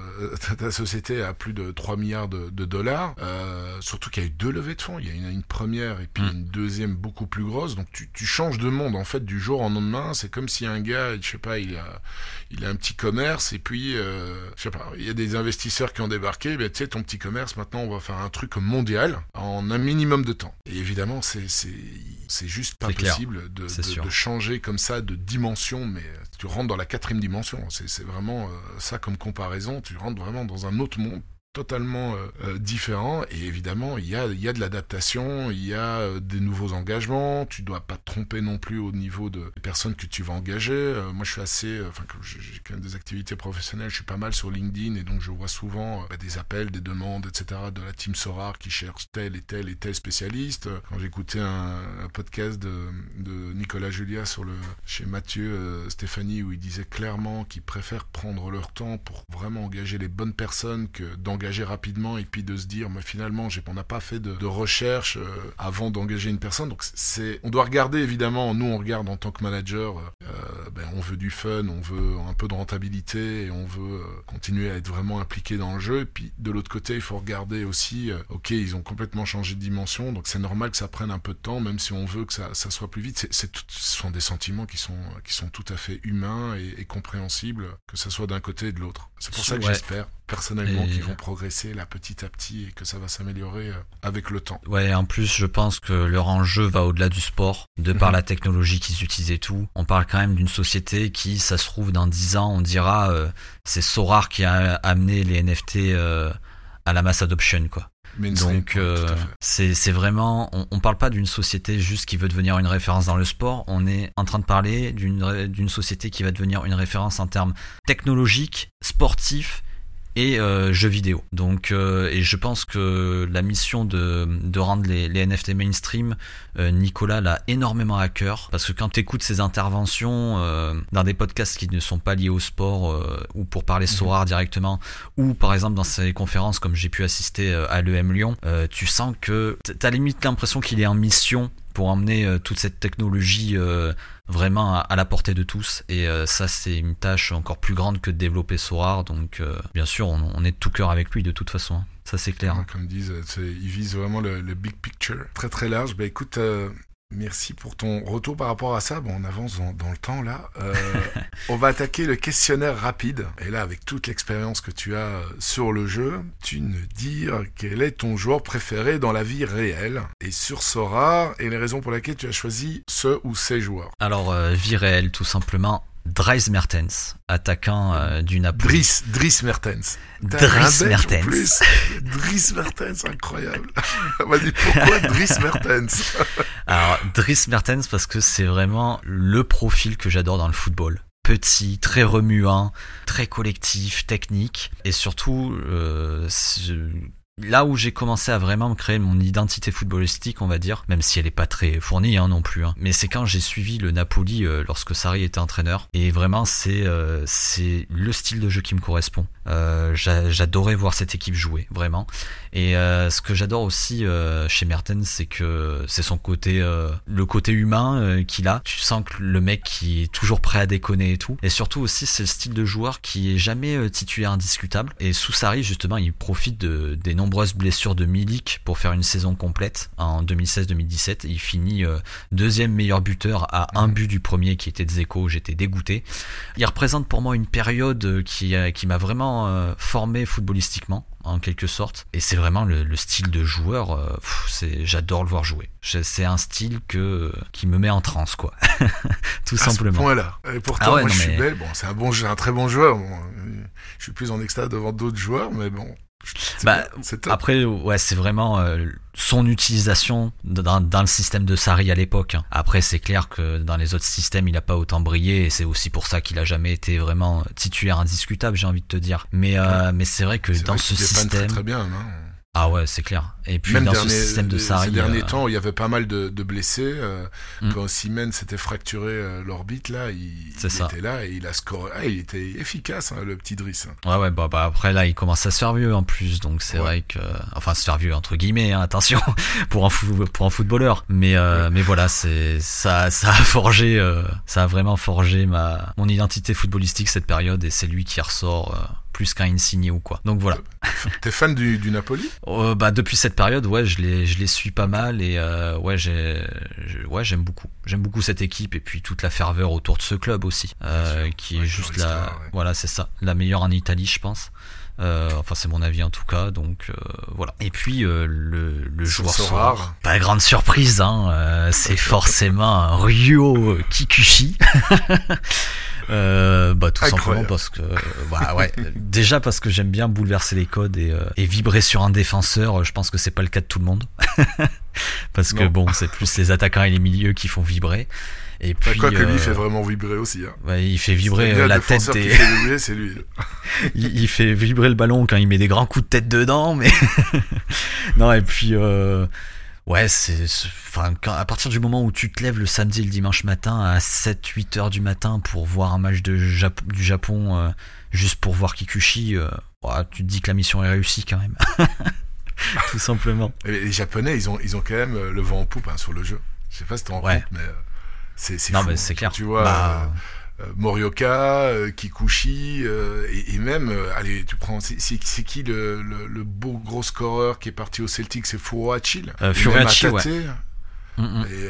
ta société à plus de 3 milliards de dollars. Surtout qu'il y a eu 2 levées de fonds. Il y a une première et puis une deuxième beaucoup plus grosse. Donc tu changes de monde, en fait, du jour au lendemain. C'est comme si un gars, je sais pas, il a un petit commerce et puis, je sais pas, il y a des investisseurs qui ont débarqué. Ben, tu sais, ton petit commerce, maintenant, on va faire un truc mondial en un minimum de temps. Et évidemment, c'est juste pas possible de changer comme ça de dimension, mais tu rentres dans la 4e dimension. C'est vraiment ça comme comparaison. Tu rentres vraiment dans un autre monde totalement différent, et évidemment il y a de l'adaptation, il y a des nouveaux engagements, tu dois pas te tromper non plus au niveau des personnes que tu vas engager. Moi je suis assez, j'ai quand même des activités professionnelles, je suis pas mal sur LinkedIn, et donc je vois souvent des appels, des demandes, etc. de la team Sorare qui cherche tel et tel spécialiste. Quand j'écoutais un podcast de Nicolas Julia chez Mathieu Stéphanie, où il disait clairement qu'ils préfèrent prendre leur temps pour vraiment engager les bonnes personnes que d'engager rapidement, et puis de se dire mais finalement on n'a pas fait de recherche avant d'engager une personne. Donc on doit regarder, évidemment, nous on regarde en tant que manager, on veut du fun, on veut un peu de rentabilité, et on veut continuer à être vraiment impliqué dans le jeu. Et puis de l'autre côté il faut regarder aussi, ok, ils ont complètement changé de dimension, donc c'est normal que ça prenne un peu de temps, même si on veut que ça soit plus vite. Ce sont des sentiments qui sont tout à fait humains et compréhensibles, que ça soit d'un côté et de l'autre. C'est pour ça que j'espère personnellement qu'ils vont progresser là petit à petit, et que ça va s'améliorer avec le temps. Ouais, en plus je pense que leur enjeu va au-delà du sport, de par la technologie qu'ils utilisent et tout. On parle quand même d'une société qui, ça se trouve, dans 10 ans on dira c'est Sorare qui a amené les NFT à la mass adoption, quoi. Donc c'est vraiment, on parle pas d'une société juste qui veut devenir une référence dans le sport, on est en train de parler d'une société qui va devenir une référence en termes technologiques, sportifs et jeux vidéo. Donc et je pense que la mission de rendre les NFT mainstream, Nicolas l'a énormément à cœur, parce que quand tu écoutes ses interventions dans des podcasts qui ne sont pas liés au sport, ou pour parler Sorare directement, ou par exemple dans ses conférences comme j'ai pu assister à l'EM Lyon, tu sens que t'as limite l'impression qu'il est en mission pour emmener toute cette technologie vraiment à la portée de tous, et ça c'est une tâche encore plus grande que de développer Sorare. Donc bien sûr on est de tout cœur avec lui de toute façon, ça c'est clair. Comme ils disent, il vise vraiment le big picture, très très large. Bah écoute, merci pour ton retour par rapport à ça. Bon, on avance dans le temps là. On va attaquer le questionnaire rapide. Et là, avec toute l'expérience que tu as sur le jeu, tu nous dis quel est ton joueur préféré dans la vie réelle et sur Sorare, et les raisons pour lesquelles tu as choisi ce ou ces joueurs. Alors, vie réelle, tout simplement. Dries Mertens, attaquant du Napoli. Dries Mertens. Dries Mertens. Dries Mertens, incroyable. Vas-y, pourquoi Dries Mertens? Alors, Dries Mertens, parce que c'est vraiment le profil que j'adore dans le football. Petit, très remuant, très collectif, technique, et surtout là où j'ai commencé à vraiment me créer mon identité footballistique, on va dire, même si elle est pas très fournie non plus, mais c'est quand j'ai suivi le Napoli lorsque Sarri était entraîneur, et vraiment c'est le style de jeu qui me correspond. J'adorais voir cette équipe jouer, vraiment. Et ce que j'adore aussi chez Mertens, c'est que c'est son côté, le côté humain qu'il a. Tu sens que le mec qui est toujours prêt à déconner et tout. Et surtout aussi, c'est le style de joueur qui est jamais titulaire indiscutable. Et sous Sarri, justement, il profite des nombreuses blessures de Milik pour faire une saison complète en 2016-2017. Il finit deuxième meilleur buteur à un but du premier qui était Dzeko. J'étais dégoûté. Il représente pour moi une période qui m'a vraiment formé footballistiquement, en quelque sorte, et c'est vraiment le style de joueur, j'adore le voir jouer. C'est un style qui me met en transe, quoi. Tout simplement. À ce point-là. Et pourtant, moi je suis belle. Bon, c'est un très bon joueur. Bon, je suis plus en extase devant d'autres joueurs, mais bon. C'est top. Après, ouais, c'est vraiment son utilisation dans le système de Sarri à l'époque. Après, c'est clair que dans les autres systèmes, il a pas autant brillé, et c'est aussi pour ça qu'il a jamais été vraiment titulaire indiscutable, j'ai envie de te dire. Mais c'est vrai que dans ce système, très bien, ah ouais, c'est clair. Et puis même dans ce système de Sarri, ces derniers temps où il y avait pas mal de blessés, quand Osimhen s'était fracturé l'orbite là, il était là et il a scoré. Il était efficace, le petit Driss. Ouais, bah après là, il commence à se faire vieux en plus, donc c'est vrai que, enfin, se faire vieux entre guillemets, attention, pour un footballeur. Mais voilà, ça a vraiment forgé mon identité footballistique cette période, et c'est lui qui ressort. Plus qu'un Insigne ou quoi. Donc voilà. T'es fan du Napoli ? Depuis cette période, ouais, je les suis pas mal, et j'aime beaucoup. J'aime beaucoup cette équipe, et puis toute la ferveur autour de ce club aussi, qui est juste voilà, c'est ça, la meilleure en Italie, je pense. Enfin, c'est mon avis en tout cas, donc voilà. Et puis le joueur Sorare, pas grande surprise, c'est forcément un Ryo Kikuchi. Tout simplement parce que déjà parce que j'aime bien bouleverser les codes et vibrer sur un défenseur. Je pense que c'est pas le cas de tout le monde. Parce que c'est plus les attaquants et les milieux qui font vibrer. Et puis, quoi que lui fait vraiment vibrer aussi. Il fait vibrer la tête des. Qui fait vibrer, c'est lui. il fait vibrer le ballon quand il met des grands coups de tête dedans, mais non. Et puis à partir du moment où tu te lèves le samedi et le dimanche matin à 7-8 heures du matin pour voir un match du Japon, juste pour voir Kikuchi, tu te dis que la mission est réussie quand même. Tout simplement. Et les Japonais, ils ont quand même le vent en poupe sur le jeu. Je sais pas si tu te rends compte, mais c'est fou. Mais c'est clair. Tu vois, Morioka, Kikuchi, et même, allez, tu prends, c'est qui le beau gros scoreur qui est parti au Celtic, c'est Furuhachi. Furuhachi, ouais. Et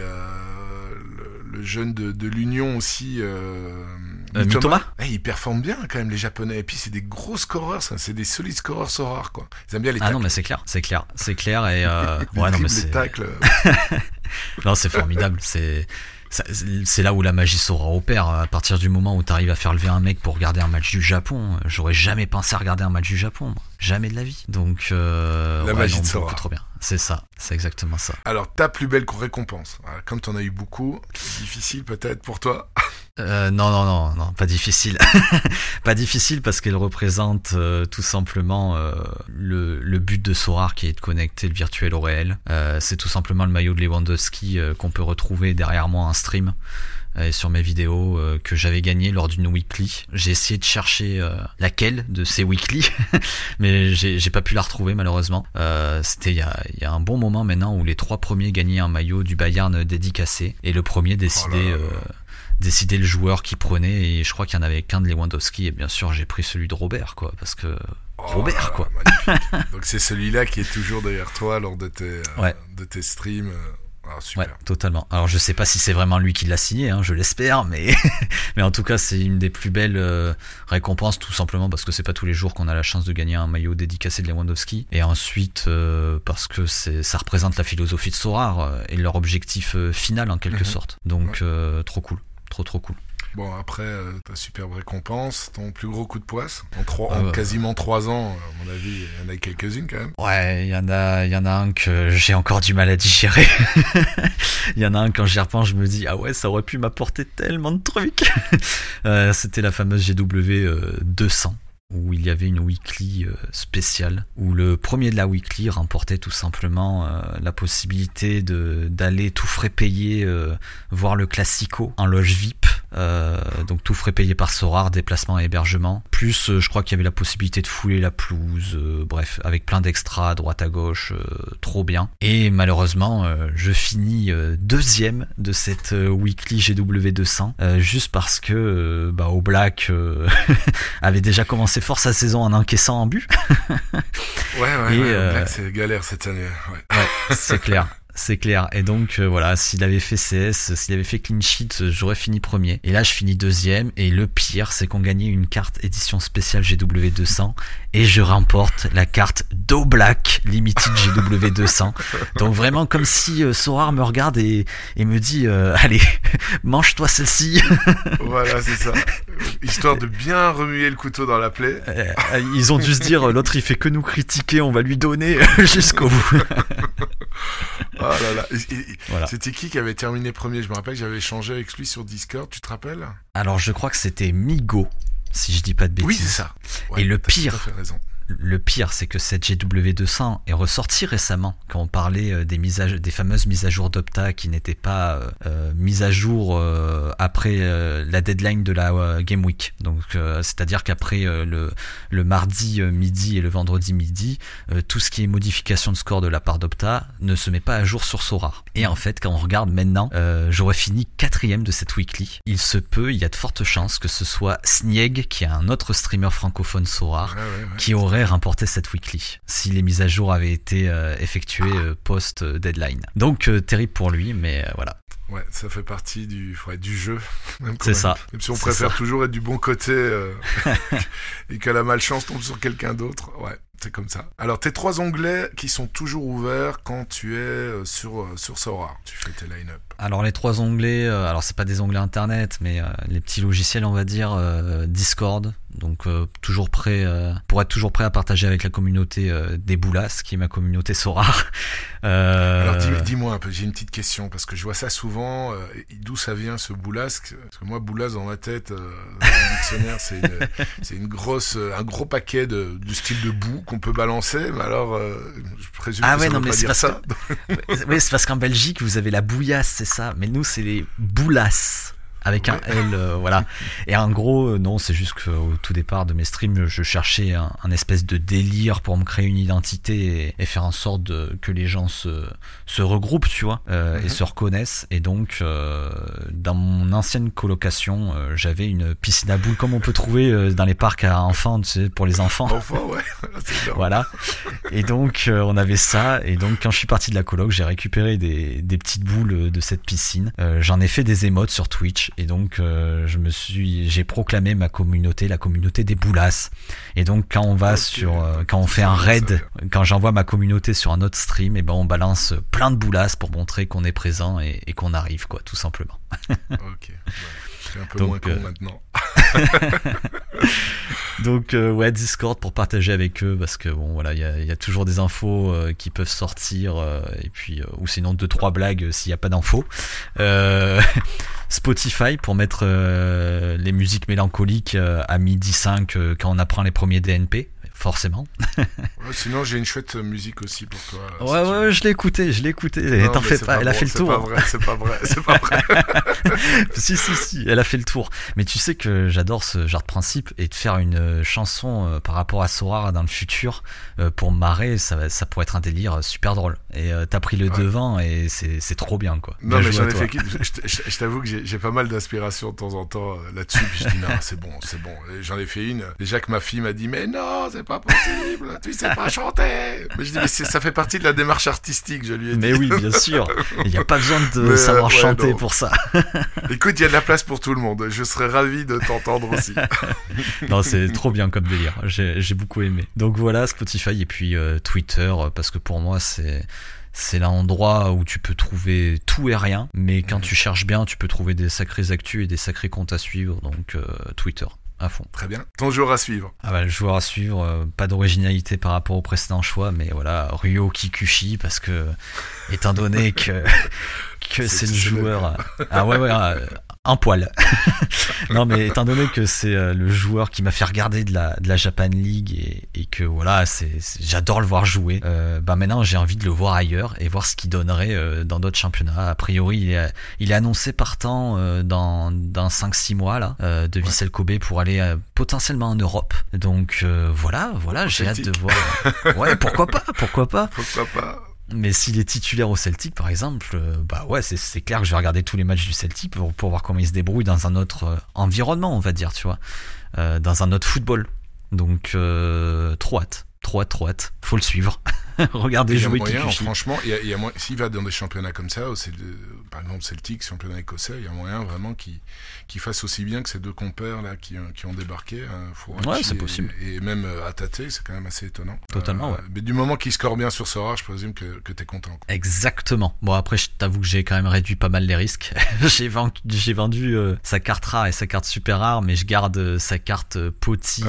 le jeune de l'Union aussi, Mitoma. Ils performent bien quand même, les Japonais. Et puis c'est des gros scoreurs, c'est des solides scoreurs rares, quoi. Ils aiment bien les tacles. Ah non, mais c'est clair. Et les tacles. Non, c'est formidable. C'est là où la magie Sora opère. À partir du moment où tu arrives à faire lever un mec pour regarder un match du Japon, j'aurais jamais pensé à regarder un match du Japon, moi. Jamais de la vie. Donc la magie de Sora. Trop bien. C'est ça, c'est exactement ça. Alors, ta plus belle récompense, comme t'en as eu beaucoup, c'est difficile peut-être pour toi. Non, pas difficile. Pas difficile parce qu'elle représente tout simplement le but de Sorare, qui est de connecter le virtuel au réel. C'est tout simplement le maillot de Lewandowski qu'on peut retrouver derrière moi en stream et sur mes vidéos que j'avais gagné lors d'une weekly. J'ai essayé de chercher laquelle de ces weekly, mais j'ai pas pu la retrouver malheureusement. C'était il y a un bon moment maintenant où les 3 premiers gagnaient un maillot du Bayern dédicacé, et le premier décider le joueur qui prenait, et je crois qu'il y en avait qu'un de Lewandowski, et bien sûr j'ai pris celui de Robert, quoi, parce que Robert, quoi. Magnifique. Donc c'est celui-là qui est toujours derrière toi lors de tes streams. Super. Ouais, totalement. Alors je sais pas si c'est vraiment lui qui l'a signé, je l'espère, mais en tout cas c'est une des plus belles récompenses, tout simplement parce que c'est pas tous les jours qu'on a la chance de gagner un maillot dédicacé de Lewandowski, et ensuite parce que ça représente la philosophie de Sorare et leur objectif final en quelque sorte. Donc trop cool, trop cool. Bon, après, ta superbe récompense, ton plus gros coup de poisse, en quasiment 3 ans, à mon avis, il y en a quelques-unes quand même. Ouais, il y en a un que j'ai encore du mal à digérer. Il y en a un, quand j'y repense, je me dis, ah ouais, ça aurait pu m'apporter tellement de trucs. C'était la fameuse GW 200. où il y avait une weekly spéciale, où le premier de la weekly remportait tout simplement la possibilité d'aller tout frais payer voir le Classico en loge VIP. Donc tout frais payé par Sorare, déplacement et hébergement. Plus je crois qu'il y avait la possibilité de fouler la pelouse, bref, avec plein d'extras à droite à gauche, trop bien. Et malheureusement, je finis deuxième de cette weekly GW200, juste parce que Oblak avait déjà commencé fort sa saison en encaissant un but. Oblak c'est galère cette année. Ouais, c'est clair. C'est clair. Et donc voilà, s'il avait fait CS, s'il avait fait clean sheet, j'aurais fini premier. Et là, je finis deuxième. Et le pire, c'est qu'on gagnait une carte édition spéciale GW200 et je remporte la carte d'Oblak Limited GW200. Donc vraiment comme si Sorare me regarde et me dit allez, mange-toi celle-ci. Voilà, c'est ça. Histoire de bien remuer le couteau dans la plaie. Ils ont dû se dire l'autre il fait que nous critiquer, on va lui donner jusqu'au bout. Oh là là. Voilà. C'était qui avait terminé premier? Je me rappelle que j'avais échangé avec lui sur Discord, tu te rappelles? Alors je crois que c'était Migo, si je dis pas de bêtises. Oui, c'est ça. Ouais, et le pire, tout à fait raison. Le pire, c'est que cette GW200 est ressortie récemment quand on parlait des fameuses mises à jour d'Opta qui n'étaient pas mises à jour après la deadline de la Game Week. Donc, c'est-à-dire qu'après le mardi midi et le vendredi midi, tout ce qui est modification de score de la part d'Opta ne se met pas à jour sur Sorare. Et en fait, quand on regarde maintenant, j'aurais fini 4e de cette weekly. Il y a de fortes chances que ce soit Snieg, qui est un autre streamer francophone Sorare, qui aurait remporté cette weekly si les mises à jour avaient été effectuées post-deadline. Donc terrible pour lui, mais voilà. Ouais, ça fait partie du jeu. C'est ça. Même si on préfère toujours être du bon côté et que la malchance tombe sur quelqu'un d'autre. Ouais, c'est comme ça. Alors, tes 3 onglets qui sont toujours ouverts quand tu es sur Sorare, tu fais tes line-up. Alors, les 3 onglets, alors c'est pas des onglets internet, mais les petits logiciels, on va dire, Discord. Donc, toujours prêt, pour être toujours prêt à partager avec la communauté des Boulas, qui est ma communauté Sorare. Alors, dis-moi un peu, j'ai une petite question, parce que je vois ça souvent, d'où ça vient ce Boulas? Parce que moi, Boulas dans ma tête, dans le dictionnaire, c'est un gros paquet du style de boue qu'on peut balancer, mais alors, je présume que ça veut pas dire ça. Oui, c'est parce qu'en Belgique, vous avez la bouillasse, c'est ça, mais nous, c'est les Boulas. Avec un L, voilà. Et en gros, non, c'est juste qu'au tout départ de mes streams, je cherchais un espèce de délire pour me créer une identité et faire en sorte que les gens se regroupent, tu vois, et se reconnaissent. Et donc, dans mon ancienne colocation, j'avais une piscine à boules comme on peut trouver dans les parcs à enfants, tu sais, pour les enfants. Enfants, ouais. C'est voilà. Et donc, on avait ça. Et donc, quand je suis parti de la coloc, j'ai récupéré des petites boules de cette piscine. J'en ai fait des émotes sur Twitch. Et donc j'ai proclamé ma communauté, la communauté des Boulas. Et donc quand on va quand on fait un raid, quand j'envoie ma communauté sur un autre stream, et ben on balance plein de Boulas pour montrer qu'on est présent et qu'on arrive, quoi, tout simplement. Ok. Je suis un peu moins con maintenant. Donc ouais, Discord pour partager avec eux, parce que bon voilà, il y a toujours des infos qui peuvent sortir, et puis ou sinon 2-3 blagues s'il n'y a pas d'infos. Spotify pour mettre les musiques mélancoliques à midi 5 quand on apprend les premiers DNP. Forcément. Sinon, j'ai une chouette musique aussi pour toi. Ouais, je l'ai écouté. Non, t'en fais pas, elle a fait le tour. C'est pas vrai. Si, elle a fait le tour. Mais tu sais que j'adore ce genre de principe, et de faire une chanson par rapport à Sorare dans le futur, pour me marrer, ça pourrait être un délire super drôle. Et t'as pris le devant, et c'est trop bien, quoi. Non, mais j'en ai fait je t'avoue que j'ai pas mal d'inspiration de temps en temps là-dessus, puis je dis non, c'est bon. Et j'en ai fait une. Déjà que ma fille m'a dit, mais non, c'est pas possible, tu sais pas chanter. Mais je dis, mais ça fait partie de la démarche artistique, je lui ai dit. Mais oui, bien sûr. Il n'y a pas besoin de savoir chanter pour ça. Écoute, il y a de la place pour tout le monde. Je serais ravi de t'entendre aussi. Non, c'est trop bien comme délire. J'ai beaucoup aimé. Donc voilà, Spotify et puis Twitter, parce que pour moi, c'est l'endroit où tu peux trouver tout et rien. Mais quand tu cherches bien, tu peux trouver des sacrés actus et des sacrés comptes à suivre. Donc Twitter. À fond. Très bien. Ton joueur à suivre. Le joueur à suivre, pas d'originalité par rapport au précédent choix, mais voilà, Ryo Kikuchi, parce que, étant donné que c'est le joueur, Un poil. Non, mais étant donné que c'est le joueur qui m'a fait regarder de la Japan League et que voilà, j'adore le voir jouer. Maintenant, j'ai envie de le voir ailleurs et voir ce qu'il donnerait dans d'autres championnats. A priori, il est annoncé partant dans 5-6 mois là, de Vissel Kobe pour aller potentiellement en Europe. Donc voilà, j'ai hâte de voir. Ouais, pourquoi pas. Pourquoi pas. Mais s'il est titulaire au Celtic par exemple, c'est clair que je vais regarder tous les matchs du Celtic pour voir comment il se débrouille dans un autre environnement, on va dire, tu vois, dans un autre football. Donc trop hâte, faut le suivre. Regardez jouer qui suffit. Franchement, il y a s'il va dans des championnats comme ça, par exemple Celtic, championnat écossais, il y a moyen vraiment qu'il fasse aussi bien que ces deux compères là qui ont débarqué. Ouais, c'est possible. Et même à tâter, c'est quand même assez étonnant. Totalement, ouais. Mais du moment qu'il score bien sur Sorare, je présume que t'es content. Exactement. Bon, après, je t'avoue que j'ai quand même réduit pas mal les risques. j'ai vendu sa carte rare et sa carte super rare, mais je garde sa carte Poti,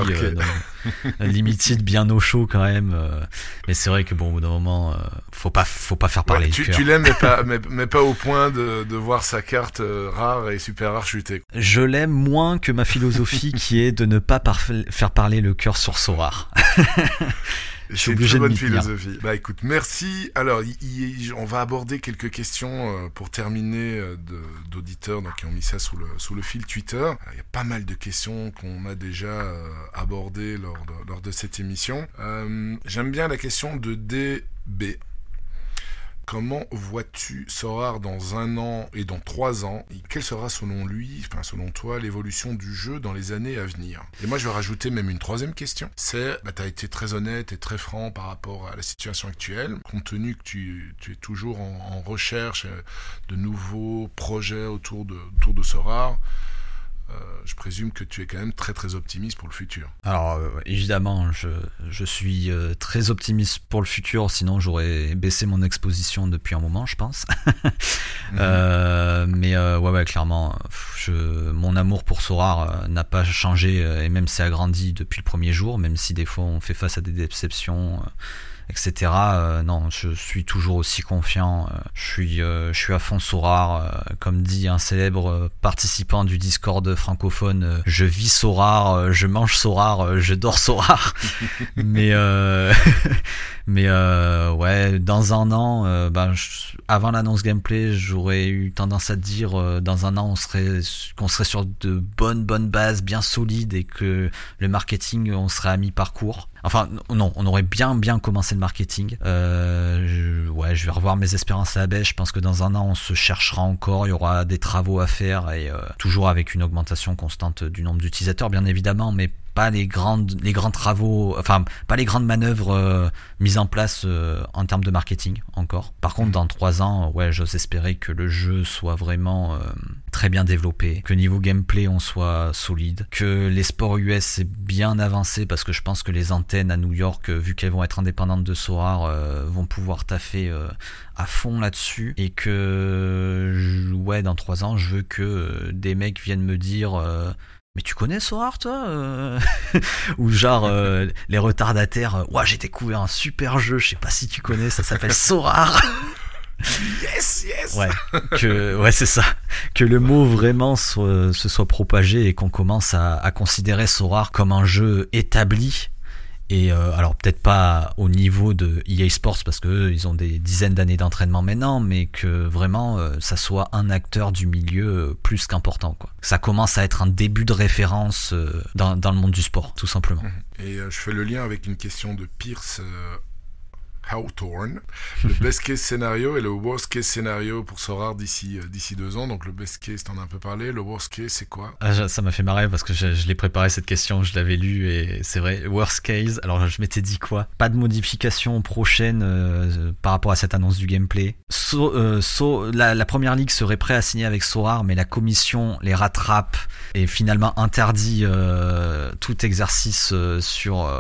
limited bien au chaud quand même. Mais c'est vrai que bon, au bout d'un moment, faut pas faire parler le cœur. Tu l'aimes, mais pas au point de voir sa carte rare et super rare chuter. Je l'aime moins que ma philosophie qui est de ne pas faire parler le cœur sur Sorare. Je suis obligé de m'y tenir. Philosophie. Bah écoute, merci. Alors, on va aborder quelques questions pour terminer d'auditeurs qui ont mis ça sous le fil Twitter. Il y a pas mal de questions qu'on a déjà abordées lors de cette émission. J'aime bien la question de DB. Comment vois-tu Sorare dans 1 an et dans 3 ans? Et quelle sera selon toi, l'évolution du jeu dans les années à venir? Et moi, je vais rajouter même une 3e question. C'est, tu as été très honnête et très franc par rapport à la situation actuelle. Compte tenu que tu es toujours en recherche de nouveaux projets autour de Sorare, je présume que tu es quand même très très optimiste pour le futur. Alors évidemment, je suis très optimiste pour le futur, sinon j'aurais baissé mon exposition depuis un moment, je pense. Mais clairement, mon amour pour Sorare n'a pas changé et même s'est agrandi depuis le premier jour, même si des fois on fait face à des déceptions, etc. Non, je suis toujours aussi confiant. Je suis à fond Sorare. Comme dit un célèbre participant du Discord francophone, je vis Sorare, je mange Sorare, je dors Sorare. Mais dans 1 an, avant l'annonce gameplay, j'aurais eu tendance à dire dans 1 an qu'on serait sur de bonnes bases bien solides et que le marketing on serait à mi-parcours. Enfin non, on aurait bien commencé le marketing. Je vais revoir mes espérances à la baisse. Je pense que dans 1 an on se cherchera encore, il y aura des travaux à faire et toujours avec une augmentation constante du nombre d'utilisateurs bien évidemment, mais pas les grands travaux, enfin pas les grandes manœuvres mises en place en termes de marketing encore. Par contre dans 3 ans, j'ose espérer que le jeu soit vraiment très bien développé, que niveau gameplay on soit solide, que les sports US est bien avancé parce que je pense que les antennes à New York, vu qu'elles vont être indépendantes de Sorare, vont pouvoir taffer à fond là-dessus et que dans 3 ans je veux que des mecs viennent me dire mais tu connais Sorare toi ou genre les retardataires, j'ai découvert un super jeu, je sais pas si tu connais, ça s'appelle Sorare. Yes. C'est ça, que le mot vraiment se soit propagé et qu'on commence à considérer Sorare comme un jeu établi. Et alors peut-être pas au niveau de EA Sports parce que ils ont des dizaines d'années d'entraînement maintenant, mais que vraiment ça soit un acteur du milieu plus qu'important, quoi. Ça commence à être un début de référence dans le monde du sport, tout simplement. Et je fais le lien avec une question de Pierce Hawthorne. Le best case scénario et le worst case scénario pour Sorare d'ici 2 ans. Donc le best case, t'en as un peu parlé. Le worst case, c'est quoi? Ça m'a fait marrer parce que je l'ai préparé cette question, je l'avais lu et c'est vrai. Worst case, alors je m'étais dit quoi? Pas de modification prochaine par rapport à cette annonce du gameplay. La première ligue serait prêt à signer avec Sorare, mais la commission les rattrape et finalement interdit tout exercice sur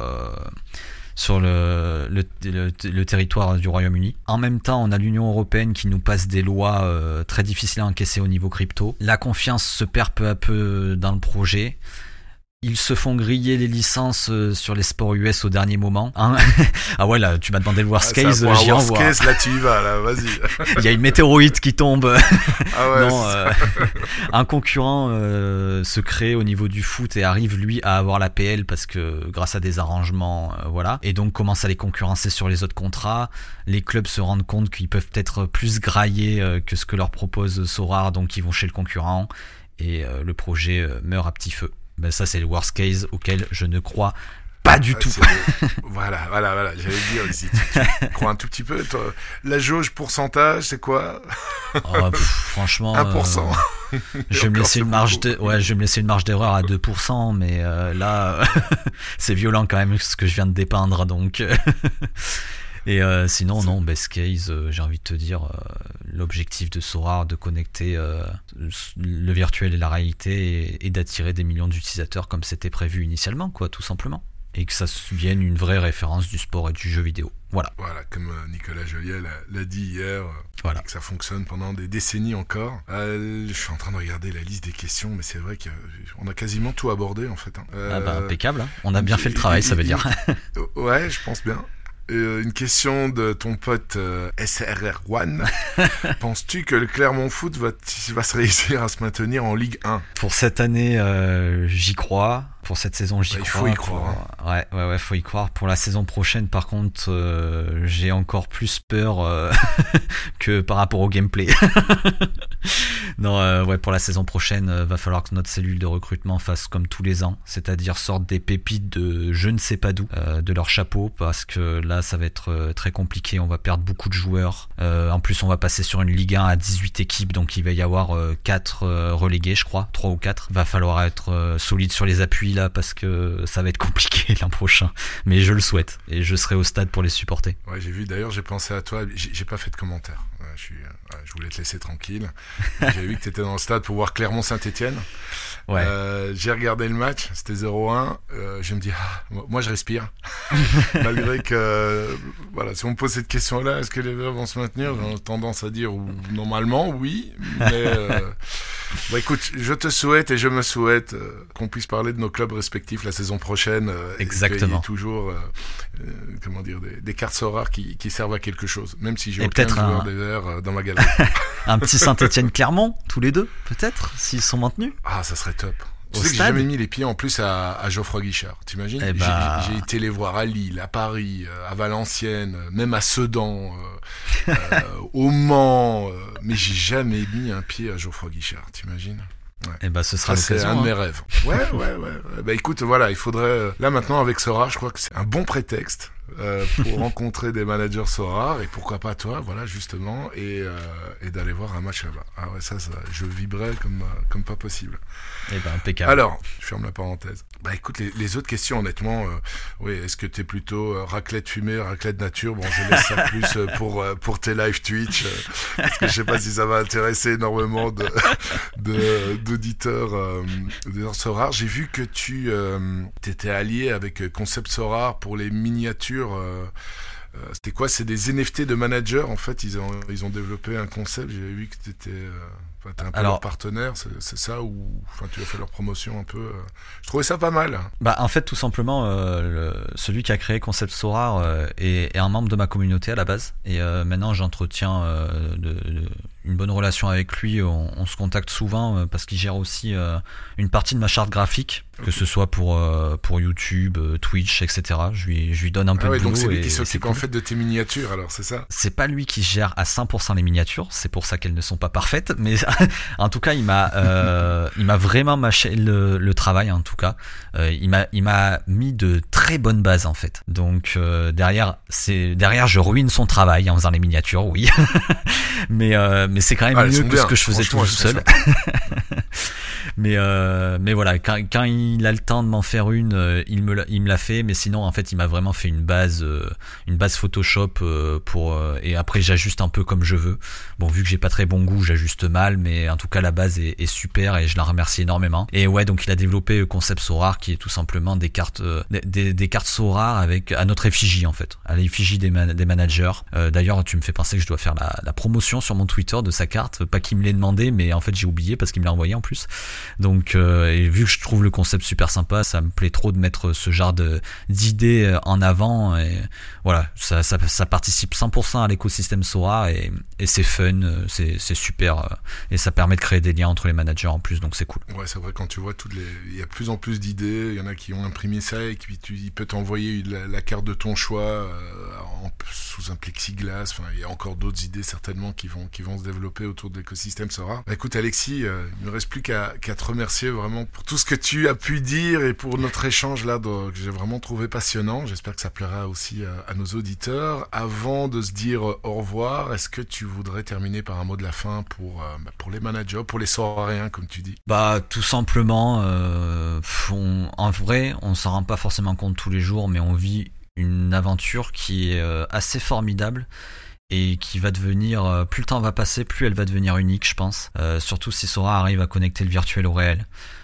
le territoire du Royaume-Uni. En même temps, on a l'Union Européenne qui nous passe des lois très difficiles à encaisser au niveau crypto. La confiance se perd peu à peu dans le projet. Ils se font griller les licences sur les sports US au dernier moment. Hein. Ah ouais, là, tu m'as demandé le worst case, j'y envoie. Worst case, là tu y vas, là, vas-y. Il y a une météorite qui tombe. Ah ouais, non, un concurrent se crée au niveau du foot et arrive, lui, à avoir la PL parce que grâce à des arrangements, voilà. Et donc commence à les concurrencer sur les autres contrats. Les clubs se rendent compte qu'ils peuvent être plus graillés que ce que leur propose Sorare, donc ils vont chez le concurrent. Et le projet meurt à petit feu. Ben ça c'est le worst case auquel je ne crois pas du tout. Voilà, j'allais dire, si tu crois un tout petit peu, toi, la jauge pourcentage, c'est quoi? Franchement, 1%. Je vais me laisser une marge d'erreur à 2%, mais là, c'est violent quand même ce que je viens de dépeindre, donc. Et sinon, non, best case, j'ai envie de te dire, l'objectif de Sorare de connecter le virtuel et la réalité et d'attirer des millions d'utilisateurs comme c'était prévu initialement, quoi, tout simplement. Et que ça devienne une vraie référence du sport et du jeu vidéo. Voilà. Voilà, comme Nicolas Joliet l'a dit hier, voilà. Que ça fonctionne pendant des décennies encore. Je suis en train de regarder la liste des questions, mais c'est vrai qu'on a quasiment tout abordé en fait. Hein. Impeccable, hein. On a bien fait le travail, ça veut dire. Ouais, je pense bien. Une question de ton pote SRR1. Penses-tu que le Clermont Foot va se réussir à se maintenir en Ligue 1? Pour cette année, j'y crois. Pour cette saison, j'y crois. Il faut y croire. Ouais, faut y croire. Pour la saison prochaine, par contre, j'ai encore plus peur que par rapport au gameplay. Non, pour la saison prochaine, va falloir que notre cellule de recrutement fasse comme tous les ans, c'est-à-dire sorte des pépites de je ne sais pas d'où, de leur chapeau, parce que là, ça va être très compliqué. On va perdre beaucoup de joueurs. En plus, on va passer sur une Ligue 1 à 18 équipes, donc il va y avoir 4 relégués, je crois, 3 ou 4. Va falloir être solide sur les appuis là, parce que ça va être compliqué l'an prochain. Mais je le souhaite, et je serai au stade pour les supporter. Ouais, j'ai vu, d'ailleurs, j'ai pensé à toi. J'ai pas fait de commentaire. Je voulais te laisser tranquille. J'ai vu que tu étais dans le stade pour voir Clermont-Saint-Etienne. Ouais. J'ai regardé le match, c'était 0-1. Je me dis, moi je respire. Malgré que, voilà, si on me pose cette question-là, est-ce que les Verts vont se maintenir? J'ai tendance à dire normalement, oui. Mais écoute, je te souhaite et je me souhaite qu'on puisse parler de nos clubs respectifs la saison prochaine. Exactement. Et qu'il y ait toujours, des cartes Sorare qui servent à quelque chose. Même si j'ai et aucun peut-être joueur des Verts dans ma galerie. Un petit Saint-Etienne-Clermont, tous les deux, peut-être, s'ils sont maintenus. Ah, ça serait top. Tu Au sais que j'ai stade. jamais mis les pieds en plus à Geoffroy Guichard, t'imagines? J'ai été les voir à Lille, à Paris, à Valenciennes, même à Sedan, au Mans, mais j'ai jamais mis un pied à Geoffroy Guichard, t'imagines? Ouais. Ce sera ça, l'occasion. C'est un de mes rêves. Ouais. Écoute, voilà, il faudrait là maintenant avec Sorare, je crois que c'est un bon prétexte pour rencontrer des managers Sorare et pourquoi pas toi, voilà justement, et d'aller voir un match là-bas. Ah ouais, ça je vibrais comme pas possible. Impeccable. Alors, je ferme la parenthèse. Écoute, les autres questions, honnêtement, est-ce que t'es plutôt raclette fumée, raclette nature? Bon, je laisse ça plus pour tes live Twitch, parce que je sais pas si ça va intéresser énormément d'auditeurs Sorare. J'ai vu que tu t'étais allié avec Concept Sorare pour les miniatures. C'était quoi? C'est des NFT de managers, en fait. Ils ont développé un concept. J'avais vu que t'étais un peu leur partenaire, c'est ça, ou tu as fait leur promotion un peu. Je trouvais ça pas mal. En fait, tout simplement, celui qui a créé Concept Sorare est un membre de ma communauté à la base, et maintenant j'entretiens une bonne relation avec lui. On se contacte souvent parce qu'il gère aussi une partie de ma charte graphique, que ce soit pour YouTube, Twitch, etc. Je lui donne un peu de boulot. Donc c'est lui qui s'occupe en fait de tes miniatures, alors c'est ça? C'est pas lui qui gère à 100% les miniatures, c'est pour ça qu'elles ne sont pas parfaites, mais en tout cas il m'a vraiment mâché le travail, en tout cas. Il m'a mis de très bonnes bases en fait. Donc derrière je ruine son travail en faisant les miniatures, oui. mais c'est quand même mieux que ce que je faisais tout seul. Mais voilà, quand il a le temps de m'en faire une, il me l'a fait. Mais sinon, en fait, il m'a vraiment fait une base Photoshop et après j'ajuste un peu comme je veux. Bon, vu que j'ai pas très bon goût, j'ajuste mal, mais en tout cas la base est super et je la remercie énormément. Et ouais, donc il a développé Concept Sorare, qui est tout simplement des cartes Sorare à notre effigie, en fait, à l'effigie des managers. D'ailleurs, tu me fais penser que je dois faire la promotion sur mon Twitter de sa carte, pas qu'il me l'ait demandé, mais en fait j'ai oublié parce qu'il me l'a envoyé en plus. Donc, et vu que je trouve le concept super sympa, ça me plaît trop de mettre ce genre d'idées en avant. Et voilà, ça participe 100% à l'écosystème Sora et c'est fun, c'est super. Et ça permet de créer des liens entre les managers en plus, donc c'est cool. Ouais, c'est vrai, quand tu vois il y a plus en plus d'idées, il y en a qui ont imprimé ça et puis il peut t'envoyer la carte de ton choix sous un plexiglas. Enfin, il y a encore d'autres idées certainement qui vont se développer autour de l'écosystème Sora. Bah, écoute Alexis, il ne me reste plus qu'à te remercier vraiment pour tout ce que tu as pu dire et pour notre échange là que j'ai vraiment trouvé passionnant. J'espère que ça plaira aussi à nos auditeurs. Avant de se dire au revoir, est-ce que tu voudrais terminer par un mot de la fin pour les managers, pour les Sorariens comme tu dis? Bah tout simplement, en vrai, on s'en rend pas forcément compte tous les jours, mais on vit une aventure qui est assez formidable et qui va devenir, plus le temps va passer, plus elle va devenir unique, je pense. Surtout si Sora arrive à connecter le virtuel au réel.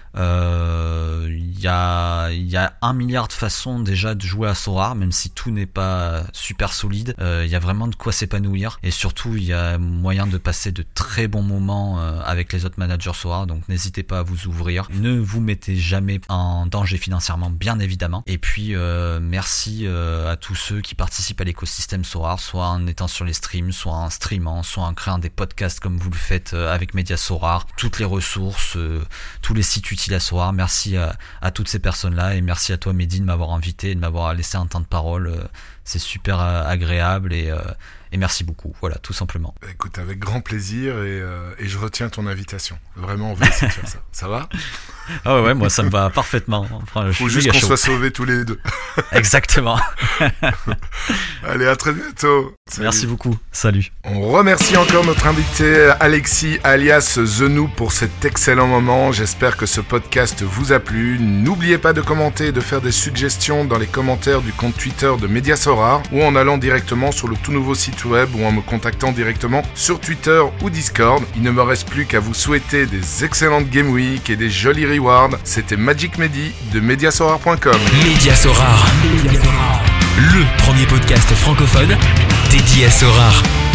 Il y a 1 milliard de façons déjà de jouer à Sora, même si tout n'est pas super solide. Il y a vraiment de quoi s'épanouir et surtout il y a moyen de passer de très bons moments avec les autres managers Sora, donc n'hésitez pas à vous ouvrir. Ne vous mettez jamais en danger financièrement, bien évidemment. Et puis merci à tous ceux qui participent à l'écosystème Sora, soit en étant sur les streams, soit en streamant, soit en créant des podcasts comme vous le faites avec Media Sora. Toutes les ressources, tous les sites utiles à Sora. Merci à toutes ces personnes-là et merci à toi Mehdi de m'avoir invité et de m'avoir laissé un temps de parole. C'est super agréable et merci beaucoup. Voilà, tout simplement. Écoute, avec grand plaisir et je retiens ton invitation. Vraiment, on va essayer de faire ça. Ça va ? Ah ouais, moi ça me va parfaitement. Enfin, faut juste qu'on soit sauvés tous les deux. Exactement. Allez, à très bientôt. Salut. Merci beaucoup. Salut. On remercie encore notre invité Alexis alias The Noob pour cet excellent moment. J'espère que ce podcast vous a plu. N'oubliez pas de commenter et de faire des suggestions dans les commentaires du compte Twitter de Media Sora ou en allant directement sur le tout nouveau site web ou en me contactant directement sur Twitter ou Discord. Il ne me reste plus qu'à vous souhaiter des excellentes Game Week et des jolis rewards. C'était Magic Mehdi de Mediasorar.com. Media Sorar, le premier podcast francophone dédié à Sorar.